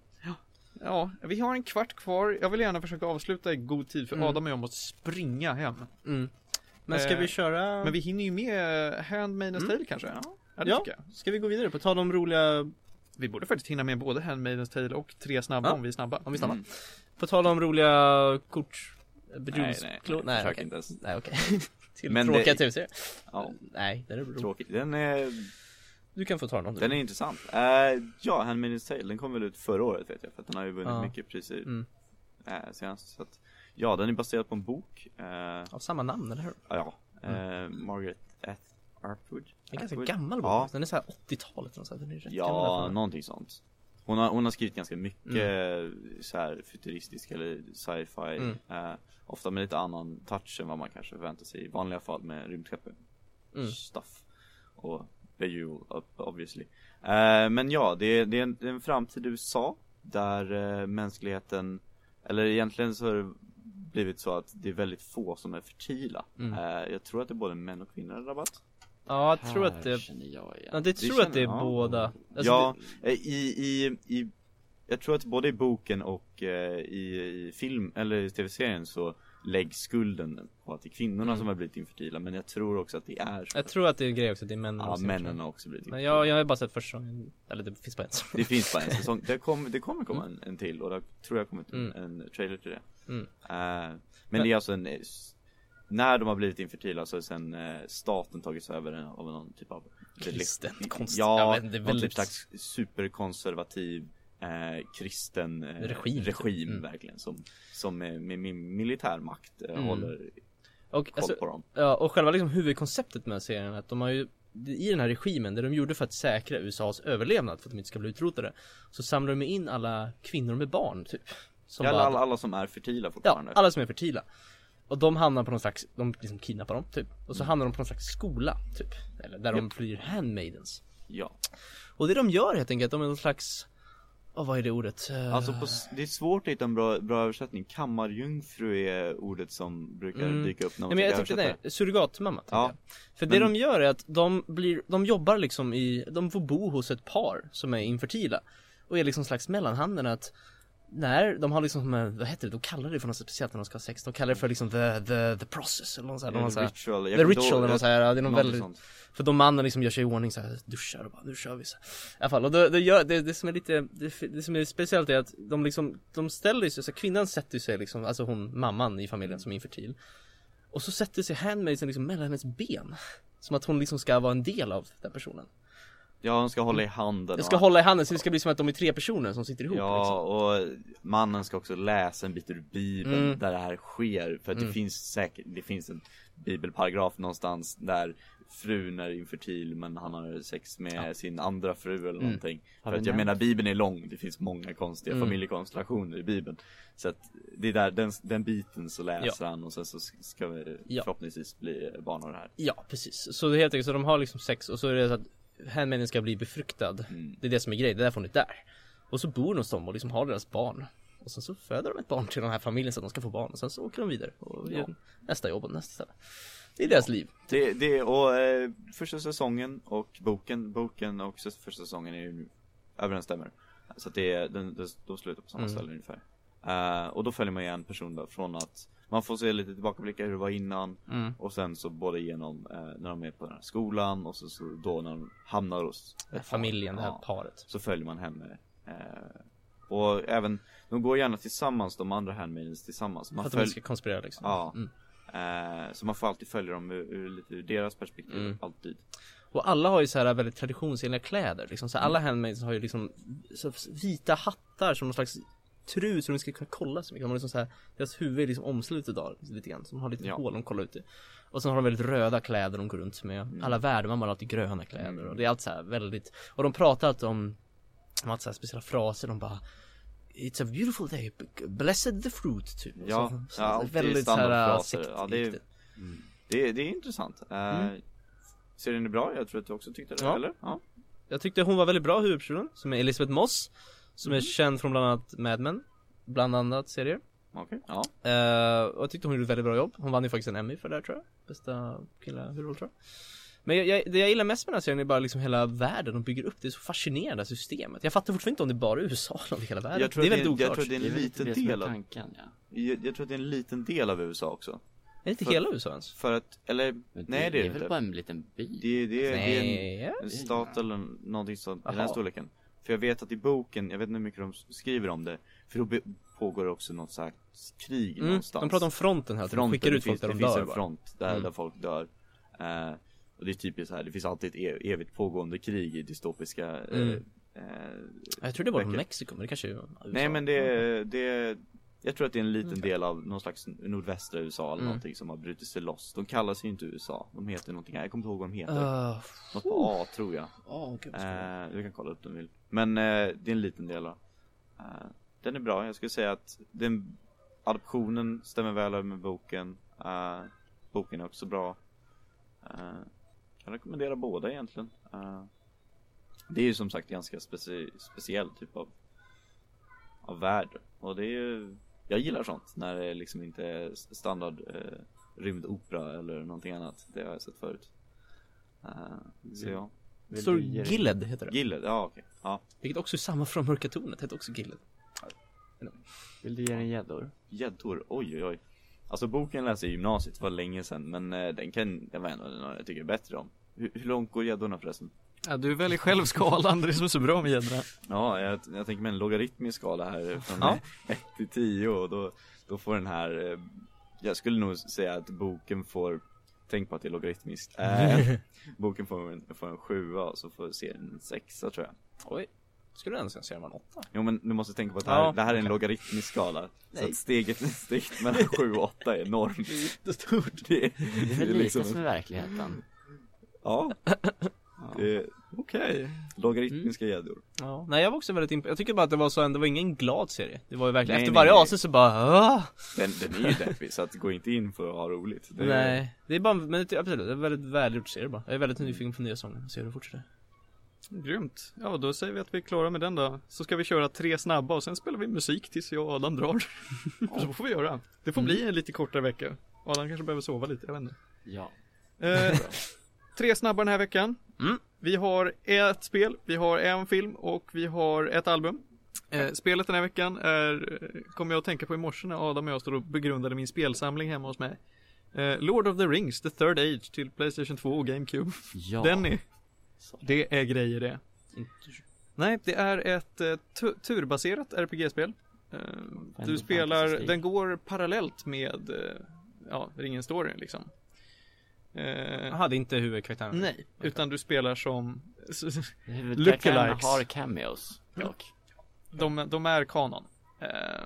Ja, vi har en kvart kvar. Jag vill gärna försöka avsluta i god tid för Mm. Adam och jag måste springa hem. Mm. Men ska Eh, vi köra... Men vi hinner ju med Handmaid's Mm. Tale kanske? Ja, det Ja. tycker jag. Ska vi gå vidare på tal om roliga... Vi borde faktiskt hinna med både Handmaid's Tale och tre snabba Ja. om vi är snabba. Om vi snabba. Mm. På tal om roliga kort... Nej, Bejeweled- nej, klo- nej, nej, försök okej. inte ens. Nej, okej. Till Men tråkiga det- tv-serier. Ja, Nej, det är roligt. tråkigt. Den är, Du kan få ta den om du den är vill. intressant. Uh, ja, Handmaid's Tale, den kom väl ut förra året vet jag. För att den har ju vunnit Ja. mycket priser Mm. uh, senast. Så att, ja, den är baserad på en bok. Uh, Av samma namn, eller hur? ja, uh, Margaret Ath- Atwood. Det är ganska Atwood. gammal bok. Ja. Den är så här åttiotalet eller så. Den är rätt gammal Ja, för mig. någonting sånt. Hon har, hon har skrivit ganska mycket Mm. så här futuristisk eller sci-fi. Mm. Eh, ofta med lite annan touch än vad man kanske förväntar sig i vanliga fall med rymdskeppen. Mm. Stuff. Och Bejeweled, obviously. Eh, men ja, det är, det är en, det är en framtid i U S A där eh, mänskligheten, eller egentligen så har det blivit så att det är väldigt få som är fertila. Mm. Eh, jag tror att det är både män och kvinnor rabatt. Ja, jag tror att Här det... känner jag igen. Ja, det Det tror jag att det är känner- ja. båda. Alltså, ja, det- eh, i, i, i jag tror att både i boken och eh, i, i film eller i tv-serien så läggs skulden på att det är kvinnorna Mm. som har blivit infertila, men jag tror också att det är så. Jag tror att det är en grej också, att det är männen Ja, också, männen tror har jag. också blivit Men infertila. jag, jag har bara sett första säsongen. Eller det finns bara en säsong. Det finns bara en säsong. Det kommer, det kommer komma en, en till och det tror jag kommer en, Mm. en trailer till det. Mm. Eh, men det är alltså en eh, s- när de har blivit infertila så har sen eh, staten tagits över en- av någon typ av Kristen konst. Ja, Ja, men det är någon väldigt- typ slags superkonservativ eh, kristen eh, Regim, regim mm. verkligen som, som med, med, med militärmakt eh, Mm. håller Och, koll alltså, på dem. ja, och själva liksom huvudkonceptet med serien är att de har ju i den här regimen, det de gjorde för att säkra U S A:s överlevnad för att de inte ska bli utrotade, så samlar de in alla kvinnor med barn typ som Ja, bara, alla, alla som är fertila ja, fortfarande. alla som är fertila. Och de hamnar på någon slags, de liksom kidnappar dem typ. Och så hamnar de på någon slags skola typ. Eller där de Japp. blir handmaidens. Ja. Och det de gör helt enkelt, de är någon slags, oh, vad är det ordet? Eh, Alltså på, s- det är svårt att hitta en bra, bra översättning. Kammarjungfru är ordet som brukar Mm. dyka upp när Nej, man men jag ska tyckte översätta det är surrogatmamma tänkte Ja. jag. För Men- det de gör är att de blir, de jobbar liksom i, de får bo hos ett par som är infertila. Och är liksom slags mellanhanden att när de har liksom, eh, vad heter det, de kallar det för något speciellt när de ska ha sex. De kallar det för liksom the, the, the process eller något sånt. Ja, Någon the så här- ritual. Jag The kommer inte ritual ihåg- eller något så här, ja, det är någon något väldigt, sånt. för de mannen liksom gör sig i ordning så här, duschar och bara, nu kör vi så här. I alla fall, och det, det, gör, det, det som är lite, det, det som är speciellt är att de liksom, de ställer sig, så kvinnan sätter sig liksom, alltså hon, mamman i familjen som är infertil. Och så sätter sig handmaidsen liksom mellan hennes ben. Som att hon liksom ska vara en del av den personen. Ja, de ska hålla i handen. Den ska och- hålla i handen så det ska bli som att de är tre personer som sitter ihop Ja, liksom. och mannen ska också läsa en bit ur Bibeln Mm. där det här sker. För att det finns säkert, det finns en bibelparagraf någonstans där frun är infertil men han har sex med sin andra fru eller Mm. någonting. Har För vi att jag nämnt- menar, Bibeln är lång, det finns många konstiga Mm. familjekonstellationer i Bibeln. Så att det är där, den, den biten så läser han och sen så ska vi Ja. förhoppningsvis bli barn av det här. Ja, precis. Så det är helt enkelt, så de har liksom sex och så är det så att handmaiden ska bli befruktad. Mm. Det är det som är grejen, det är därför hon är där. Och så bor de hos dem och liksom har deras barn. Och sen så föder de ett barn till den här familjen så att de ska få barn. Och sen så åker de vidare och Ja. gör nästa jobb och nästa ställe. Det är deras liv. Det, det och eh, första säsongen och boken, boken och s- första säsongen är ju överensstämmer. Så att det är, den, den, de slutar på samma Mm. ställe ungefär. Eh, och då följer man igen person då, från att man får se lite tillbakablickar hur det var innan. Mm. Och sen så både igenom eh, när de är på den här skolan och så, så då när de hamnar hos Den här ett par. familjen, det här Ja, paret. så följer man henne. Eh, och även, de går gärna tillsammans, de andra handmaidens tillsammans. För Man att de följ- ska konspirera liksom. Ja. Mm. Eh, så man får alltid följa dem ur, ur, lite ur deras perspektiv, Mm. alltid. Och alla har ju så här väldigt traditionsenliga kläder liksom. Så alla handmaids har ju liksom så vita hattar som någon slags trus så de ska kunna kolla så mycket. De har liksom så här, deras huvud är liksom omslutet av lite grann. Så de har lite Ja. hål de kollar ut i. Och sen har de väldigt röda kläder de går runt med. Alla värdemammor har alltid gröna kläder. Mm. Och det är allt så här väldigt. Och de pratar alltid om, om allt så här speciella fraser. De bara It's a beautiful day, blessed the fruit typ. Ja, så, så, ja, alltid väldigt så här standardfraser. Ja, det är- sektliktigt. Det, är- det är intressant. Eh, Mm. Serien är bra, jag tror att du också tyckte det, Ja. eller? Ja. Jag tyckte hon var väldigt bra, huvudpersonen. Som är Elisabeth Moss. Som är Mm. känd från bland annat Mad Men. Bland annat serier. Okej, ja. Eh, och jag tyckte hon gjorde ett väldigt bra jobb. Hon vann ju faktiskt en Emmy för det här, tror jag. Bästa kvinnliga huvudroll, tror jag. Men jag, jag, det jag gillar mest med den här serien är bara liksom hela världen de bygger upp. Det är så fascinerande systemet. Jag fattar fortfarande inte om det är bara U S A eller hela världen. Jag tror det är att väldigt det, jag oklart. tror att det är Det är en väl liten det som är del av, tanken, ja. jag, jag tror att det är en liten del av U S A också. Är det inte för- hela U S A ens? För att, eller, Men nej det, det är är det väl inte. bara en liten bit. Det, det, är- det är en, Nej. en stat eller någonting sånt, i Jaha. den storleken. För jag vet att i boken, jag vet inte hur mycket de skriver om det. För då be- pågår det också något så här krig Mm, någonstans. de pratar om fronten här. De Fronten, skickar det ut folk finns, där det de finns dör en bara. front där, Mm. där folk dör. Eh, och det är typiskt så här, det finns alltid ett e- evigt pågående krig i dystopiska eh, Mm. eh, Jag tror det var från böcker. Mexiko, men det kanske är U S A. Nej men det, det jag tror att det är en liten Okej. del av någon slags nordvästra U S A eller Mm. någonting som har brutit sig loss. De kallar sig ju inte U S A, de heter någonting här, jag kommer inte ihåg vad de heter. Uh, Något på A tror jag. oh, gud, vad ska jag- Eh, du kan kolla upp om du vill. Men eh, det är en liten del av. Eh, den är bra, jag skulle säga att den, adoptionen stämmer väl över med boken. Eh, boken är också bra. Eh, kan rekommendera båda egentligen. Eh, det är ju som sagt ganska speci- speciell typ av av värld. Och det är ju, jag gillar sånt när det liksom inte är standard eh, rymdopera eller någonting annat. Det har jag sett förut. Eh, så ja. Det står Gilead heter det. Gillet, ja okej. Ja. Vilket också är samma från Mörka Tornet, heter också Gilead. Vill du ge den gäddor? Gäddor, oj oj oj. Alltså boken läste jag i gymnasiet, var länge sedan. Men eh, den kan, jag vet inte, den jag tycker bättre om. Hur, hur långt går gäddorna förresten? Ja, du väljer själv skalan, det är det som är så bra med gäddorna. Ja, jag, jag tänker med en logaritmisk skala här från Ja. ett till tio och då, då får den här, eh, jag skulle nog säga att boken får, tänk på att det är logaritmiskt, äh, boken får en, får en sjua och så får serien en sexa tror jag. Oj. Skulle du ens säga man åtta? Jo, men du måste tänka på att det här, Ja, det här är en okej. logaritmisk skala. Så Nej. att steget, steget mellan sju och åtta är enormt. Det är jättestort. Det är, Det är väl lite som i verkligheten. Ja, det är Okej. logaritmiska gäddor. Ja. Nej, jag var också väldigt imp- Jag tycker bara att det var så en, det var ingen glad serie. Det var ju verkligen, Nej, efter nej, varje nej. avsnitt så bara Åh! Den, den är ju deppig, så att gå inte in för att ha roligt. Det är, Nej, det är bara, men det, absolut, det är en väldigt välgjort serie bara. Jag är väldigt nyfiken på nya sången, se hur det fortsätter. Grymt. Ja, då säger vi att vi är klara med den då. Så ska vi köra tre snabba och sen spelar vi musik tills jag och Adam drar. Så får vi göra. Det får bli en lite kortare vecka. Adam kanske behöver sova lite, jag vet inte. Ja. Eh, tre snabba den här veckan. Mm. Vi har ett spel, vi har en film och vi har ett album. Eh, spelet den här veckan är, kommer jag att tänka på i morse när Adam och jag står och begrundade min spelsamling hemma hos mig. Eh, Lord of the Rings, The Third Age till PlayStation två och GameCube. Ja. Den är, det är grejer det. Inte. Nej, det är ett eh, tu- turbaserat R P G-spel. Eh, du Final spelar, Fantasy. den går parallellt med eh, ja, Ringen Story liksom. Eh, Jaha, det är inte huvudkaraktären. nej, utan du spelar som Huvudkaraktärerna lookalikes. har cameos dock. de, de är kanon. Eh,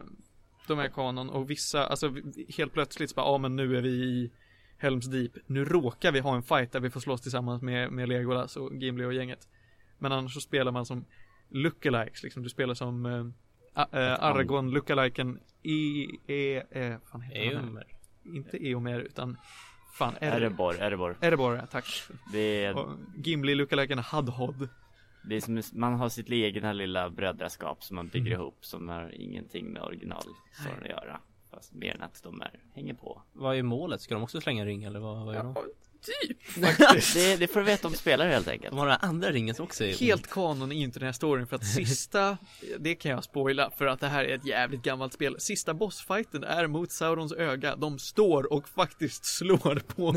de är kanon och vissa, alltså helt plötsligt så bara, ja men nu är vi i Helms Deep. Nu råkar vi ha en fight där vi får slåss tillsammans med, med Legolas och Gimli och gänget. Men annars så spelar man som lookalikes liksom. Du spelar som eh, A- eh, Aragorn lookaliken i e, e, fan heter han? Eomer. Inte Eomer utan fan Erebor, Erebor. Erebor, ja, tack. Det är, Och Gimli lookaliken Hadhod. det är som, man har sitt egna lilla brödraskap som man bygger ihop som har ingenting med originalstoryn att göra. Fast mer än att de är, hänger på. Vad är målet? Ska de också slänga en ring eller vad, vad gör de? Typ faktiskt. Det, det får du veta om spelare helt enkelt. De har den här andra ringen som också är Helt kanon är inte den här storyn för att sista, det kan jag spoila för att det här är ett jävligt gammalt spel. Sista bossfighten är mot Saurons öga. De står och faktiskt slår på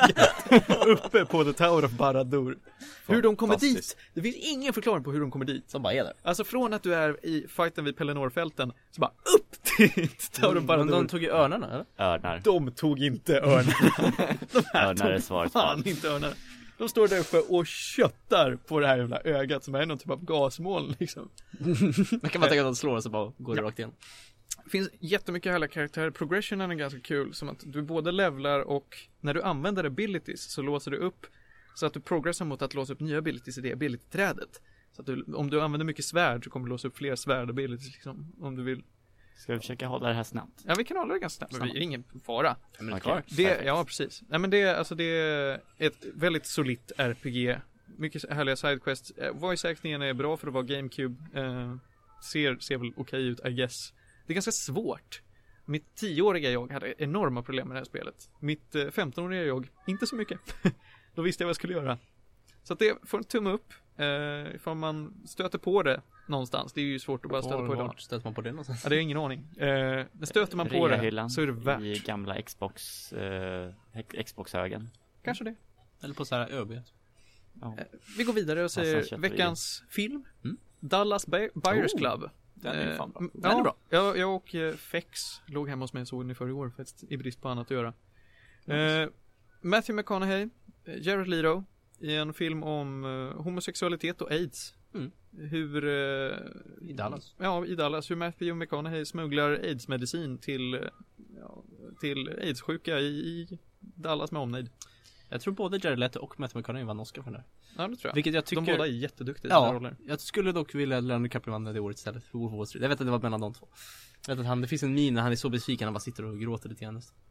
ögat uppe på The Tower of Barad-dûr. Hur de kommer dit, Fantastiskt. det finns ingen förklaring på hur de kommer dit. som bara är där. Alltså från att du är i fighten vid Pelennor-fälten så bara upp till Tower of Men de Barad-dûr. tog ju örnarna, eller? Örnar. De tog inte örnar. De här Örnar är tog svaret. fan inte örnar. De står där uppe och köttar på det här jävla ögat som är någon typ av gasmoln liksom. Man kan bara tänka att de slår och så bara går det rakt igen. Det finns jättemycket härliga karaktärer. Progressionen är ganska kul. Som att du både levlar och när du använder abilities så låser du upp så att du progressar mot att låsa upp nya abilities i det ability-trädet. Så att du, om du använder mycket svärd så kommer du låsa upp fler svärd-abilities liksom. Om du vill. Ska vi försöka hålla det här snabbt? Ja, vi kan hålla det ganska snabbt. Men det är ingen fara. Okej, Det, perfekt. ja, precis. Nej, men det, är- alltså, det är ett väldigt solitt R P G. Mycket härliga sidequests. Eh, Voice-actingen är bra för att vara GameCube. Eh, ser, ser väl okej ut, I guess. Det är ganska svårt. Mitt tioåriga jag hade enorma problem med det här spelet. Mitt eh, femtonåriga jag, inte så mycket. Då visste jag vad jag skulle göra. Så att det får en tumme upp. Eh, ifall man stöter på det någonstans. Det är ju svårt att bara stöta på idag. Vart stöter man på det någonstans? Ja, det har jag ingen aning. Eh, men stöter man på det Reahyllan så är det i värt. gamla Xbox, eh, Xbox-högen. Kanske det. Eller på så här ÖB. Ja. Vi går vidare och säger Massa köttfärger. veckans film. Mm. Dallas Bay- Buyers Oh, Club. den är ju fan bra. Eh, Den ja, är bra. Jag, jag och eh, Fex låg hemma hos mig och såg den i förra år faktiskt, i brist på annat att göra. Eh, Matthew McConaughey, eh, Jared Leto i en film om eh, homosexualitet och AIDS. Mm. Hur eh, I Dallas. Ja, i Dallas. Hur Matthew McConaughey smugglar AIDS-medicin till, eh, ja, till AIDS-sjuka i, i Dallas med omnejd. Jag tror både Jared Leto och Matthew McConaughey vann Oscar för det. Ja, det tror jag. Vilket jag tycker... De båda är jätteduktiga i sina Ja, roller. jag skulle dock vilja att Leonardo DiCaprio vann det året istället för Wolf of Wall Street. Jag vet att det var mellan de två. Jag vet att han, det finns en min när han är så besviken, han bara sitter och gråter lite grann nästan.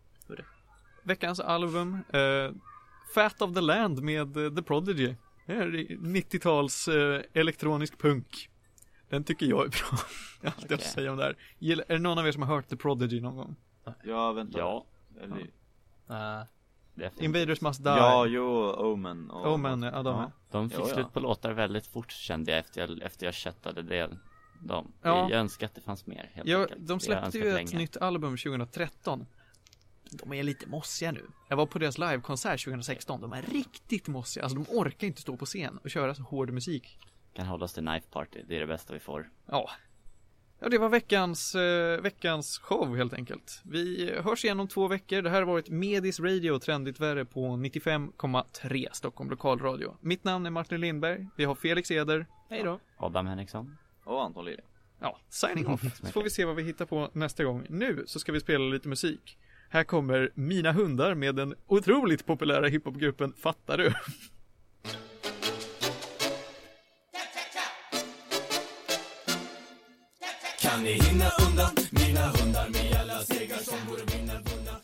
Veckans album eh, Fat of the Land med eh, The Prodigy. Det är nittio-tals eh, elektronisk punk. Den tycker jag är bra. Jag har alltid Okej. att säga om det här. Gillar, är det någon av er som har hört The Prodigy någon gång? Ja, vänta. Ja, Eller, Uh, definitivt. Invaders Must Die. ja, jo, Omen. Och, Omen, ja, de är. De fick Ja, ja. slut på låtar väldigt fort kände jag efter jag, efter jag köttade det, dem. Ja. Jag önskar att det fanns mer helt Ja, enkelt. Det de har jag släppte önskat ju ett länge. nytt album tjugohundratretton. De är lite mossiga nu. Jag var på deras livekonsert tjugohundrasexton. De är riktigt mossiga. Alltså de orkar inte stå på scen och köra så hård musik. Kan hålla oss till Knife Party, det är det bästa vi får. Ja. Ja, det var veckans, eh, veckans show helt enkelt. Vi hörs igen om två veckor. Det här har varit Medis Radio, trendigt värre på nittiofem komma tre Stockholm lokalradio. Mitt namn är Martin Lindberg. Vi har Felix Eder. hej då. Adam Henriksson. Och Anton Lilja. Ja, signing off. Så får vi se vad vi hittar på nästa gång. Nu så ska vi spela lite musik. Här kommer Mina hundar med den otroligt populära hiphopgruppen Fattar du? Kan ni hinna undan mina hundar med alla segrar som vore mina vunna?